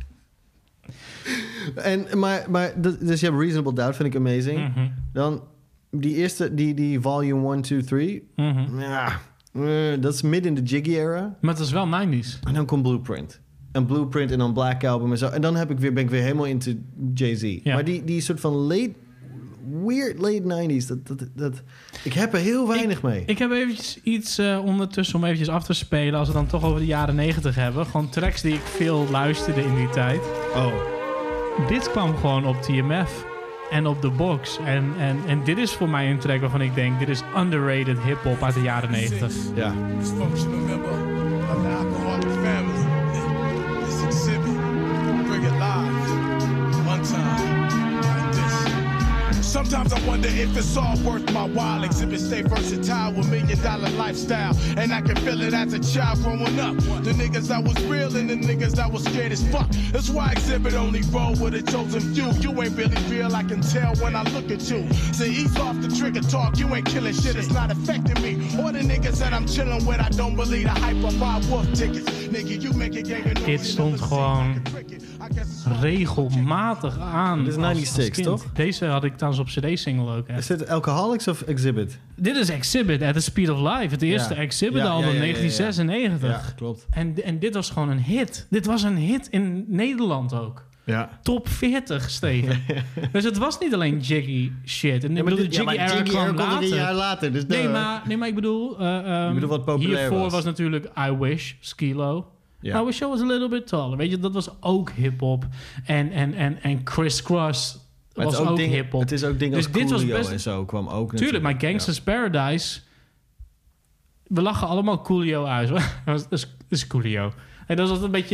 Dus je hebt Reasonable Doubt, vind ik amazing. Mm-hmm. Dan die eerste, die volume 1, 2, 3. Mm-hmm. Ja, dat is midden in de Jiggy era. Maar het is wel 90s. En dan komt Blueprint. En Blueprint en dan Black Album en zo. En dan ben ik weer helemaal into Jay-Z. Ja. Maar die soort van weird late 90s. Dat, ik heb er heel weinig mee. Ik heb eventjes iets ondertussen om eventjes af te spelen. Als we dan toch over de jaren 90 hebben. Gewoon tracks die ik veel luisterde in die tijd. Oh. Dit kwam gewoon op TMF en op The Box. En dit is voor mij een track waarvan ik denk... dit is underrated hip-hop uit de jaren 90. Ja. Dysfunctional member of the alcoholic family. This exhibit, bring it live, one time, like this. Sometimes I wonder if it's all worth my while. Exhibit stay versatile with $1 million lifestyle. And I can feel it as a child growing up. The niggas that was real and the niggas that was scared as fuck. That's why Exhibit only roll with a chosen few. You ain't really real, I can tell when I look at you. So ease off the trigger talk, you ain't killing shit, it's not affecting me. Or the niggas that I'm chilling with, I don't believe the hype of buy wolf tickets. Nigga, you make a gang of Dit stond gewoon regelmatig aan. Dit is 96, toch? Deze had ik trouwens op CD-single ook. Is dit Alcoholics of Exhibit? Dit is Exhibit at the Speed of Life. Het eerste Exhibit-album, 1996. Ja, klopt. En dit was gewoon een hit. Dit was een hit in Nederland ook. Ja. Top 40 stegen. Dus het was niet alleen Jiggy shit. En ik bedoel, de Jiggy era kwam later. Een jaar later. Dus nee, maar ik bedoel... je bedoel wat populair hiervoor was natuurlijk I Wish, Skilo. Ja. I Wish I Was a Little Bit Taller. Weet je, dat was ook hip-hop. En Criss Cross was ook hip-hop. Het is ook dingen dus als dit Coolio was best, en zo kwam ook tuurlijk, maar Gangsta's Paradise... We lachen allemaal Coolio uit. Dat is Coolio. En dat was een beetje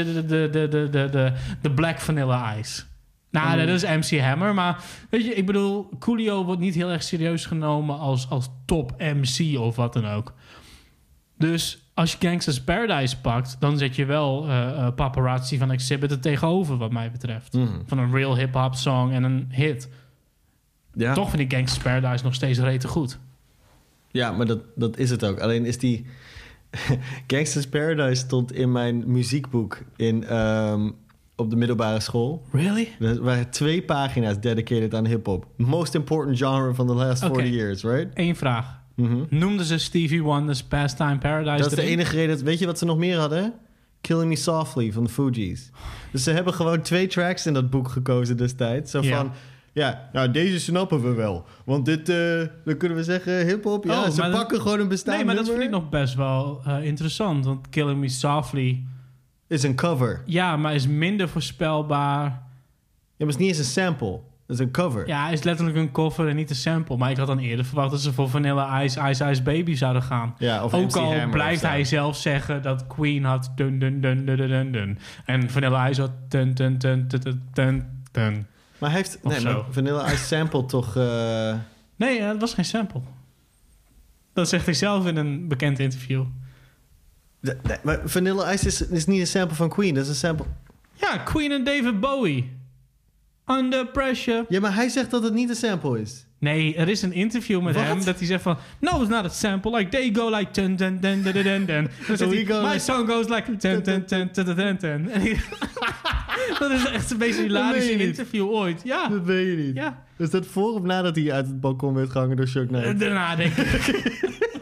de Black Vanilla Ice. Nou, dat is MC Hammer. Maar weet je, ik bedoel... Coolio wordt niet heel erg serieus genomen als top MC of wat dan ook. Dus als je Gangsta's Paradise pakt... dan zet je wel Paparazzi van Exhibit er tegenover, wat mij betreft. Van een real hip-hop song en een hit. Ja. Toch vind ik Gangsta's Paradise nog steeds rete goed. Ja, maar dat is het ook. Alleen is die... Gangsta's Paradise stond in mijn muziekboek op de middelbare school. Really? Er waren 2 pagina's dedicated aan hip-hop. Most important genre van the last 40 years, right? Eén vraag. Noemden ze Stevie Wonder's Pastime Paradise? Dat is de enige reden. Weet je wat ze nog meer hadden? Killing Me Softly van de Fugees. Dus ze hebben gewoon 2 tracks in dat boek gekozen destijds. Zo van... Ja, nou deze snappen we wel. Want dit, dan kunnen we zeggen, hip-hop. Ja, ze pakken gewoon een bestaand nummer. Nee, maar dat vind ik nog best wel interessant. Want Killing Me Softly... is een cover. Ja, maar is minder voorspelbaar. Ja, maar het is niet eens een sample. Het is een cover. Ja, is letterlijk een cover en niet een sample. Maar ik had dan eerder verwacht dat ze voor Vanilla Ice, Ice Ice Baby zouden gaan. Ja, of ook MC al Hammer blijft hij zelf zeggen dat Queen had dun dun dun dun dun dun. En Vanilla Ice had dun dun dun dun dun dun. Maar hij heeft... Nee, maar Vanilla Ice sample toch... Nee, het was geen sample. Dat zegt hij zelf in een bekend interview. Nee, maar Vanilla Ice is niet een sample van Queen. Dat is een sample... Ja, Queen en David Bowie. Under Pressure. Ja, maar hij zegt dat het niet een sample is. Nee, er is een interview met hem dat hij zegt van... No, it's not a sample. Like, they go like... Dun, dun, dun, dun, dun, dun. My song goes like... Dun, dun, dun, dun, dun, dun. Dat is echt een beetje hilarisch interview ooit. Ja. Dat weet je niet. Ja. Is dat voor of nadat hij uit het balkon werd gehangen door Chuck Knight? Daarna, denk ik.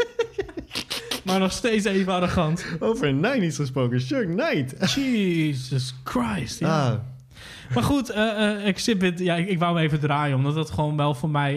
Maar nog steeds even arrogant. Over 90's gesproken. Chuck Knight. Jesus Christ. Ja. Maar goed, Exhibit... Ja, ik wou hem even draaien. Omdat dat gewoon wel voor mij...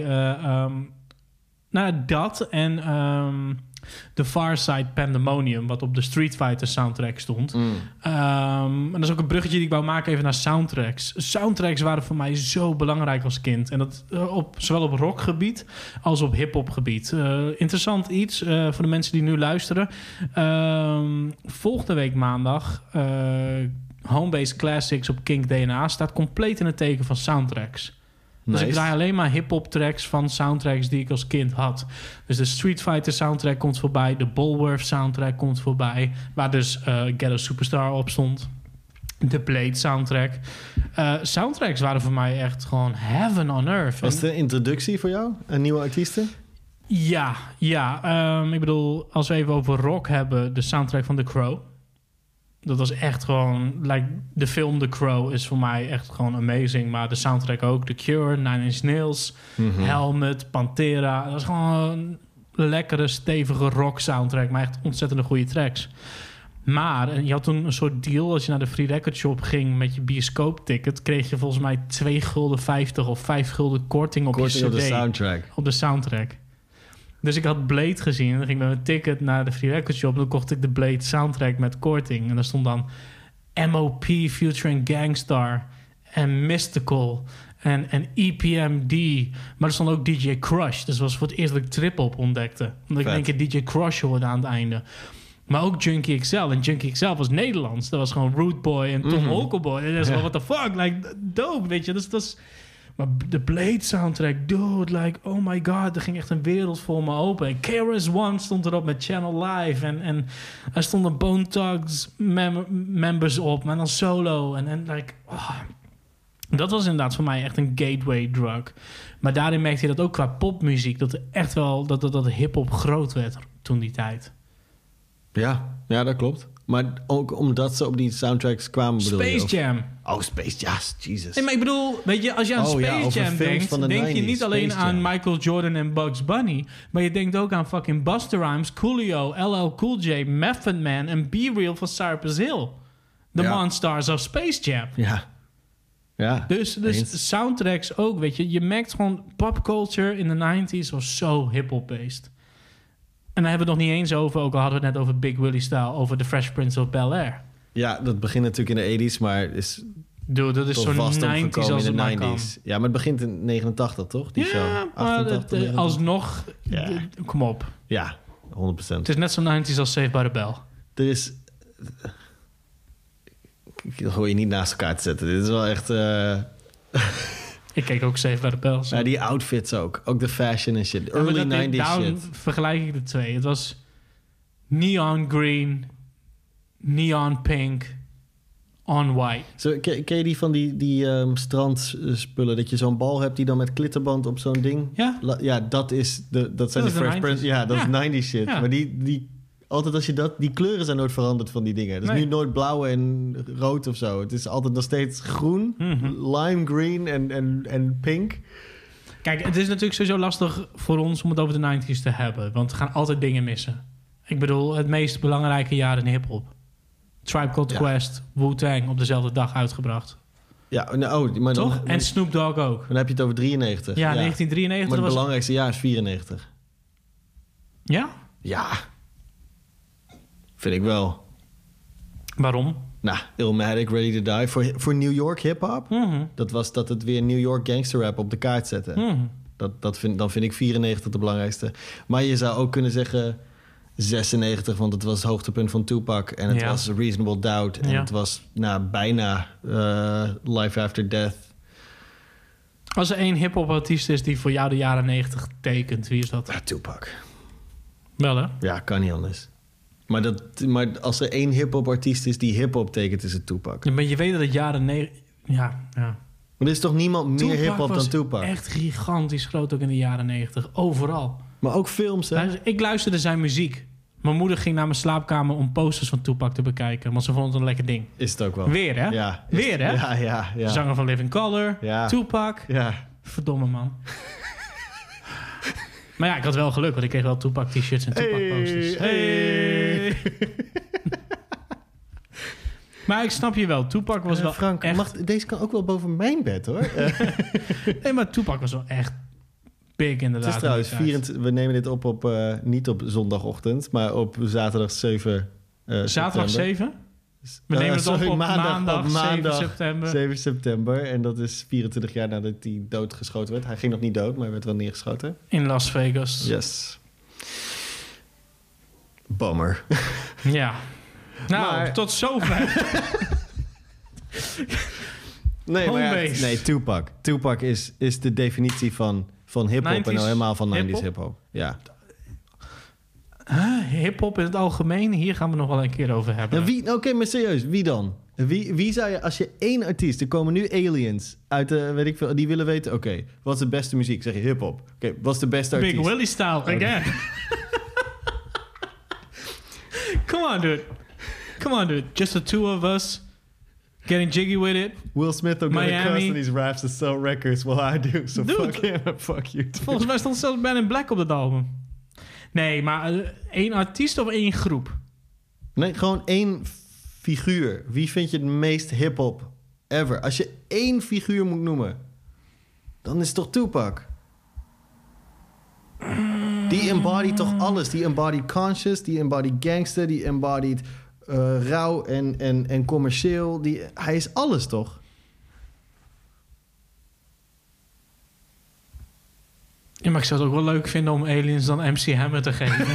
dat en... The Far Side Pandemonium, wat op de Street Fighter soundtrack stond. En dat is ook een bruggetje die ik wou maken even naar soundtracks. Soundtracks waren voor mij zo belangrijk als kind. En dat zowel op rockgebied als op hip-hopgebied. Interessant iets voor de mensen die nu luisteren. Volgende week maandag Homebase Classics op Kink DNA staat compleet in het teken van soundtracks. Dus ik draai alleen maar hip-hop tracks van soundtracks die ik als kind had. Dus de Street Fighter soundtrack komt voorbij. De Bulworth soundtrack komt voorbij. Waar dus Ghetto Superstar op stond. De Blade soundtrack. Soundtracks waren voor mij echt gewoon heaven on earth. Was het een introductie voor jou? Een nieuwe artiesten? Ja. Ik bedoel, als we even over rock hebben, de soundtrack van The Crow. Dat was echt gewoon... de film The Crow is voor mij echt gewoon amazing. Maar de soundtrack ook. The Cure, Nine Inch Nails, Helmet, Pantera. Dat was gewoon een lekkere, stevige rock soundtrack. Maar echt ontzettend goede tracks. Maar je had toen een soort deal. Als je naar de Free Record Shop ging met je bioscoopticket, kreeg je volgens mij €2,50 of €5 korting op je CD. Op de soundtrack. Op de soundtrack. Dus ik had Blade gezien. En dan ging ik met mijn ticket naar de Free Record Shop. En dan kocht ik de Blade soundtrack met korting. En daar stond dan MOP featuring Gangstar en Mystical en EPMD. Maar er stond ook DJ Crush. Dus dat was voor het eerst dat ik trip-hop ontdekte. Omdat ik in één keer DJ Crush hoorde aan het einde. Maar ook Junkie XL. En Junkie XL was Nederlands. Dat was gewoon Root Boy en Tom Holkelboy. En dat is what the fuck? Like, dope, weet je. Dus dat is... Maar de Blade soundtrack, dude, like, oh my god, er ging echt een wereld voor me open. En KRS-One stond erop met Channel Live. En er stonden Bone Thugs members op, maar dan solo. En like, dat was inderdaad voor mij echt een gateway drug. Maar daarin merkte je dat ook qua popmuziek, dat er echt wel, dat hip-hop groot werd toen die tijd. Ja, dat klopt. Maar ook omdat ze op die soundtracks kwamen, bedoel je? Space Jam. Oh, Space Jam, Jesus. Nee, maar ik bedoel, weet je, als je aan Space Jam denkt, denk je niet alleen aan Michael Jordan en Bugs Bunny, maar je denkt ook aan fucking Busta Rhymes, Coolio, LL Cool J, Method Man en B-Real van Cypress Hill. The Monstars of Space Jam. Ja. Dus soundtracks ook, weet je. Je merkt gewoon, popculture in de 90s was zo hip-hop-based. En dan hebben we het nog niet eens over, ook al hadden we het net over Big Willie Style, over The Fresh Prince of Bel-Air. Ja, dat begint natuurlijk in de 80s, maar is... Dat is zo'n 90s als het maar kan. Ja, maar het begint in 89, toch? Die show. Maar 88, alsnog... Kom op. Ja, 100%. Het is net zo 90s als Saved by the Bell. Er is... Ik hoor je niet naast elkaar te zetten. Dit is wel echt... Ik keek ook Saved by the Bell. Ja, die outfits ook. Ook de fashion en shit. Early 90s shit. Vergelijk ik de twee. Het was neon green, neon pink, on white. Zo, ken je die van die strandspullen? Dat je zo'n bal hebt die dan met klitterband op zo'n ding... Ja, dat zijn de Fresh Prince. Ja, dat is 90s shit. Ja. Maar die altijd als je die kleuren zijn nooit veranderd van die dingen. Het is nu nooit blauw en rood of zo. Het is altijd nog steeds groen, lime green en pink. Kijk, het is natuurlijk sowieso lastig voor ons om het over de 90s te hebben. Want we gaan altijd dingen missen. Ik bedoel, het meest belangrijke jaar in hiphop. Tribe Called Quest, Wu-Tang op dezelfde dag uitgebracht. Ja, maar toch? En Snoop Dogg ook. Dan heb je het over 93. Ja, 1993. Maar het belangrijkste jaar is 94. Ja? Ja. Vind ik wel. Waarom? Nou, Illmatic, Ready to Die. Voor New York hip-hop. Dat was dat het weer New York gangster rap op de kaart zette. Dan vind ik 94 de belangrijkste. Maar je zou ook kunnen zeggen 96, want het was het hoogtepunt van Tupac. En het was Reasonable Doubt. En het was bijna Life After Death. Als er één hip-hop artiest is die voor jou de jaren 90 tekent, wie is dat? Ja, Tupac. Wel, hè? Ja, kan niet anders. Maar als er één hip-hop artiest is die hip-hop tekent, is het Tupac. Ja, maar je weet dat het jaren 90... Ja. Maar er is toch niemand meer hip-hop dan Tupac? Echt gigantisch groot ook in de jaren 90. Overal. Maar ook films, hè? Ik luisterde zijn muziek. Mijn moeder ging naar mijn slaapkamer om posters van Tupac te bekijken. Want ze vond het een lekker ding. Is het ook wel. Weer, hè? Ja. Weer, hè? Ja. Zanger van Living Colour. Ja. Tupac. Ja. Verdomme, man. Maar ja, ik had wel geluk, want ik kreeg wel Tupac t-shirts en Tupac posters. Hey. Maar ik snap je wel. Tupac was wel Frank, echt... deze kan ook wel boven mijn bed, hoor. Nee, maar Tupac was wel echt big inderdaad. Het is trouwens, we nemen dit op niet op zondagochtend, maar op zaterdag 7 Zaterdag 7? We nemen het op maandag 7 september. 7 september. En dat is 24 jaar nadat hij doodgeschoten werd. Hij ging nog niet dood, maar hij werd wel neergeschoten. In Las Vegas. Yes. Bummer. Ja. Nou, tot zover. Nee, maar Tupac. Tupac is de definitie van hip-hop en nou helemaal van 90s hip-hop. Ja. Hip-hop in het algemeen, hier gaan we nog wel een keer over hebben. Ja, Oké, maar serieus, wie dan? Wie zou je, als je één artiest, er komen nu aliens uit de, weet ik veel, die willen weten, oké, wat is de beste muziek? Zeg je hip-hop. Oké, wat is de beste artiest? Big Willie style, again. Come on, dude. Just the two of us. Getting jiggy with it. Will Smith ook gonna cuss in these raps to sell records while I do. So dude, fuck him and fuck you too. Volgens mij stond zelfs Man in Black op dat album. Nee, maar één artiest of één groep? Nee, gewoon één figuur. Wie vind je het meest hip-hop ever? Als je één figuur moet noemen, dan is het toch Tupac? Die embodied toch alles? Die embodied conscious, die embodied gangster, die embodied rauw en commercieel. Hij is alles, toch? Ja, maar ik zou het ook wel leuk vinden om aliens dan MC Hammer te geven.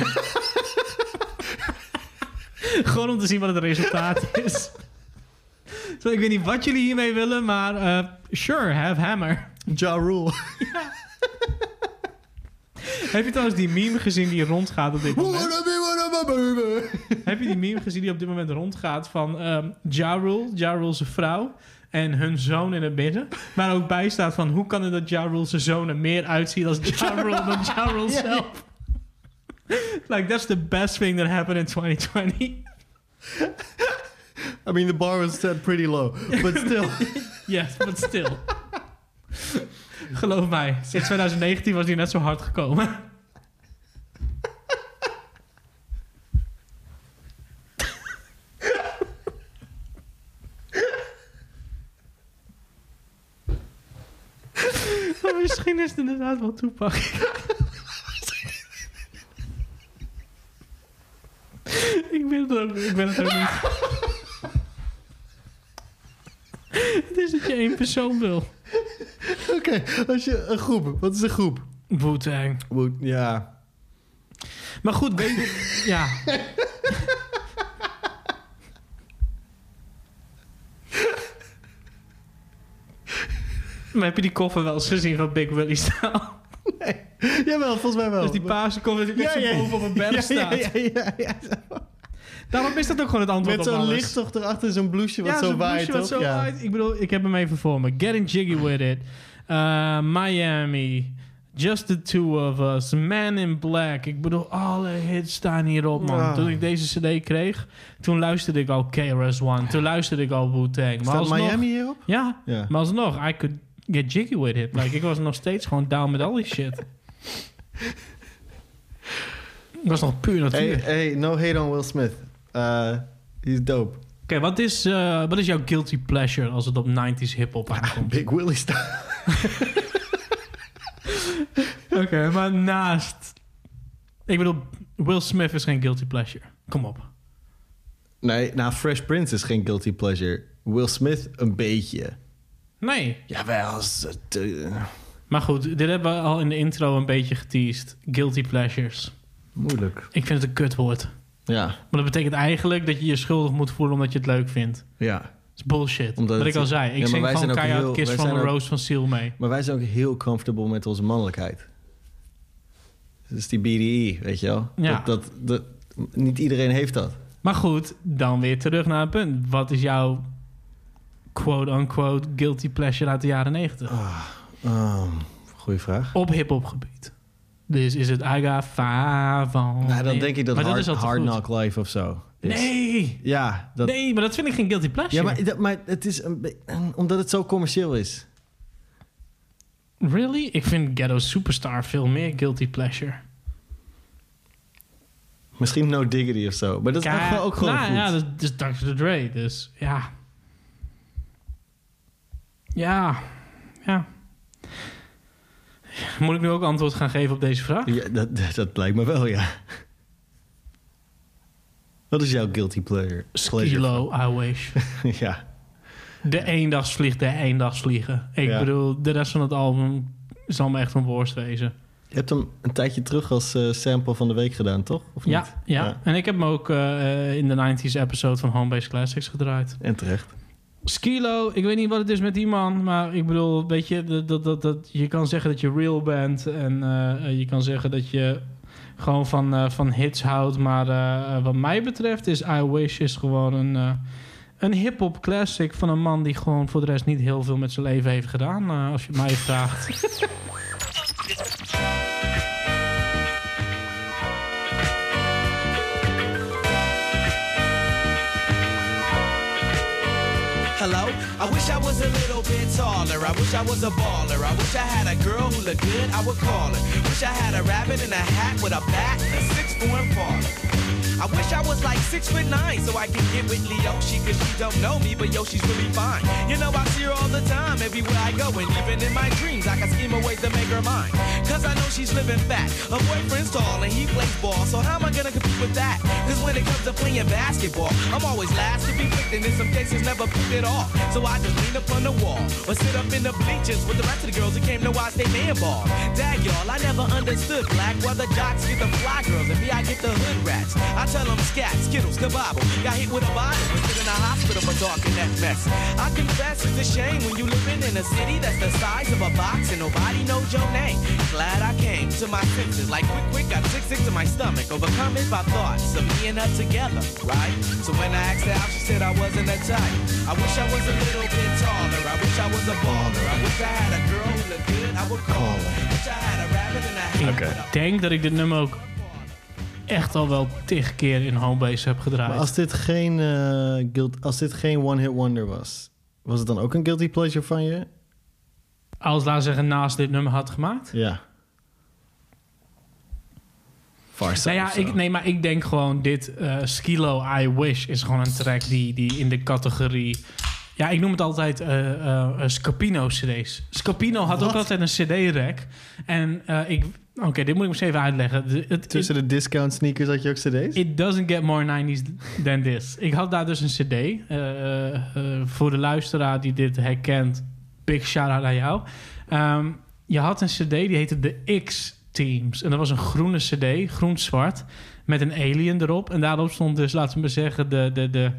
Gewoon om te zien wat het resultaat is. Zo, ik weet niet wat jullie hiermee willen, maar sure, have Hammer. Ja Rule. Ja. Heb je trouwens die meme gezien die rondgaat op dit moment? Heb je die meme gezien die op dit moment rondgaat van Ja Rule zijn vrouw en hun zoon in het midden, maar ook bij staat van hoe kan het dat Ja Rule zijn zoon er meer uitziet als Ja Rule dan Ja Rule zelf? Like, that's the best thing that happened in 2020. I mean, the bar was set pretty low, but still. Yes, but still. Geloof mij, sinds 2019 was hij net zo hard gekomen. Maar misschien is het inderdaad wel Tupac. Ik ben het ook niet. Het is dat je één persoon wil. Oké, als je een groep. Wat is een groep? Wu-Tang. Ja. Maar goed, weet je... Ja. Maar heb je die koffer wel eens gezien van Big Willie Style? Nee. Jawel, volgens mij wel. Dus die paarse koffer die net zo boven op een berg staat. Ja. Daarom is dat ook gewoon het antwoord met op alles. Met zo'n licht toch erachter, zo'n blouseje wat zo waait, toch? Zo waait. Ik bedoel, ik heb hem even voor me. Getting Jiggy With It. Miami. Just the Two of Us. Man in Black. Ik bedoel, alle hits staan hierop, man. Ja. Toen ik deze cd kreeg, toen luisterde ik al KRS-One. Toen luisterde ik al Wu-Tang. Staat Miami hierop? Ja, maar alsnog, I could get jiggy with it. Like, ik was nog steeds gewoon down met al die shit. Ik was nog puur natuur. Hey, no hate on Will Smith. He's dope. Oké, wat is jouw guilty pleasure als het op 90s hip-hop aankomt? Big Willie style. Oké, maar naast... Ik bedoel, Will Smith is geen guilty pleasure. Kom op. Nee, nou, Fresh Prince is geen guilty pleasure. Will Smith een beetje. Nee. Jawel. Maar goed, dit hebben we al in de intro een beetje geteased. Guilty pleasures. Moeilijk. Ik vind het een kutwoord. Ja. Maar dat betekent eigenlijk dat je je schuldig moet voelen omdat je het leuk vindt. Ja. Dat is bullshit. Wat ik al zei. Ik zing gewoon keihard Kiss from a Rose van Seal mee. Maar wij zijn ook heel comfortable met onze mannelijkheid. Dus die BDE, weet je wel? Ja. Dat, niet iedereen heeft dat. Maar goed, dan weer terug naar het punt. Wat is jouw quote-unquote guilty pleasure uit de jaren 90? Goeie vraag. Op hip-hop gebied. Dus is het I got five on... Nou, dan denk ik dat Hard Knock Life of zo is. Nee! Ja, nee, maar dat vind ik geen guilty pleasure. Ja, maar het is omdat het zo commercieel is. Really? Ik vind Ghetto Superstar veel meer guilty pleasure. Misschien No Diggity of zo. Maar dat is ook gewoon goed. Ja, dat is Dr. Dre. Dus ja. Ja. Moet ik nu ook antwoord gaan geven op deze vraag? Ja, dat lijkt me wel, ja. Wat is jouw guilty pleasure? Skilo, I wish. Ja. De eendagsvliegen. Ik bedoel, de rest van het album zal me echt een worst wezen. Je hebt hem een tijdje terug als sample van de week gedaan, toch? Of niet? Ja. En ik heb hem ook in de 90s episode van Homebase Classics gedraaid. En terecht. Skilo, ik weet niet wat het is met die man, maar ik bedoel, weet je, dat je kan zeggen dat je real bent en je kan zeggen dat je gewoon van hits houdt, maar wat mij betreft is I Wish is gewoon een hip-hop classic van een man die gewoon voor de rest niet heel veel met zijn leven heeft gedaan, als je het mij vraagt. Hello? I wish I was a little bit taller. I wish I was a baller. I wish I had a girl who looked good, I would call her. Wish I had a rabbit in a hat with a bat and a 6'4" baller. I wish I was like 6'9" so I could get with Leoshi, cause she don't know me, but yo, she's really fine. You know, I see her all the time, everywhere I go, and even in my dreams, I can scheme a way to make her mine. Cause I know she's living fat. Her boyfriend's tall and he plays ball, so how am I gonna compete with that? Cause when it comes to playing basketball, I'm always last to be picked, and in some cases never picked at all. So I just lean up on the wall, or sit up in the bleachers with the rest of the girls who came to watch they man ball. Dag y'all, I never understood black, why the jocks get the fly girls, and me I get the hood rats. I tell them scat, skittles, kabobble. Got hit with a bottle and put in a hospital for talking that mess. I confess it's a shame when you living in a city that's the size of a box and nobody knows your name. Glad I came to my senses, like quick, got sick to my stomach, overcome it by thoughts of me and her together, right? So when I asked her out, she said I wasn't a type. I wish I was a little bit taller. I wish I was a baller. I wish I had a girl who looked good, I would call her. Wish I had a rabbit in a hat. Ik denk dat ik dit nummer ook echt al wel 10 keer in Homebase heb gedraaid. Maar als dit geen One Hit Wonder was het dan ook een guilty pleasure van je? Als, laten we zeggen, naast dit nummer had gemaakt? Ja. Maar ik denk gewoon dit Skilo I Wish is gewoon een track die in de categorie... Ja, ik noem het altijd Scapino CD's. Scapino had ook altijd een CD-rack. En Oké, dit moet ik eens even uitleggen. Tussen de discount sneakers had je ook cd's? It doesn't get more 90s than this. Ik had daar dus een cd. Voor de luisteraar die dit herkent, big shout-out aan jou. Je had een cd, die heette de X-Teams. En dat was een groene cd, groen-zwart, met een alien erop. En daarop stond dus, laten we maar zeggen, de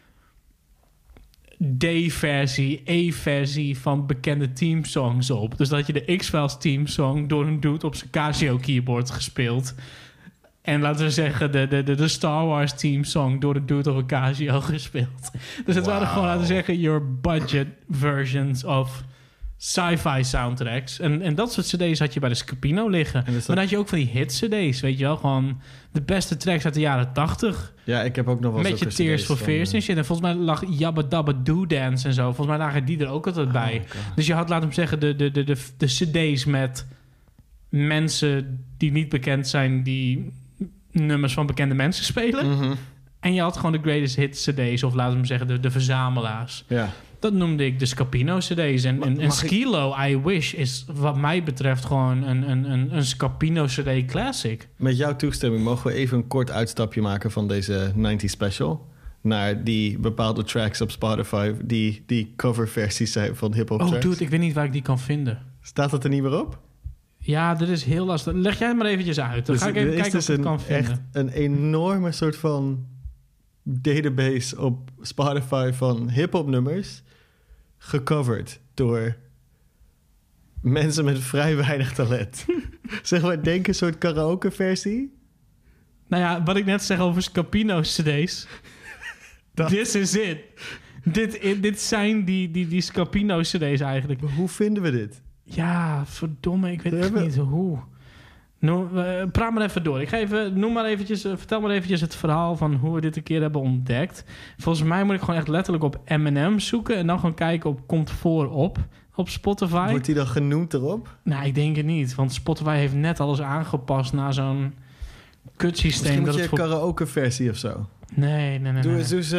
D-versie, E-versie van bekende teamsongs op. Dus dat je de X-Files teamsong door een dude op zijn Casio-keyboard gespeeld. En laten we zeggen, de Star Wars teamsong door een dude op een Casio gespeeld. Dus het waren gewoon, laten we zeggen, your budget versions of sci-fi soundtracks. En dat soort cd's had je bij de Scapino liggen. Maar dan had je ook van die hit-cd's, weet je wel. Gewoon de beste tracks uit de jaren 80. Ja, ik heb ook nog wel met je Tears for Fears en shit. En volgens mij lag Jabba Dabba Doo Dance en zo. Volgens mij lagen die er ook altijd bij. Dus je had, laten we zeggen, de cd's met mensen die niet bekend zijn, die nummers van bekende mensen spelen. Mm-hmm. En je had gewoon de greatest hit cd's, of laten we zeggen, de verzamelaars. Ja. Dat noemde ik de Scapino cd's. En Skilo I Wish is wat mij betreft gewoon een Scapino cd classic. Met jouw toestemming mogen we even een kort uitstapje maken van deze 90 special naar die bepaalde tracks op Spotify die coverversies zijn van hip-hop tracks. Oh dude, ik weet niet waar ik die kan vinden. Staat dat er niet meer op? Ja, dit is heel lastig. Leg jij het maar eventjes uit. Dan ga ik even kijken of ik het kan vinden. Echt een enorme soort van database op Spotify van hip-hop nummers, gecoverd door mensen met vrij weinig talent. Zeg maar, denk een soort karaoke versie. Nou ja, wat ik net zeg over Scapino cd's. This is it. Dit zijn die Scapino cd's eigenlijk. Maar hoe vinden we dit? Ja, verdomme, ik weet echt niet hoe. Praat maar even door. Vertel maar eventjes het verhaal van hoe we dit een keer hebben ontdekt. Volgens mij moet ik gewoon echt letterlijk op Eminem zoeken en dan gewoon kijken komt voorop op Spotify. Wordt die dan genoemd erop? Nou, ik denk het niet, want Spotify heeft net alles aangepast naar zo'n kutsysteem. Misschien moet je een karaoke versie of zo. Nee. Doe eens.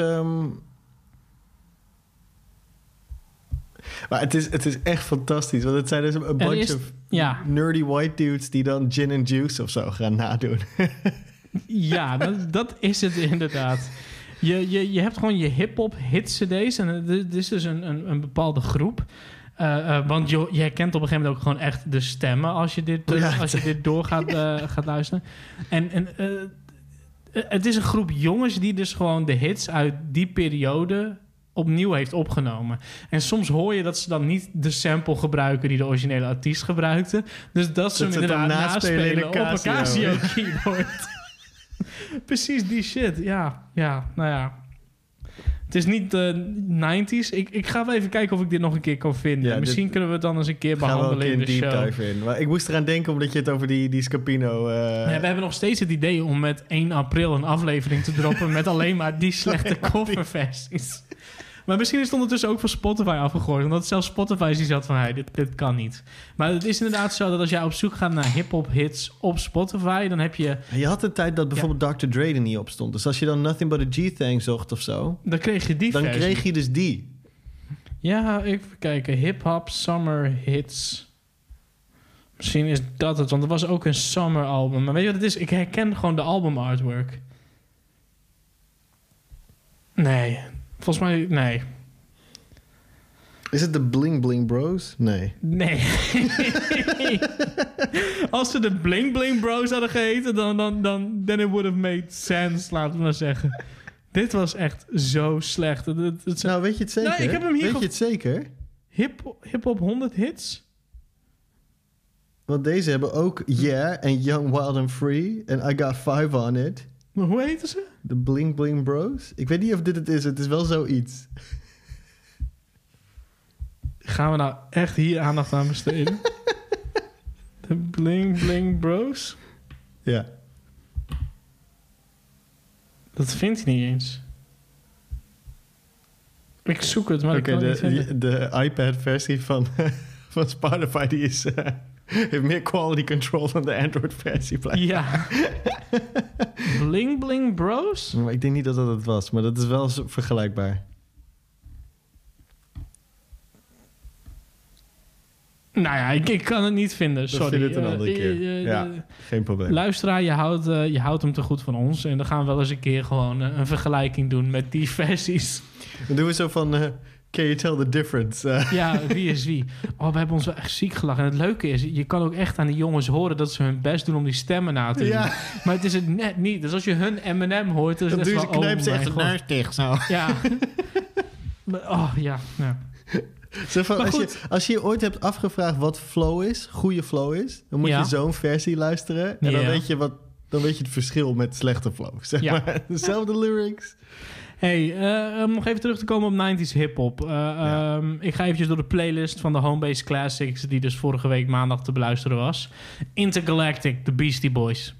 Maar het is echt fantastisch. Want het zijn dus een bunch of nerdy white dudes die dan gin and juice of zo gaan nadoen. Ja, dat is het inderdaad. Je hebt gewoon je hip-hop hit cd's. En het is dus een bepaalde groep. Want je herkent op een gegeven moment ook gewoon echt de stemmen als je dit door gaat luisteren. En het is een groep jongens die dus gewoon de hits uit die periode opnieuw heeft opgenomen. En soms hoor je dat ze dan niet de sample gebruiken die de originele artiest gebruikte. Dus dat ze hem inderdaad naspelen op een Casio keyboard. Precies die shit. Ja, nou ja. Het is niet de 90s. Ik ga wel even kijken of ik dit nog een keer kan vinden. Ja, misschien kunnen we het dan eens een keer behandelen in de show. Dive in. Maar ik moest eraan denken omdat je het over die Scapino... Ja, we hebben nog steeds het idee om met 1 april een aflevering te droppen... met alleen maar die slechte coverversies. Maar misschien is het ondertussen ook van Spotify afgegooid. Omdat zelfs Spotify die zat van... Hey, dit kan niet. Maar het is inderdaad zo dat als jij op zoek gaat naar hip-hop hits op Spotify... dan heb je... Je had een tijd dat bijvoorbeeld Dr. Dre er niet op stond. Dus als je dan Nothing But A G-Thang zocht of zo... dan kreeg je die versie. Dan kreeg je dus die. Ja, even kijken. Hip-hop Summer Hits. Misschien is dat het. Want er was ook een summer album. Maar weet je wat het is? Ik herken gewoon de album artwork. Nee... Volgens mij, nee. Is het de Bling Bling Bros? Nee. Nee. Als ze de Bling Bling Bros hadden geheten... dan it would have made sense, laten we maar zeggen. Dit was echt zo slecht. Nou, weet je het zeker? Nou, ik heb hem hier weet je het zeker? Hip-hop 100 hits? Want deze hebben ook Yeah en Young, Wild and Free... en I Got 5 on It... Maar hoe heten ze? De Bling Bling Bros. Ik weet niet of dit het is. Het is wel zoiets. Gaan we nou echt hier aandacht aan besteden? De Bling Bling Bros? Ja. Dat vindt hij niet eens. Ik zoek het, maar ik kan het niet vinden. De iPad-versie van Spotify die is... heeft meer quality control dan de Android-versie. Ja. Bling Bling Bros? Maar ik denk niet dat dat het was, maar dat is wel vergelijkbaar. Nou ja, ik kan het niet vinden, sorry. Dan vind het een andere keer. Ja, geen probleem. Luisteraar, je houdt hem te goed van ons. En dan gaan we wel eens een keer gewoon een vergelijking doen met die versies. Dan doen we zo van... Can you tell the difference? Ja, wie is wie? Oh, we hebben ons wel echt ziek gelachen. En het leuke is, je kan ook echt aan die jongens horen... dat ze hun best doen om die stemmen na te doen. Ja. Maar het is het net niet. Dus als je hun Eminem hoort... Dan doe je ze knijp ze echt naar dicht zo. Ja. Oh, ja. Zo van, als je ooit hebt afgevraagd wat flow is... goede flow is... dan moet je zo'n versie luisteren... en dan weet je het verschil met slechte flow. Zeg maar. Dezelfde lyrics... Hey, om nog even terug te komen op 90s hip-hop. Ik ga eventjes door de playlist van de Homebase Classics... die dus vorige week maandag te beluisteren was. Intergalactic, The Beastie Boys.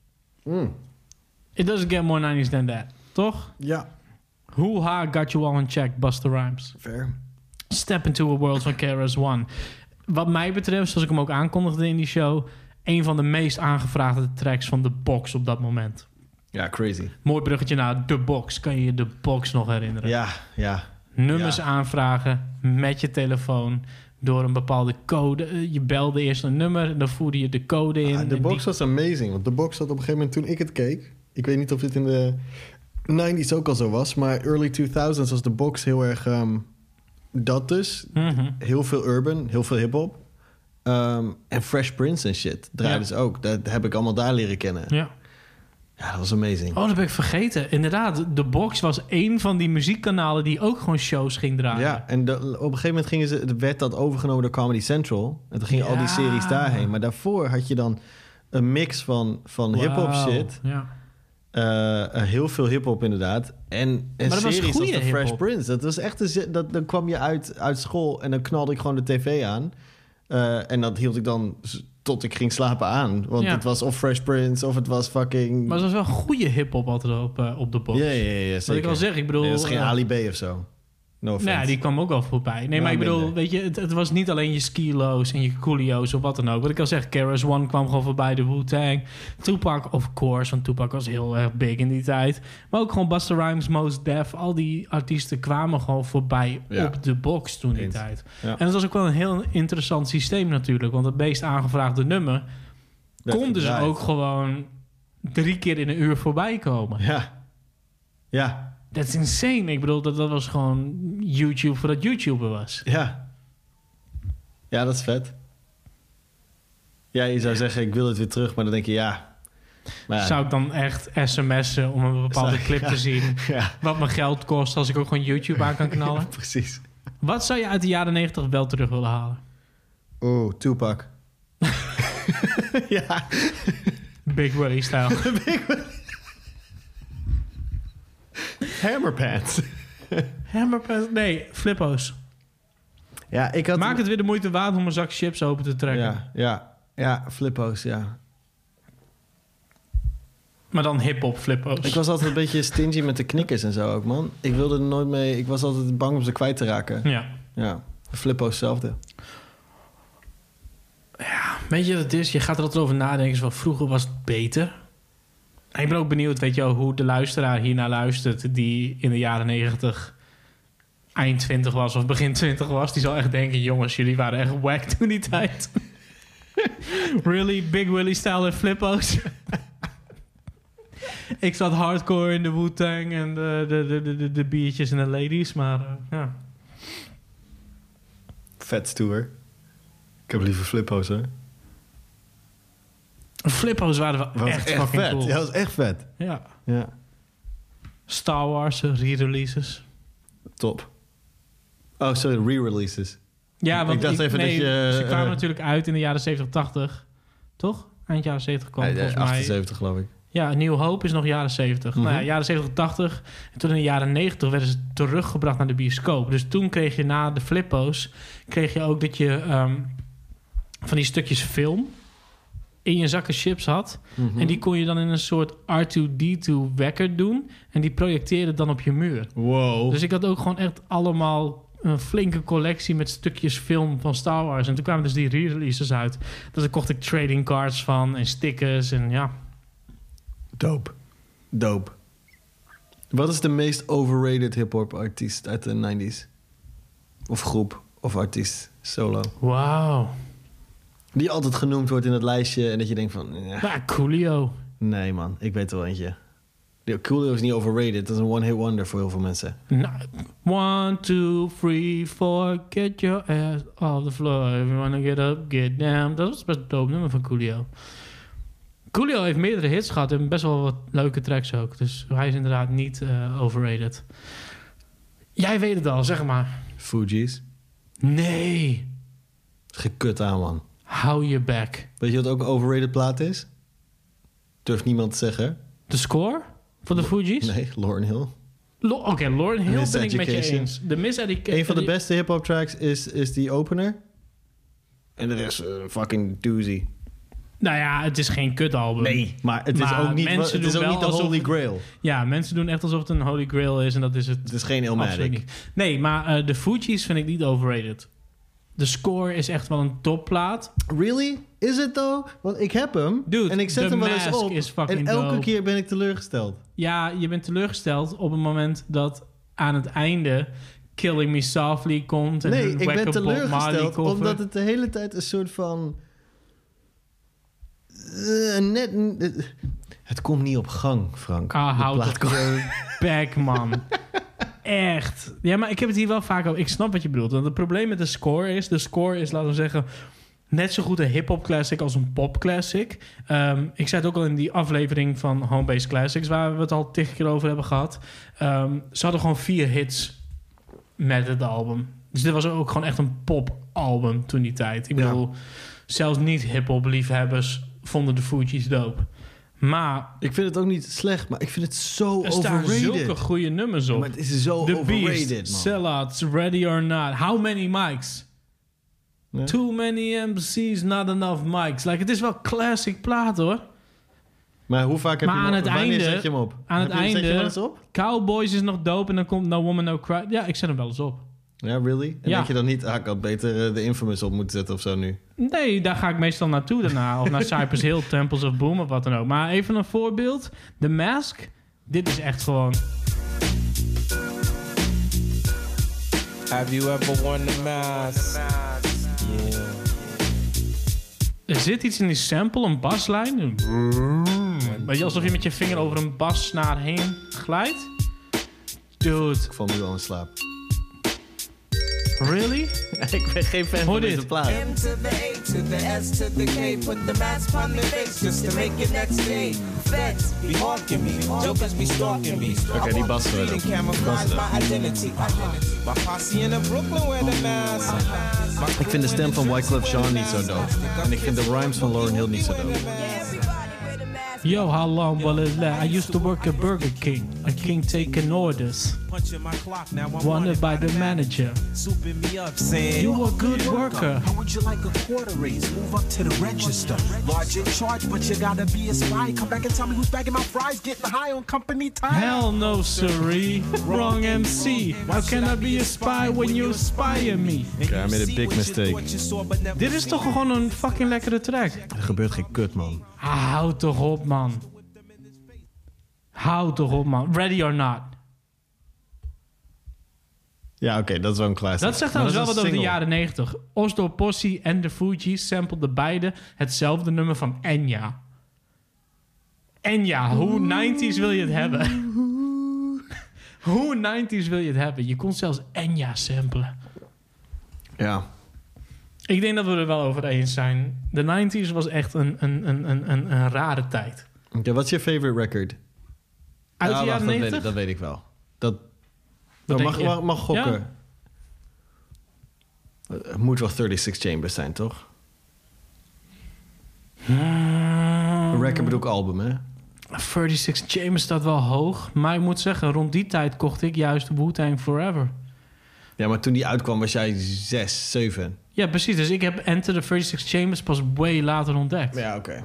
It doesn't get more 90s than that, toch? Ja. Hoo-ha, Got You All in Check, Busta Rhymes. Fair. Step Into a World van KRS-One. Wat mij betreft, zoals ik hem ook aankondigde in die show... een van de meest aangevraagde tracks van The Box op dat moment. Ja, crazy. Mooi bruggetje naar The Box. Kan je je The Box nog herinneren? Ja. Nummers aanvragen met je telefoon door een bepaalde code. Je belde eerst een nummer en dan voerde je de code in. The Box was amazing. Want The Box had op een gegeven moment toen ik het keek... Ik weet niet of dit in de 90s ook al zo was... maar early 2000s was The Box heel erg... dat dus. Mm-hmm. Heel veel urban, heel veel hip-hop. En Fresh Prince en shit draaiden ze ook. Dat heb ik allemaal daar leren kennen. Ja, dat was amazing. Oh, dat ben ik vergeten. Inderdaad, The Box was één van die muziekkanalen... die ook gewoon shows ging draaien. Ja, en op een gegeven moment werd dat overgenomen door Comedy Central. En toen gingen al die series daarheen. Maar daarvoor had je dan een mix van hip-hop shit. Ja. Heel veel hip-hop inderdaad. En series als de Fresh Prince. Dat was echt dan kwam je uit school... en dan knalde ik gewoon de tv aan. En dat hield ik dan... tot ik ging slapen aan. Want het was of Fresh Prince of het was fucking... Maar het was wel goede hiphop altijd op de box. Ja, zeker. Wat ik al zeg, ik bedoel... Nee, dat is geen Ali B of zo. No offense. Nee, die kwam ook al voorbij. Nee, maar ik bedoel, weet je, het was niet alleen je Skilo's en je Coolio's of wat dan ook. Wat ik al zeg, KRS-One kwam gewoon voorbij, de Wu-Tang. Tupac, of course, want Tupac was heel erg big in die tijd. Maar ook gewoon Busta Rhymes, Mos Def, al die artiesten kwamen gewoon voorbij op de box toen die tijd. Ja. En dat was ook wel een heel interessant systeem natuurlijk, want het meest aangevraagde nummer kon dus ook gewoon 3 keer in een uur voorbij komen. Ja. Dat is insane. Ik bedoel, dat was gewoon YouTube voordat YouTuber was. Ja, dat is vet. Ja, je zou zeggen, ik wil het weer terug. Maar dan denk je, Maar ja, zou ik dan echt sms'en om een bepaalde clip te zien. Ja. Wat mijn geld kost als ik ook gewoon YouTube aan kan knallen. Ja, precies. Wat zou je uit de jaren 90 wel terug willen halen? Oh, Tupac. Ja. Big Willie-stijl. Hammerpants. Hammerpants? Nee, Flippo's. Ja, ik had... Maak het weer de moeite waard om een zak chips open te trekken. Ja, Flippo's, ja. Maar dan hip-hop Flippo's. Ik was altijd een beetje stingy met de knikkers en zo ook, man. Ik wilde er nooit mee... Ik was altijd bang om ze kwijt te raken. Ja. Flippo's hetzelfde. Ja, weet je wat het is? Je gaat er altijd over nadenken. Zo, vroeger was het beter. En ik ben ook benieuwd, weet je wel, hoe de luisteraar hiernaar luistert... die in de jaren 90 eind 20 was of begin 20 was. Die zal echt denken, jongens, jullie waren echt wack toen die tijd. Really? Big Willie-style en Flippo's? Ik zat hardcore in de Wu-Tang en de biertjes en de ladies, maar ja. Vet stoer. Ik heb liever Flippo's, hoor. Flippo's waren wel echt fucking vet. cool. Ja, dat was echt vet. Ja. Ja. Star Wars re-releases. Top. Oh, sorry, re-releases. Ja, want ik dacht even dat je... Ze kwamen natuurlijk uit in de jaren 70, 80. Toch? Eind jaren 70 kwam volgens 78, mij. geloof ik. Ja, New Hope is nog jaren 70. Nou ja, jaren 70, 80. En toen in de jaren 90 werden ze teruggebracht naar de bioscoop. Dus toen kreeg je na de Flippo's... kreeg je ook dat je van die stukjes film... in je zakken chips had. En die kon je dan in een soort R2-D2 wekker doen. En die projecteerde dan op je muur. Wow. Dus ik had ook gewoon echt allemaal... een flinke collectie met stukjes film van Star Wars. En toen kwamen dus die re-releases uit. Dus daar kocht ik trading cards van en stickers en ja... Dope. Wat is de meest overrated hip-hop artiest uit de 90s? Of groep, of artiest, solo? Wauw. Die altijd genoemd wordt in het lijstje en dat je denkt van... Ja, Coolio. Nee, man. Ik weet er wel eentje. Coolio is niet overrated. Dat is een one-hit wonder voor heel veel mensen. Nou, 1, 2, 3, 4, get your ass off the floor. If you wanna get up, get down. Dat was best een dope nummer van Coolio. Coolio heeft meerdere hits gehad en best wel wat leuke tracks ook. Dus hij is inderdaad niet overrated. Jij weet het al, zeg maar. Fugees. Nee. Gekut aan, man. Hou je back. Weet je wat ook een overrated plaat is? Durft niemand te zeggen. De score van de Fugees? Nee, Lauryn Hill. Oké, Lauryn Hill ben ik met je eens. De Miseducation. Een van de beste hip-hop tracks is die opener. En de rest fucking doozy. Nou ja, het is geen kutalbum. Nee, maar het is ook niet, het is ook niet de Holy Grail. Ja, mensen doen echt alsof het een Holy Grail is en dat is het. Het is geen Illmatic. Nee, maar de Fugees vind ik niet overrated. De score is echt wel een topplaat. Really? Is it though? Want ik heb hem. Dude, en ik zet hem wel eens op. Is fucking en elke dope. keer ben ik teleurgesteld. Ja, je bent teleurgesteld op het moment dat aan het einde Killing Me Softly komt. En Nee, een ik ben teleurgesteld cover. omdat het de hele tijd een soort van... Het komt niet op gang, Frank. Houd op je bek, man. Echt. Ja, maar ik heb het hier wel vaak over. Ik snap wat je bedoelt. Want het probleem met de score is... laten we zeggen... net zo goed een hip-hop classic als een pop classic. Ik zei het ook al in die aflevering van Homebase Classics... waar we het al 10 keer over hebben gehad. Ze hadden gewoon 4 hits met het album. Dus dit was ook gewoon echt een pop-album toen die tijd. Ik bedoel, zelfs niet hip-hop liefhebbers vonden de Fugees dope. Maar... ik vind het ook niet slecht, maar ik vind het zo overrated. Er staan zulke goede nummers op. Ja, maar het is zo The overrated, Beast, man. Sellouts, Ready or Not. How many mics? Nee? Too many MC's, not enough mics. Like, het is wel classic plaat, hoor. Maar hoe vaak heb je hem op? Wanneer zet je hem op? Aan het einde... Zet je hem wel eens op? Cowboys is nog dope en dan komt No Woman, No Cry. Ja, ik zet hem wel eens op. Ja, really? En denk je dan niet... ik had beter de Infamous op moeten zetten of zo nu? Nee, daar ga ik meestal naartoe daarna. Of naar Cypress Hill, Temples of Boom of wat dan ook. Maar even een voorbeeld. The Mask. Dit is echt gewoon... Have you ever worn the mask? Yeah. Er zit iets in die sample, een baslijn. Weet je, alsof je met je vinger over een bassnaar heen glijdt. Dude. Ik val nu al in slaap. Really? Ik ben geen fan van deze plaat. to the S to the K. Put the mask on their face just to make it next day. Feds be hawking me, jokers be stalking me. Oké, die bas wel. Camouflage my identity. My posse in Brooklyn wear the mask. Ik vind de stem van Wyclef Jean niet zo dope. En ik vind de rhymes van Lauryn Hill niet zo dope. Yo, how long will it last? I used to work at Burger King. A king taking orders. Wanted by the manager. You a good worker. How would you like a quarter raise? Move up to the register. Large in charge, but you gotta be a spy. Come back and tell me who's bagging my fries. Getting high on company time. Hell no, siree. Wrong MC. How can I be a spy when you spy on me? Okay, I made a big mistake. Dit is toch gewoon een fucking lekkere track. Er gebeurt geen kut, man. Houd toch op, man. Houd toch op, man. Ready or Not. Ja, oké, dat is wel een classic. Dat zegt trouwens wel wat over de jaren 90. Osdo Posse en de Fugees sampleden beide hetzelfde nummer van Enya. Enya, hoe 90s wil je het hebben? Hoe 90s wil je het hebben? Je kon zelfs Enya samplen. Ja. Ik denk dat we er wel over eens zijn. De 90s was echt een rare tijd. Oké, wat is je favorite record? Uit de jaren 90? Dat weet ik wel. Mag gokken. Ja. Het moet wel 36 Chambers zijn, toch? Een record bedoel ik album, hè? 36 Chambers staat wel hoog. Maar ik moet zeggen, rond die tijd kocht ik juist Wu-Tang Forever. Ja, maar toen die uitkwam was jij 6, 7. Ja, precies. Dus ik heb Enter the 36 Chambers pas way later ontdekt. Ja, oké.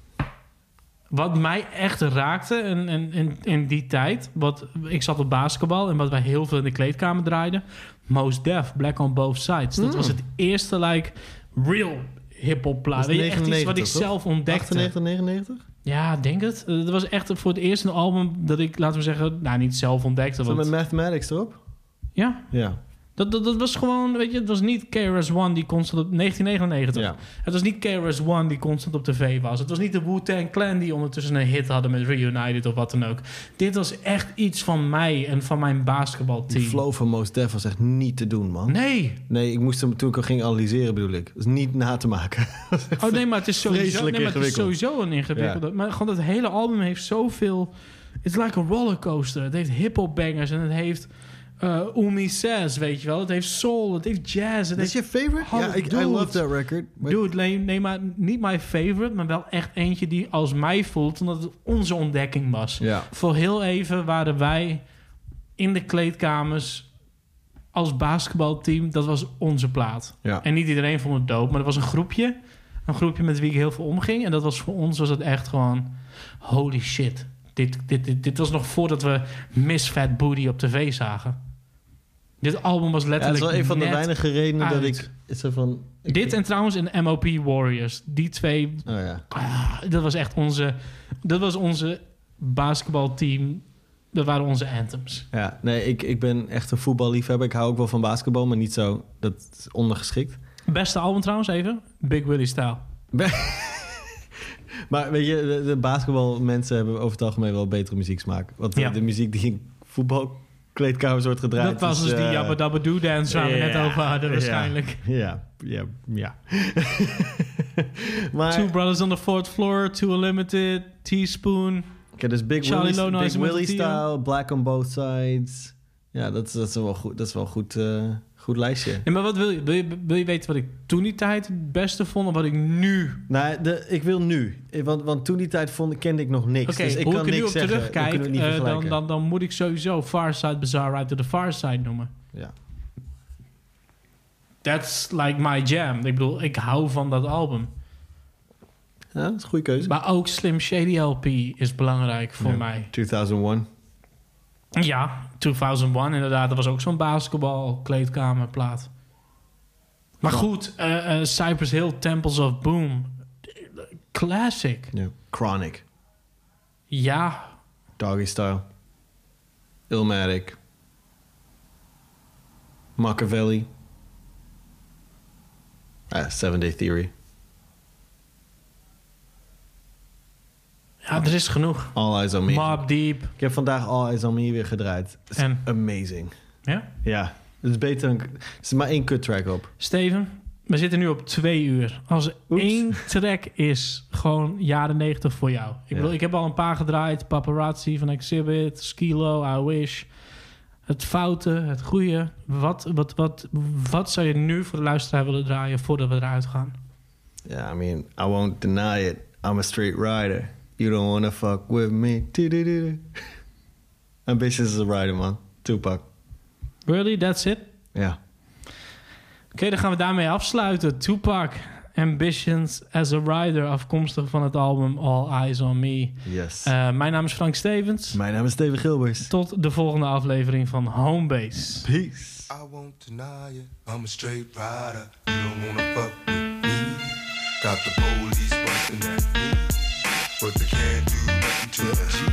Wat mij echt raakte in die tijd... ik zat op basketbal en wat wij heel veel in de kleedkamer draaiden... Mos Def, Black on Both Sides. Dat was het eerste real hip-hop plaat. Echt iets wat ik zelf ontdekte. 98, 99? Ja, denk het. Dat was echt voor het eerst een album dat ik, laten we zeggen... niet zelf ontdekte. Zo met Mathematics erop? Ja. Ja. Dat was gewoon, weet je, het was niet KRS-One die constant op 1999. Ja. Het was niet KRS-One die constant op tv was. Het was niet de Wu-Tang Clan die ondertussen een hit hadden met Reunited of wat dan ook. Dit was echt iets van mij en van mijn basketbalteam. Die flow van Mos Def was echt niet te doen, man. Nee, ik moest hem toen ik hem ging analyseren, bedoel ik. Dat is niet na te maken. Het is sowieso een ingewikkelde. Ja. Maar gewoon dat hele album heeft zoveel... It's like a rollercoaster. Het heeft hip-hop bangers en het heeft... Umi Says, weet je wel. Het heeft soul, het heeft jazz. Dat is je favorite? I love that record. Dude, nee, maar niet my favorite, maar wel echt eentje die als mij voelt, omdat het onze ontdekking was. Ja. Voor heel even waren wij in de kleedkamers als basketbalteam, dat was onze plaat. Ja. En niet iedereen vond het dope, maar er was een groepje met wie ik heel veel omging. En dat was voor ons was het echt gewoon holy shit. Dit was nog voordat we Miss Fat Booty op tv zagen. Dit album was letterlijk dat is wel een van de weinige redenen dat ik... Dit en trouwens in MOP Warriors. Die twee... Oh ja. Dat was echt onze basketbalteam. Dat waren onze anthems. Ja, nee, ik ben echt een voetballiefhebber. Ik hou ook wel van basketbal, maar niet zo... Dat is ondergeschikt. Beste album trouwens even. Big Willie Style. Maar weet je, de basketbalmensen hebben over het algemeen wel betere muzieksmaak. Want de muziek die in voetbalkleedkamers wordt gedraaid... Dat was dus die Jabba Dabba Doo Dance waar we net over hadden waarschijnlijk. Ja. Maar, Two Brothers on the Fourth Floor, Too Unlimited, Teaspoon... Okay, dus Big Willie Style, Black on Both Sides. Ja, dat is wel goed. Dat is wel goed lijstje. Ja, maar wat wil je? Wil je weten wat ik toen die tijd het beste vond of wat ik nu? Nou, ik wil nu. Want toen die tijd kende ik nog niks. Oké, dus ik hoe kan ik er nu niks op terugkijk, dan moet ik sowieso Far Side Bizarre Ride to the Far Side noemen. Ja. That's like my jam. Ik bedoel, ik hou van dat album. Ja, dat is een goede keuze. Maar ook Slim Shady LP is belangrijk voor mij. 2001. Ja, 2001 inderdaad. Dat was ook zo'n basketbal kleedkamerplaat. Maar goed, Cypress Hill, Temples of Boom. Classic. Ja. Chronic. Ja. Doggy Style. Illmatic. Machiavelli. 7 Day Theory. Ja, er is genoeg. All Eyes on Me. Mobb Deep. Ik heb vandaag All Eyes on Me weer gedraaid. Het is amazing. Ja? Ja. Het is beter dan... Er is maar 1 cut track op. Steven, We zitten nu op 2 uur. Als er 1 track is, gewoon jaren 90 voor jou. Ik bedoel, ik heb al een paar gedraaid. Paparazzi van Exhibit, Skilo, I Wish. Het foute, het goede. Wat zou je nu voor de luisteraar willen draaien voordat we eruit gaan? Yeah, I mean, I won't deny it. I'm a street rider. You don't wanna fuck with me. Ambitious as a rider, man. Tupac. Really? That's it? Ja. Oké, dan gaan we daarmee afsluiten. Tupac, Ambitions as a Rider, afkomstig van het album All Eyes on Me. Yes. Mijn naam is Frank Stevens. Mijn naam is Steven Gilbers. Tot de volgende aflevering van Homebase. Peace. I won't deny it. I'm a straight rider. You don't wanna fuck with me. Got the police busting at me, but they can't do nothing to me.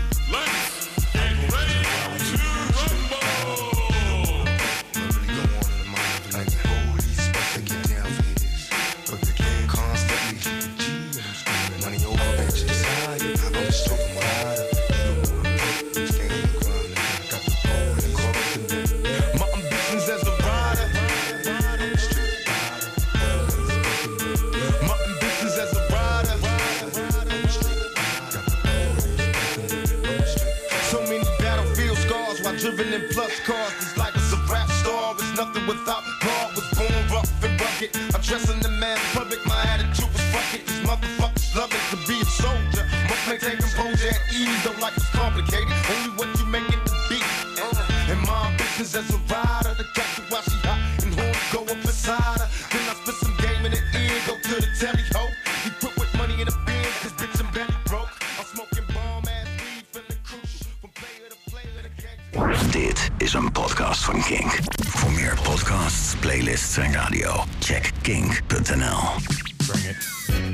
Driven in plus cars, this life is a rap star. It's nothing without God. Was born rough and rugged. I'm dressing the man in public. My attitude was fuck it. These motherfuckers love it to be a soldier. Must maintain composure at ease. Though life is complicated. Only what you make it to be. And my ambitions as a rider, the catch you while she hot and horns go up inside her. Then I spit some game in the ear, go to the telly ho. We put with money in the bin, cause bitch I'm belly broke. I'm smoking bomb ass weed, feeling crucial. From player to player to gang. Dit is een podcast van Kink. Voor meer podcasts, playlists en radio, check kink.nl. Bring it.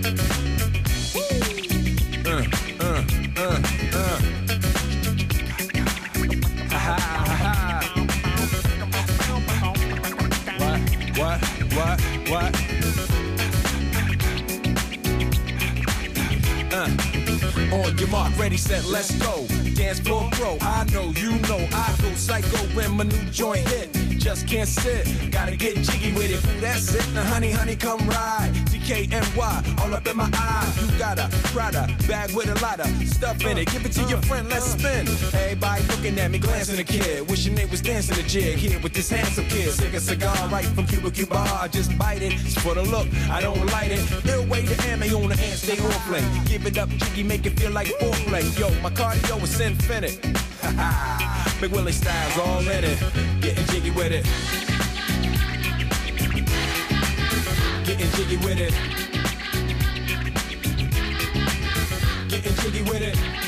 What? On your mark, ready, set, let's go. Dance floor pro, I know, you know, I go psycho when my new joint hit. Just can't sit, gotta get jiggy with it. That's it, now honey, come ride. DKNY, all up in my eye. You got a Prada bag with a lot of stuff in it. Give it to your friend, let's spin. Everybody looking at me, glancing a kid. Wishing they was dancing a jig here with this handsome kid. Sick a cigar right from Cuba. I just bite it, it's for the look, I don't light it. Ill way to ammo on the hand, stay on play. Give it up, jiggy, make it feel like foreplay. Yo, my cardio is infinite. Big Willie style's all in it. Getting jiggy with it. Getting jiggy with it. Getting jiggy with it.